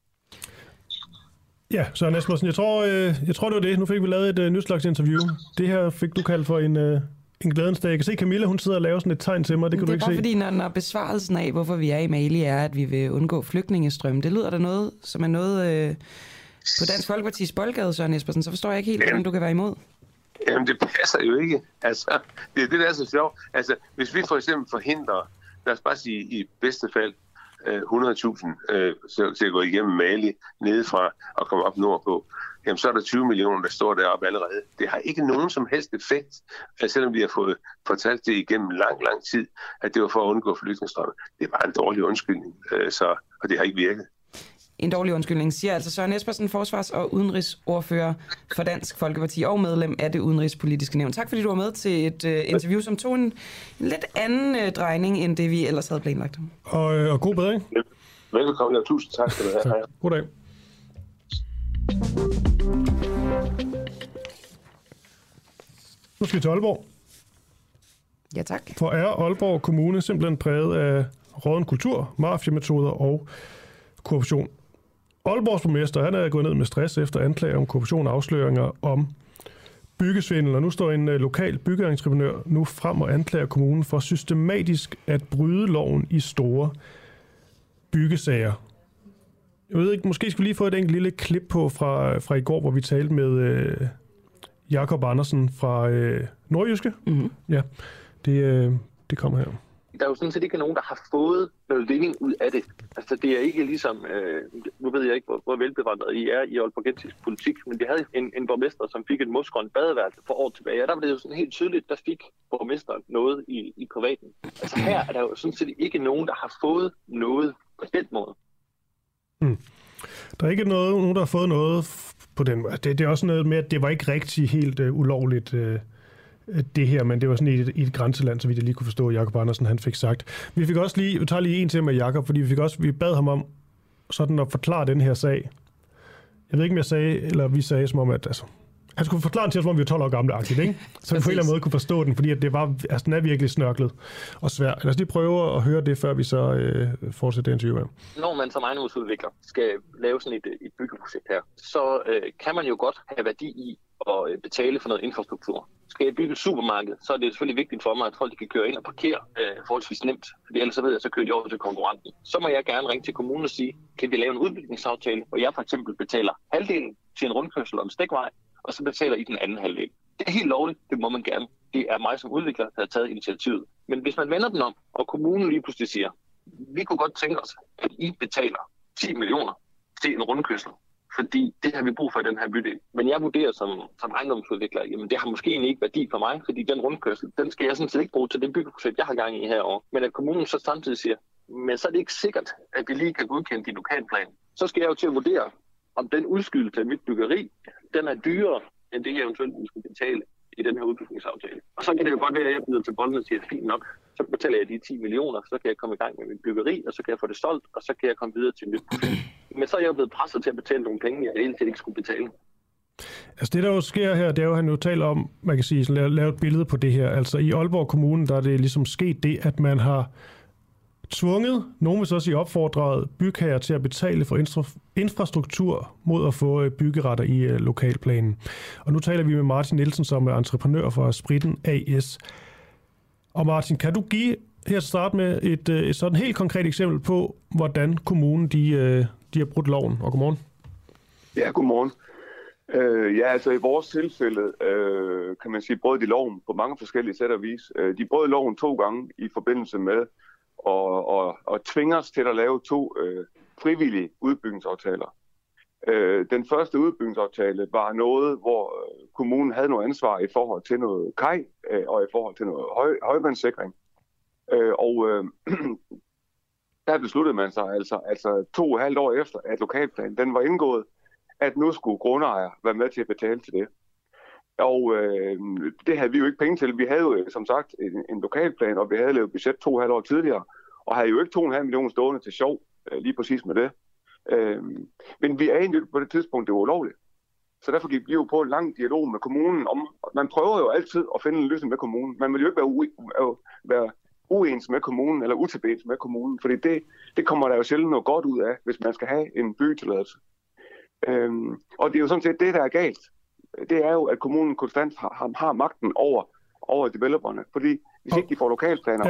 Ja, Søren Espersen, jeg tror, det var det. Nu fik vi lavet et nyt slags interview. Det her fik du kaldt for en glædens dag. Jeg kan se, Camilla, hun sidder og laver sådan et tegn til mig. Det kan du ikke se. Det er bare fordi, når besvarelsen af, hvorfor vi er i Mali, er, at vi vil undgå flygtningestrøm. Det lyder da noget, som er noget... På Dansk Folkepartis boldgade, Søren Espersen, så forstår jeg ikke helt, hvordan du kan være imod. Jamen, det passer jo ikke. Altså, det er det, der er så sjovt. Altså, hvis vi for eksempel forhindrer, lad os bare sige i bedste fald, 100.000 til at gå igennem Mali nedefra og komme op nordpå, jamen så er der 20 millioner, der står deroppe allerede. Det har ikke nogen som helst effekt, selvom vi har fået fortalt det igennem lang tid, at det var for at undgå flygtningestrømme. Det var en dårlig undskyldning, og det har ikke virket. En dårlig undskyldning, siger altså Søren Espersen, forsvars- og udenrigsordfører for Dansk Folkeparti og medlem af det udenrigspolitiske nævn. Tak fordi du var med til et interview, som tog en lidt anden drejning, end det vi ellers havde planlagt. Og god bedring. Velkommen, og tusind tak skal du have. God dag. Nu skal vi til Aalborg. Ja, tak. For er Aalborg Kommune simpelthen præget af rådden kultur, mafiametoder og korruption. Aalborgs borgmester, han er gået ned med stress efter anklager om korruption og afsløringer om byggesvindel, og nu står en lokal byggeentreprenør nu frem og anklager kommunen for systematisk at bryde loven i store byggesager. Jeg ved ikke, måske skal vi lige få et enkelt lille klip på fra i går, hvor vi talte med Jakob Andersen fra Nordjyske. Mm-hmm. Ja, det kommer her. Der er jo sådan set ikke nogen, der har fået noget vinding ud af det. Altså det er ikke ligesom, nu ved jeg ikke, hvor velbevandret I er i aalborgensisk politik, men vi havde en borgmester, som fik et mosgrønt badeværelse for år tilbage, og der var det jo sådan helt tydeligt, der fik borgmesteren noget i privaten. Altså her er der jo sådan set ikke nogen, der har fået noget på den måde. Mm. Der er ikke nogen, der har fået noget på den måde. Det er også noget med, at det var ikke rigtig helt ulovligt, det her, men det var sådan i et grænseland, så vidt jeg lige kunne forstå, Jakob Andersen, han fik sagt. Vi tager lige en til med Jakob, fordi vi bad ham om sådan at forklare den her sag. Jeg ved ikke, om jeg sagde, eller vi sagde som om, at altså, han skulle forklare den til os, som om vi var 12 år gamle-agtigt, ikke? Så vi på en eller anden måde kunne forstå den, fordi at det var, altså, den er virkelig snørklet og svært. Lad os lige prøve at høre det, før vi så fortsætter det interview her. Når man som ejendomsudvikler skal lave sådan et byggeprojekt her, så kan man jo godt have værdi i at betale for noget infrastruktur. Skal jeg bygge et supermarked, så er det selvfølgelig vigtigt for mig, at folk kan køre ind og parkere forholdsvis nemt. Fordi ellers så ved jeg, så kører de over til konkurrenten. Så må jeg gerne ringe til kommunen og sige, kan vi lave en udbygningsaftale, hvor jeg for eksempel betaler halvdelen til en rundkørsel om stikvej, og så betaler I den anden halvdel. Det er helt lovligt, det må man gerne. Det er mig som udvikler, der har taget initiativet. Men hvis man vender den om, og kommunen lige pludselig siger, vi kunne godt tænke os, at I betaler 10 millioner til en rundkørsel fordi det har vi brug for i den her bydel. Men jeg vurderer som ejendomsudvikler, jamen det har måske egentlig ikke værdi for mig, fordi den rundkørsel, den skal jeg sådan set ikke bruge til det byggeprojekt, jeg har gang i herovre. Men at kommunen så samtidig siger, men så er det ikke sikkert, at vi lige kan godkende din lokalplan. Så skal jeg jo til at vurdere, om den udskydelse af mit byggeri, den er dyrere, end det jeg eventuelt skulle betale i den her udbygningsaftale. Og så kan det jo godt være, at jeg bliver til bolden og siger, fint nok, så betaler jeg de 10 millioner, så kan jeg komme i gang med mit byggeri, og så kan jeg få det solgt, og så kan jeg komme videre til et nyt projekt. Men så er jeg jo blevet presset til at betale nogle penge, jeg hele tiden ikke skulle betale. Altså det, der jo sker her, det er jo, at han jo taler om, man kan sige, lave et billede på det her. Altså i Aalborg Kommune, der er det ligesom sket det, at man har tvunget, nogen vil så sige opfordret, bygherrer til at betale for infrastruktur mod at få byggeretter i lokalplanen. Og nu taler vi med Martin Nielsen, som er entreprenør for Spritten AS. Og Martin, kan du give her til start med et sådan helt konkret eksempel på, hvordan kommunen de har brudt loven? Og godmorgen. Ja, godmorgen. Ja, altså i vores tilfælde, kan man sige, brød de loven på mange forskellige sæt og vis. De brød loven 2 gange i forbindelse med og tvinger os til at lave 2 frivillige udbygningsaftaler. Den første udbygningsaftale var noget, hvor kommunen havde noget ansvar i forhold til noget kaj og i forhold til noget højvandssikring. Der besluttede man sig altså 2,5 år efter, at lokalplanen den var indgået, at nu skulle grundejere være med til at betale til det. Og det havde vi jo ikke penge til. Vi havde jo som sagt en lokalplan, og vi havde lavet budget 2,5 år tidligere, og havde jo ikke 2,5 millioner stående til sjov, lige præcis med det. Men vi anede jo på det tidspunkt, det var ulovligt. Så derfor gik vi jo på en lang dialog med kommunen om, man prøver jo altid at finde en løsning med kommunen. Man vil jo ikke være uens med kommunen, eller utilbens med kommunen, fordi det kommer der jo sjældent noget godt ud af, hvis man skal have en byggetilladelse. Og det er jo sådan set det, der er galt. Det er jo, at kommunen konstant har magten over developerne, fordi hvis ikke de får lokalplaner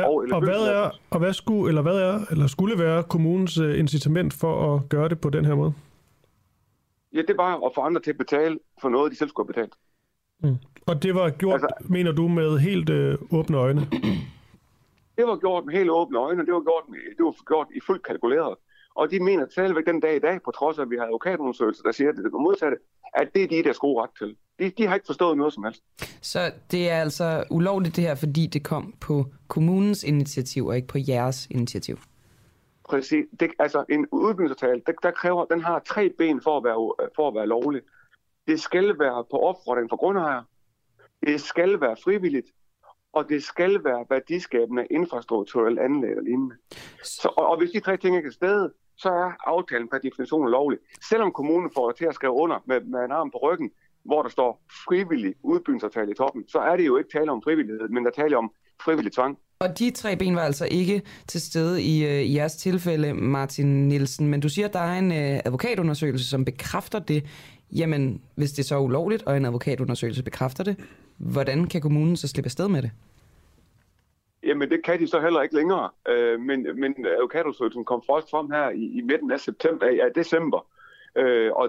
eller skulle være kommunens incitament for at gøre det på den her måde? Ja, det er bare at få andre til at betale for noget, de selv skulle have betalt. Og det var gjort, mener du, med helt åbne øjne? Det var gjort med helt åbne øjne, det var gjort i fuldt kalkuleret. Og de mener stadigvæk den dag i dag, på trods af, at vi har advokatundersøgelser, der siger, at det er modsatte, at det er de, der skal ret til. De har ikke forstået noget som helst. Så det er altså ulovligt det her, fordi det kom på kommunens initiativ, og ikke på jeres initiativ? Præcis. Altså en udbygningsaftale, der kræver, den har 3 ben for at være lovlig. Det skal være på opfordring for grundejere, det skal være frivilligt, og det skal være værdiskabende infrastrukturelle anlæg og lignende. Og hvis de 3 ting ikke er stedet, så er aftalen per definition lovlig. Selvom kommunen får det til at skrive under med en arm på ryggen, hvor der står frivillig udbygningsaftale i toppen, så er det jo ikke tale om frivillighed, men der taler om frivillig tvang. Og de 3 ben var altså ikke til stede i jeres tilfælde, Martin Nielsen. Men du siger, at der er en advokatundersøgelse, som bekræfter det. Jamen, hvis det så er ulovligt, og en advokatundersøgelse bekræfter det, hvordan kan kommunen så slippe afsted med det? Jamen, det kan de så heller ikke længere. Men advokatundersøgelsen kom først frem her i midten af december. Og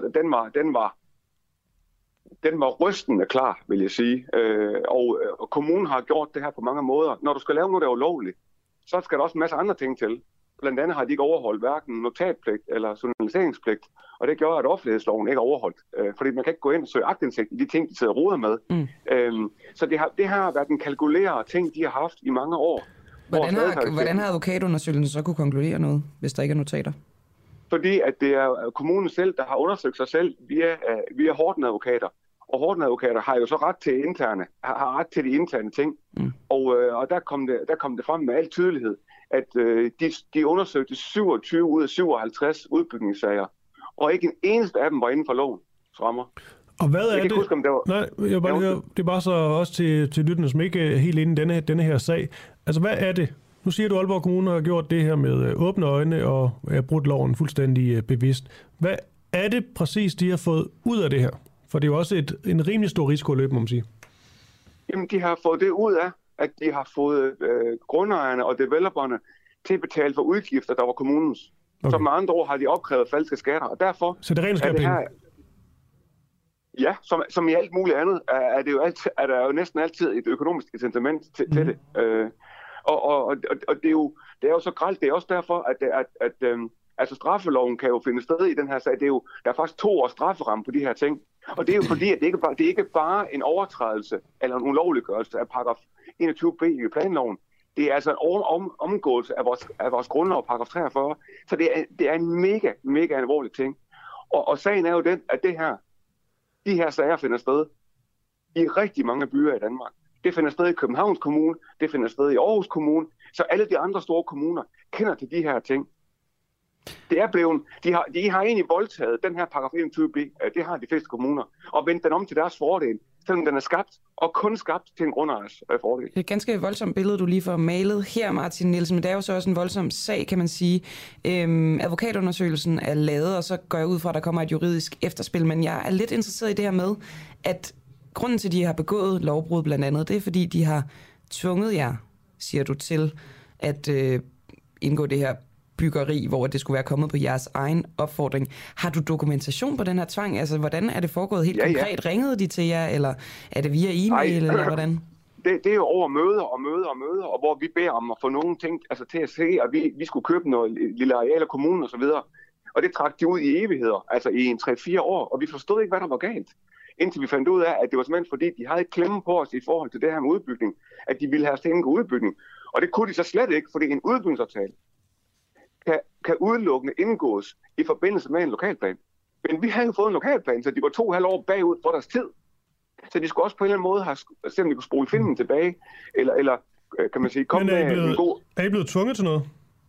den var rystende klar, vil jeg sige. Og kommunen har gjort det her på mange måder. Når du skal lave noget, der er ulovligt, så skal der også en masse andre ting til. Blandt andet har de ikke overholdt hverken notatpligt eller journaliseringspligt, og det gør, at offentlighedsloven ikke er overholdt. Fordi man kan ikke gå ind og søge aktindsigt i de ting, de sidder og roder med. Så det har været en kalkuleret ting, de har haft i mange år. Hvordan har advokatundersøgelsen så kunne konkludere noget, hvis der ikke er notater? Fordi at det er kommunen selv, der har undersøgt sig selv via Horten-advokater. Og Horten-advokater har jo så ret til de interne ting. Og der kom det frem med al tydelighed, at de undersøgte 27 ud af 57 udbygningssager, og ikke en eneste af dem var inden for lovens rammer. Og hvad er det? Huske, om det var... Nej, jeg bare høre, det er bare så også til lytterne, som ikke er helt inde i denne her sag. Altså, hvad er det? Nu siger du, at Aalborg Kommune har gjort det her med åbne øjne og er brudt loven fuldstændig bevidst. Hvad er det præcis, de har fået ud af det her? For det er jo også en rimelig stor risiko at løbe, må man sige. Jamen, de har fået det ud af, at de har fået grundejerne og developerne til at betale for udgifter, der var kommunens. Okay. Så med andre ord har de opkrævet falske skatter, og derfor... Så det er rent skærpenge? Ja, som i alt muligt andet er der jo næsten altid et økonomisk incitament til det. Og det er jo så grelt. Det er også derfor, Altså straffeloven kan jo finde sted i den her sag. Der er faktisk 2 års strafferamme på de her ting. Og det er jo fordi, at det er ikke bare en overtrædelse eller en ulovliggørelse af paragraf 21b i planloven. Det er altså en omgåelse af vores grundlov, paragraf 43. Så det er en mega, mega alvorlig ting. Og sagen er jo den, at de her sager finder sted i rigtig mange byer i Danmark. Det finder sted i Københavns Kommune, det finder sted i Aarhus Kommune, så alle de andre store kommuner kender til de her ting. Det er blevet, de har egentlig voldtaget den her paragraf 21b, det har de fleste kommuner, og vendt den om til deres fordel, selvom den er skabt, og kun skabt til en grundejers fordel. Det er et ganske voldsomt billede, du lige får malet her, Martin Nielsen, men det er jo så også en voldsom sag, kan man sige. Advokatundersøgelsen er lavet, og så går jeg ud fra, at der kommer et juridisk efterspil, men jeg er lidt interesseret i det her med, at grunden til, at de har begået lovbrud blandt andet, det er, fordi de har tvunget jer, siger du, til at indgå det her byggeri, hvor det skulle være kommet på jeres egen opfordring. Har du dokumentation på den her tvang? Altså, hvordan er det foregået helt konkret? Ringede de til jer, eller er det via e-mail, eller hvordan? Det er jo over møder, og hvor vi beder om at få nogle ting til at se, at vi skulle købe noget lille areal af kommunen og så videre. Og det trak de ud i evigheder, altså i 3-4 år, og vi forstod ikke, hvad der var galt. Indtil vi fandt ud af, at det var simpelthen fordi, de havde et klemme på os i forhold til det her med udbygning, at de ville have os til en udbygning. Og det kunne de så slet ikke, fordi en udbygningsaftale kan udelukkende indgås i forbindelse med en lokalplan. Men vi havde jo fået en lokalplan, så de var 2,5 år bagud for deres tid. Så de skulle også på en eller anden måde have set, om de kunne spole filmen tilbage, eller kan man sige, komme med en god... Er I blevet tvunget til noget?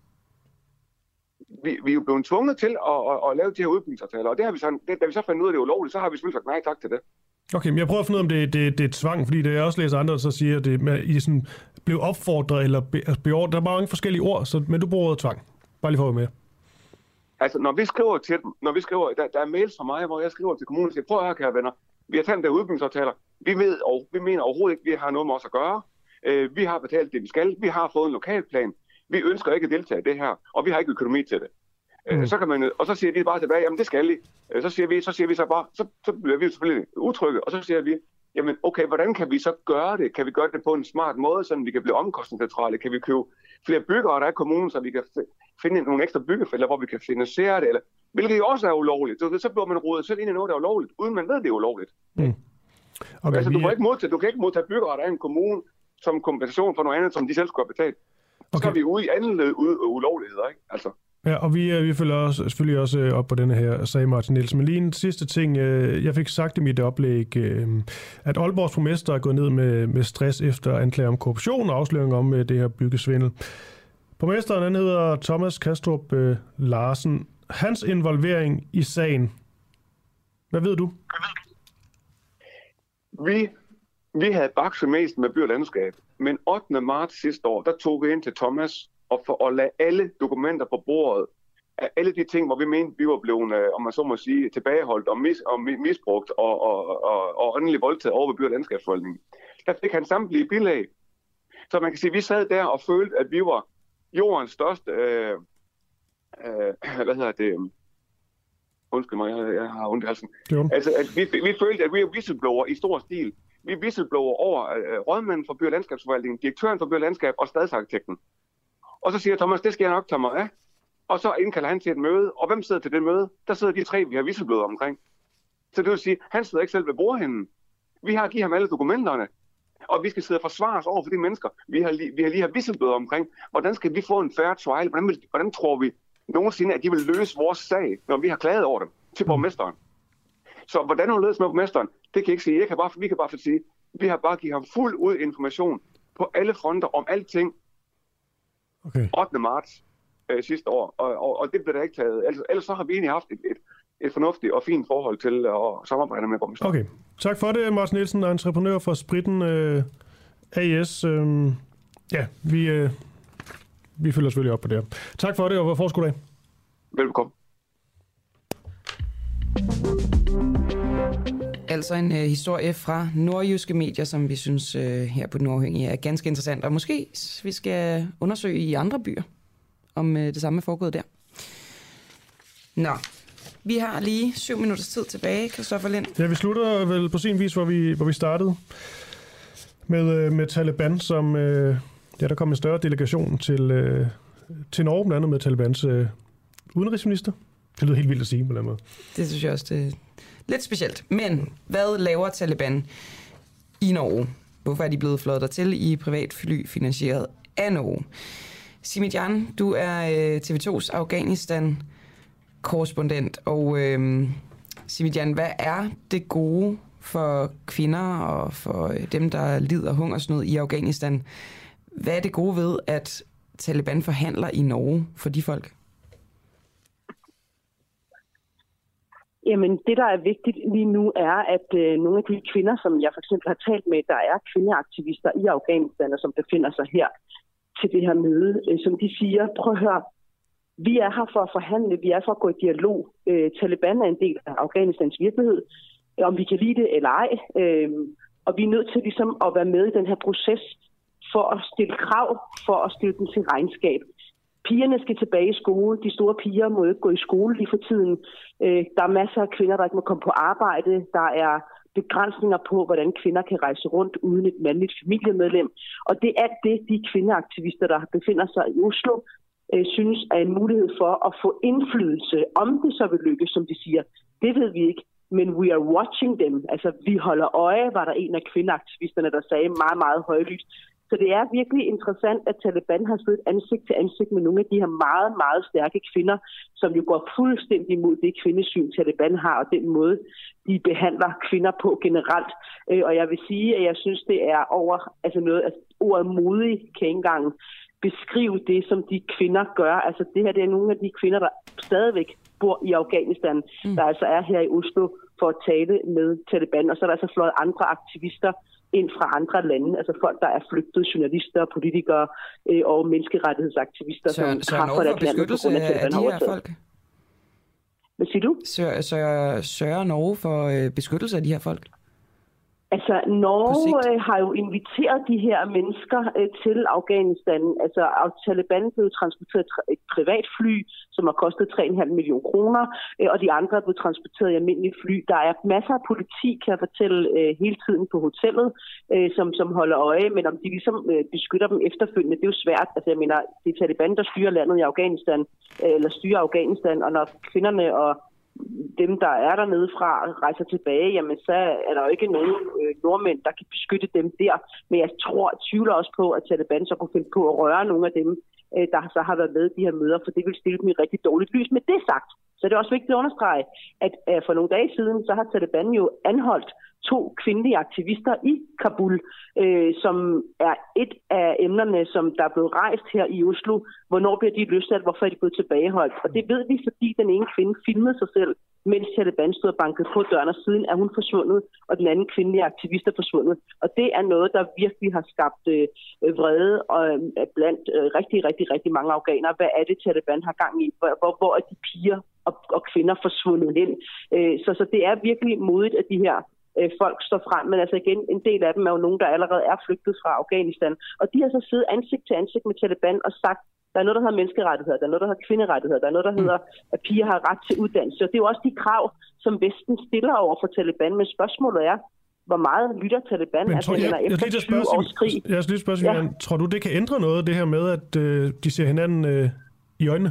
Vi er jo blevet tvunget til at lave de her udbygningsaftaler, og det har vi så, da vi så fandt ud af, det er ulovligt, så har vi selvfølgelig sagt nej tak til det. Okay, men jeg prøver at finde ud af, om det er tvang, fordi det er også læser andre, der siger, at I sådan blev opfordret eller beordret. Der er mange forskellige ord, men du bruger tvang. Bare lige for at være med. Altså, når vi skriver til dem, der er mails fra mig, hvor jeg skriver til kommunen og siger, prøv at høre, kære venner, vi har taget der udbygningsaftaler. Vi mener overhovedet ikke, at vi har noget med os at gøre. Vi har betalt det, vi skal. Vi har fået en lokalplan. Vi ønsker ikke at deltage i det her, og vi har ikke økonomi til det. Og så siger de bare tilbage, jamen det skal I. Så siger vi så bare, så bliver vi jo selvfølgelig utrygge, og så siger vi, jamen okay, hvordan kan vi så gøre det? Kan vi gøre det på en smart måde, så vi kan blive omkostningsneutrale? Kan vi købe flere byggere, der er i kommunen, så vi kan finde nogle ekstra byggefælder, hvor vi kan finansiere det? Eller, hvilket jo også er ulovligt. Så bliver man rodet selv ind i noget, der er ulovligt, uden man ved, det er ulovligt. Okay, altså, du kan ikke modtage byggere, der er i en kommune, som kompensation for noget andet, som de selv skulle have betalt. Så er vi ude i anden led ulovligheder, ikke? Altså. Ja, og vi følger selvfølgelig også op på denne her sag, Martin Nielsen. Men lige en sidste ting. Jeg fik sagt i mit oplæg, at Aalborgs borgmester er gået ned med stress efter anklager om korruption og afsløring om det her byggesvindel. Borgmesteren, han hedder Thomas Kastrup Larsen. Hans involvering i sagen, hvad ved du? Vi havde bakset mest med by og landskab, men 8. marts sidste år, der tog vi ind til Thomas og lade alle dokumenter på bordet af alle de ting, hvor vi mente, vi var blevet, om man så må sige, tilbageholdt og misbrugt og åndelig voldtaget over ved by- og landskabsforvaltningen. Der fik han samtlige bilag. Så man kan sige, at vi sad der og følte, at vi var jordens største, undskyld mig, jeg har ondt i halsen. Altså, at vi følte, at vi var whistleblower i stor stil. Vi er whistleblower over rådmanden for by- og landskabsforvaltningen, direktøren for by- og landskab og stadsarkitekten. Og så siger Thomas, det skal jeg nok tage mig af. Og så indkalder han til et møde. Og hvem sidder til det møde? Der sidder de 3, vi har whistleblower omkring. Så det vil sige, han sidder ikke selv ved bordhænden. Vi har givet ham alle dokumenterne. Og vi skal sidde og forsvare os over for de mennesker. Vi har lige har whistleblower omkring. Hvordan skal vi få en fair trial? Hvordan tror vi nogensinde, at de vil løse vores sag, når vi har klaget over dem til borgmesteren? Så hvordan hun løses med borgmesteren, det kan jeg ikke sige. Vi kan bare sige, vi har bare givet ham fuld ud information på alle fronter om alting. Okay. 8. marts sidste år, og det blev der ikke taget. Ellers så har vi egentlig haft et fornuftigt og fint forhold til at samarbejde med borgmesteren. Okay. Tak for det, Martin Nielsen, entreprenør for Spritten AS. Ja, vi følger selvfølgelig op på det her. Tak for det, og hvor skal du af? Velkommen. Altså en historie fra nordjyske medier, som vi synes her på Den Uafhængige er ganske interessant. Og måske vi skal undersøge i andre byer, om det samme er foregået der. Nå, vi har lige 7 minutters tid tilbage, Christoffer Lind. Ja, vi slutter vel på sin vis, hvor vi startede med Taliban, som der kom en større delegation til Norge, blandt andet med Talibans udenrigsminister. Det lyder helt vildt at sige på den måde. Det synes jeg også, det er lidt specielt. Men hvad laver Taliban i Norge? Hvorfor er de blevet fløjet dertil i privatfly finansieret af Norge? Simi Jan, du er TV2's Afghanistan-korrespondent, og Simi Jan, hvad er det gode for kvinder og for dem, der lider hungersnød i Afghanistan? Hvad er det gode ved, at Taliban forhandler i Norge for de folk? Jamen, det, der er vigtigt lige nu, er, at nogle af de kvinder, som jeg for eksempel har talt med, der er kvindeaktivister i Afghanistan, og som befinder sig her til det her møde, som de siger, prøv at høre, vi er her for at forhandle, vi er for at gå i dialog. Taliban er en del af Afghanistans virkelighed, om vi kan lide det eller ej, og vi er nødt til ligesom at være med i den her proces for at stille krav, for at stille dem til regnskab. Pigerne skal tilbage i skole. De store piger må ikke gå i skole lige for tiden. Der er masser af kvinder, der ikke må komme på arbejde. Der er begrænsninger på, hvordan kvinder kan rejse rundt uden et mandligt familiemedlem. Og det er det, de kvindeaktivister, der befinder sig i Oslo, synes er en mulighed for at få indflydelse. Om det så vil lykkes, som de siger, det ved vi ikke. Men we are watching them. Altså, vi holder øje, var der en af kvindeaktivisterne, der sagde meget, meget højlydt. Så det er virkelig interessant, at Taliban har siddet ansigt til ansigt med nogle af de her meget, meget stærke kvinder, som jo går fuldstændig imod det kvindesyn, Taliban har, og den måde, de behandler kvinder på generelt. Og jeg vil sige, at jeg synes, det er over, altså noget, altså ordet modig kan ikke engang beskrive det, som de kvinder gør. Altså det her, det er nogle af de kvinder, der stadigvæk bor i Afghanistan, der altså er her i Oslo for at tale med Taliban. Og så er der altså fløjet andre aktivister ind fra andre lande, altså folk, der er flygtet, journalister, politikere og menneskerettighedsaktivister, som træffer deres land på grund af Taliban har overtaget. Hvad siger du? Sørger Norge for beskyttelse af de her folk? Altså, Norge har jo inviteret de her mennesker til Afghanistan. Altså, Taliban blev transporteret et privatfly, som har kostet 3,5 millioner kroner, og de andre er blevet transporteret i almindelige fly. Der er masser af politi, kan jeg fortælle, hele tiden på hotellet, som holder øje, men om de ligesom beskytter dem efterfølgende, det er jo svært. Altså, jeg mener, det er Taliban, der styrer landet i Afghanistan, eller styrer Afghanistan, og når kvinderne og dem, der er dernede fra, rejser tilbage, jamen så er der jo ikke nogen nordmænd, der kan beskytte dem der. Men jeg tvivler også på, at Taliban så kunne finde på at røre nogle af dem, der så har været med i de her møder, for det vil stille dem i rigtig dårligt lys. Med det sagt, så er det også vigtigt at understrege, at for nogle dage siden, så har Taliban jo anholdt 2 kvindelige aktivister i Kabul, som er et af emnerne, som der er blevet rejst her i Oslo. Hvornår bliver de løsladt? Hvorfor er de blevet tilbageholdt? Og det ved vi, fordi den ene kvinde filmede sig selv, mens Taliban stod og bankede på døren, og siden er hun forsvundet, og den anden kvindelige aktivist er forsvundet. Og det er noget, der virkelig har skabt vrede blandt rigtig mange afghanere. Hvad er det, Taliban har gang i? Hvor er de piger og kvinder forsvundet hen? Så det er virkelig modigt, at de her folk står frem, men altså igen, en del af dem er jo nogen, der allerede er flygtet fra Afghanistan, og de har så siddet ansigt til ansigt med Taliban og sagt, der er noget, der hedder menneskerettigheder, der er noget, der hedder kvinderettigheder, der er noget, der hedder, at piger har ret til uddannelse, og det er jo også de krav, som Vesten stiller over for Taliban, men spørgsmålet er, hvor meget lytter Taliban, efter 20 års krig? Jeg skal lige spørge, tror du, det kan ændre noget, det her med, at de ser hinanden i øjnene?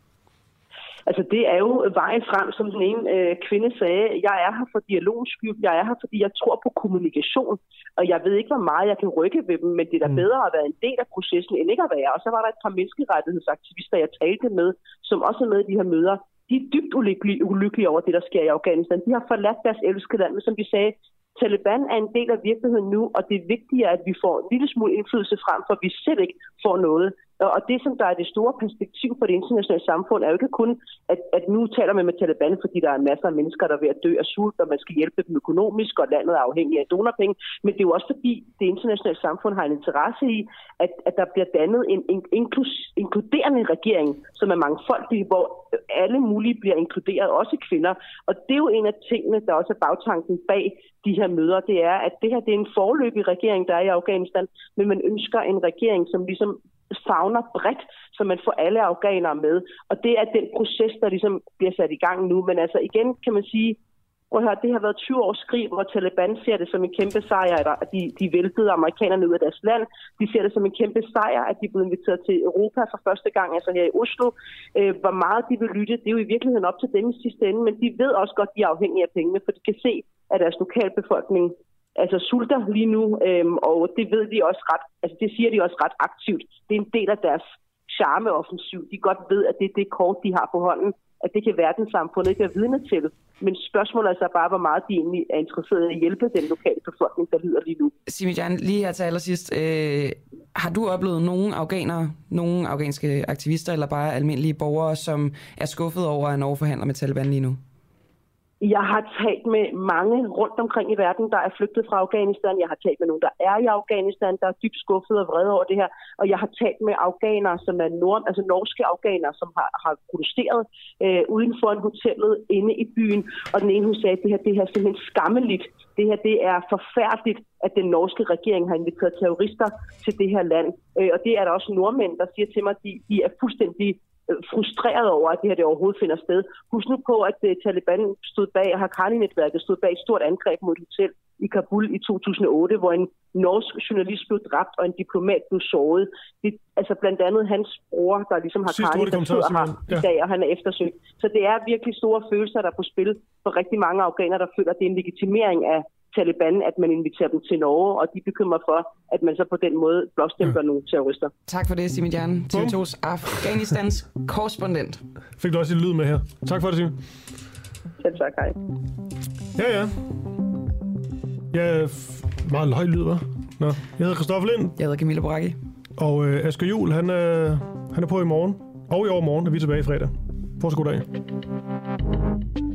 Altså, det er jo vejen frem, som den ene kvinde sagde. Jeg er her for dialogens skyld. Jeg er her, fordi jeg tror på kommunikation. Og jeg ved ikke, hvor meget jeg kan rykke ved dem, men det er da bedre at være en del af processen, end ikke at være. Og så var der et par menneskerettighedsaktivister, jeg talte med, som også er med i de her møder. De er dybt ulykkelige over det, der sker i Afghanistan. De har forladt deres elskede land, men som de sagde, Taliban er en del af virkeligheden nu, og det er vigtigt, at vi får en lille smule indflydelse frem, for vi selv ikke får noget. Og det, som der er det store perspektiv for det internationale samfund, er jo ikke kun, at nu taler man med Taliban, fordi der er masser af mennesker, der er ved at dø af sult, og man skal hjælpe dem økonomisk, og landet er afhængig af donorpenge. Men det er jo også fordi, det internationale samfund har en interesse i, at der bliver dannet en inkluderende regering, som er mangfoldig, hvor alle mulige bliver inkluderet, også kvinder. Og det er jo en af tingene, der også er bagtanken bag de her møder, det er, at det her det er en foreløbig regering, der er i Afghanistan, men man ønsker en regering, som ligesom favner bredt, så man får alle afghanere med. Og det er den proces, der ligesom bliver sat i gang nu. Men altså igen kan man sige, Prøv at høre, det har været 20 års krig, hvor Taliban ser det som en kæmpe sejr, at de væltede amerikanerne ud af deres land. De ser det som en kæmpe sejr, at de blev inviteret til Europa for første gang, altså her i Oslo. Hvor meget de vil lytte, det er jo i virkeligheden op til dem i sidste ende, men de ved også godt, at de er afhængige af pengene, for de kan se, at deres lokalbefolkning altså sulter lige nu, og det ved de også det siger de også ret aktivt. Det er en del af deres charmeoffensiv. De godt ved, at det er det kort, de har på hånden, at det kan verdenssamfundet ikke være vidne til. Men spørgsmålet er så bare, hvor meget de egentlig er interesseret i at hjælpe den lokale befolkning, der lider lige nu. Simijan, lige her til allersidst. Har du oplevet nogle afghanere, nogle afghanske aktivister eller bare almindelige borgere, som er skuffet over, at Norge forhandler med Taliban lige nu? Jeg har talt med mange rundt omkring i verden, der er flygtet fra Afghanistan. Jeg har talt med nogen, der er i Afghanistan, der er dybt skuffet og vrede over det her. Og jeg har talt med afghanere, som er norske afghanere, som har protesteret uden for en hotellet inde i byen. Og den ene, hun sagde, at det her er simpelthen skammeligt. Det her, det er forfærdeligt, at den norske regering har inviteret terrorister til det her land. Og det er der også nordmænd, der siger til mig, at de er fuldstændig frustreret over, at det her det overhovedet finder sted. Husk nu på, at Taliban stod bag, og Haqqani-netværket stod bag et stort angreb mod et hotel i Kabul i 2008, hvor en norsk journalist blev dræbt, og en diplomat blev såret. Det, altså blandt andet hans bror, der ligesom Haqqani, der sidder her i dag, og han er eftersøgt. Så det er virkelig store følelser, der er på spil for rigtig mange afghanere, der føler, at det er en legitimering af Taliban, at man inviterer dem til Norge, og de bekymrer for, at man så på den måde blåstempler nogle terrorister. Tak for det, Simijan. TV2's Afghanistans korrespondent. Fik du også en lyd med her. Tak for det, Signe. Selv tak, hej. Ja. Meget høj lyd, hva'? Nå. Jeg hedder Christoffer Lind. Jeg hedder Camilla Boracchi. Og Asger Juhl, han er på i morgen. Og i overmorgen er vi tilbage i fredag. Fortsat god dag.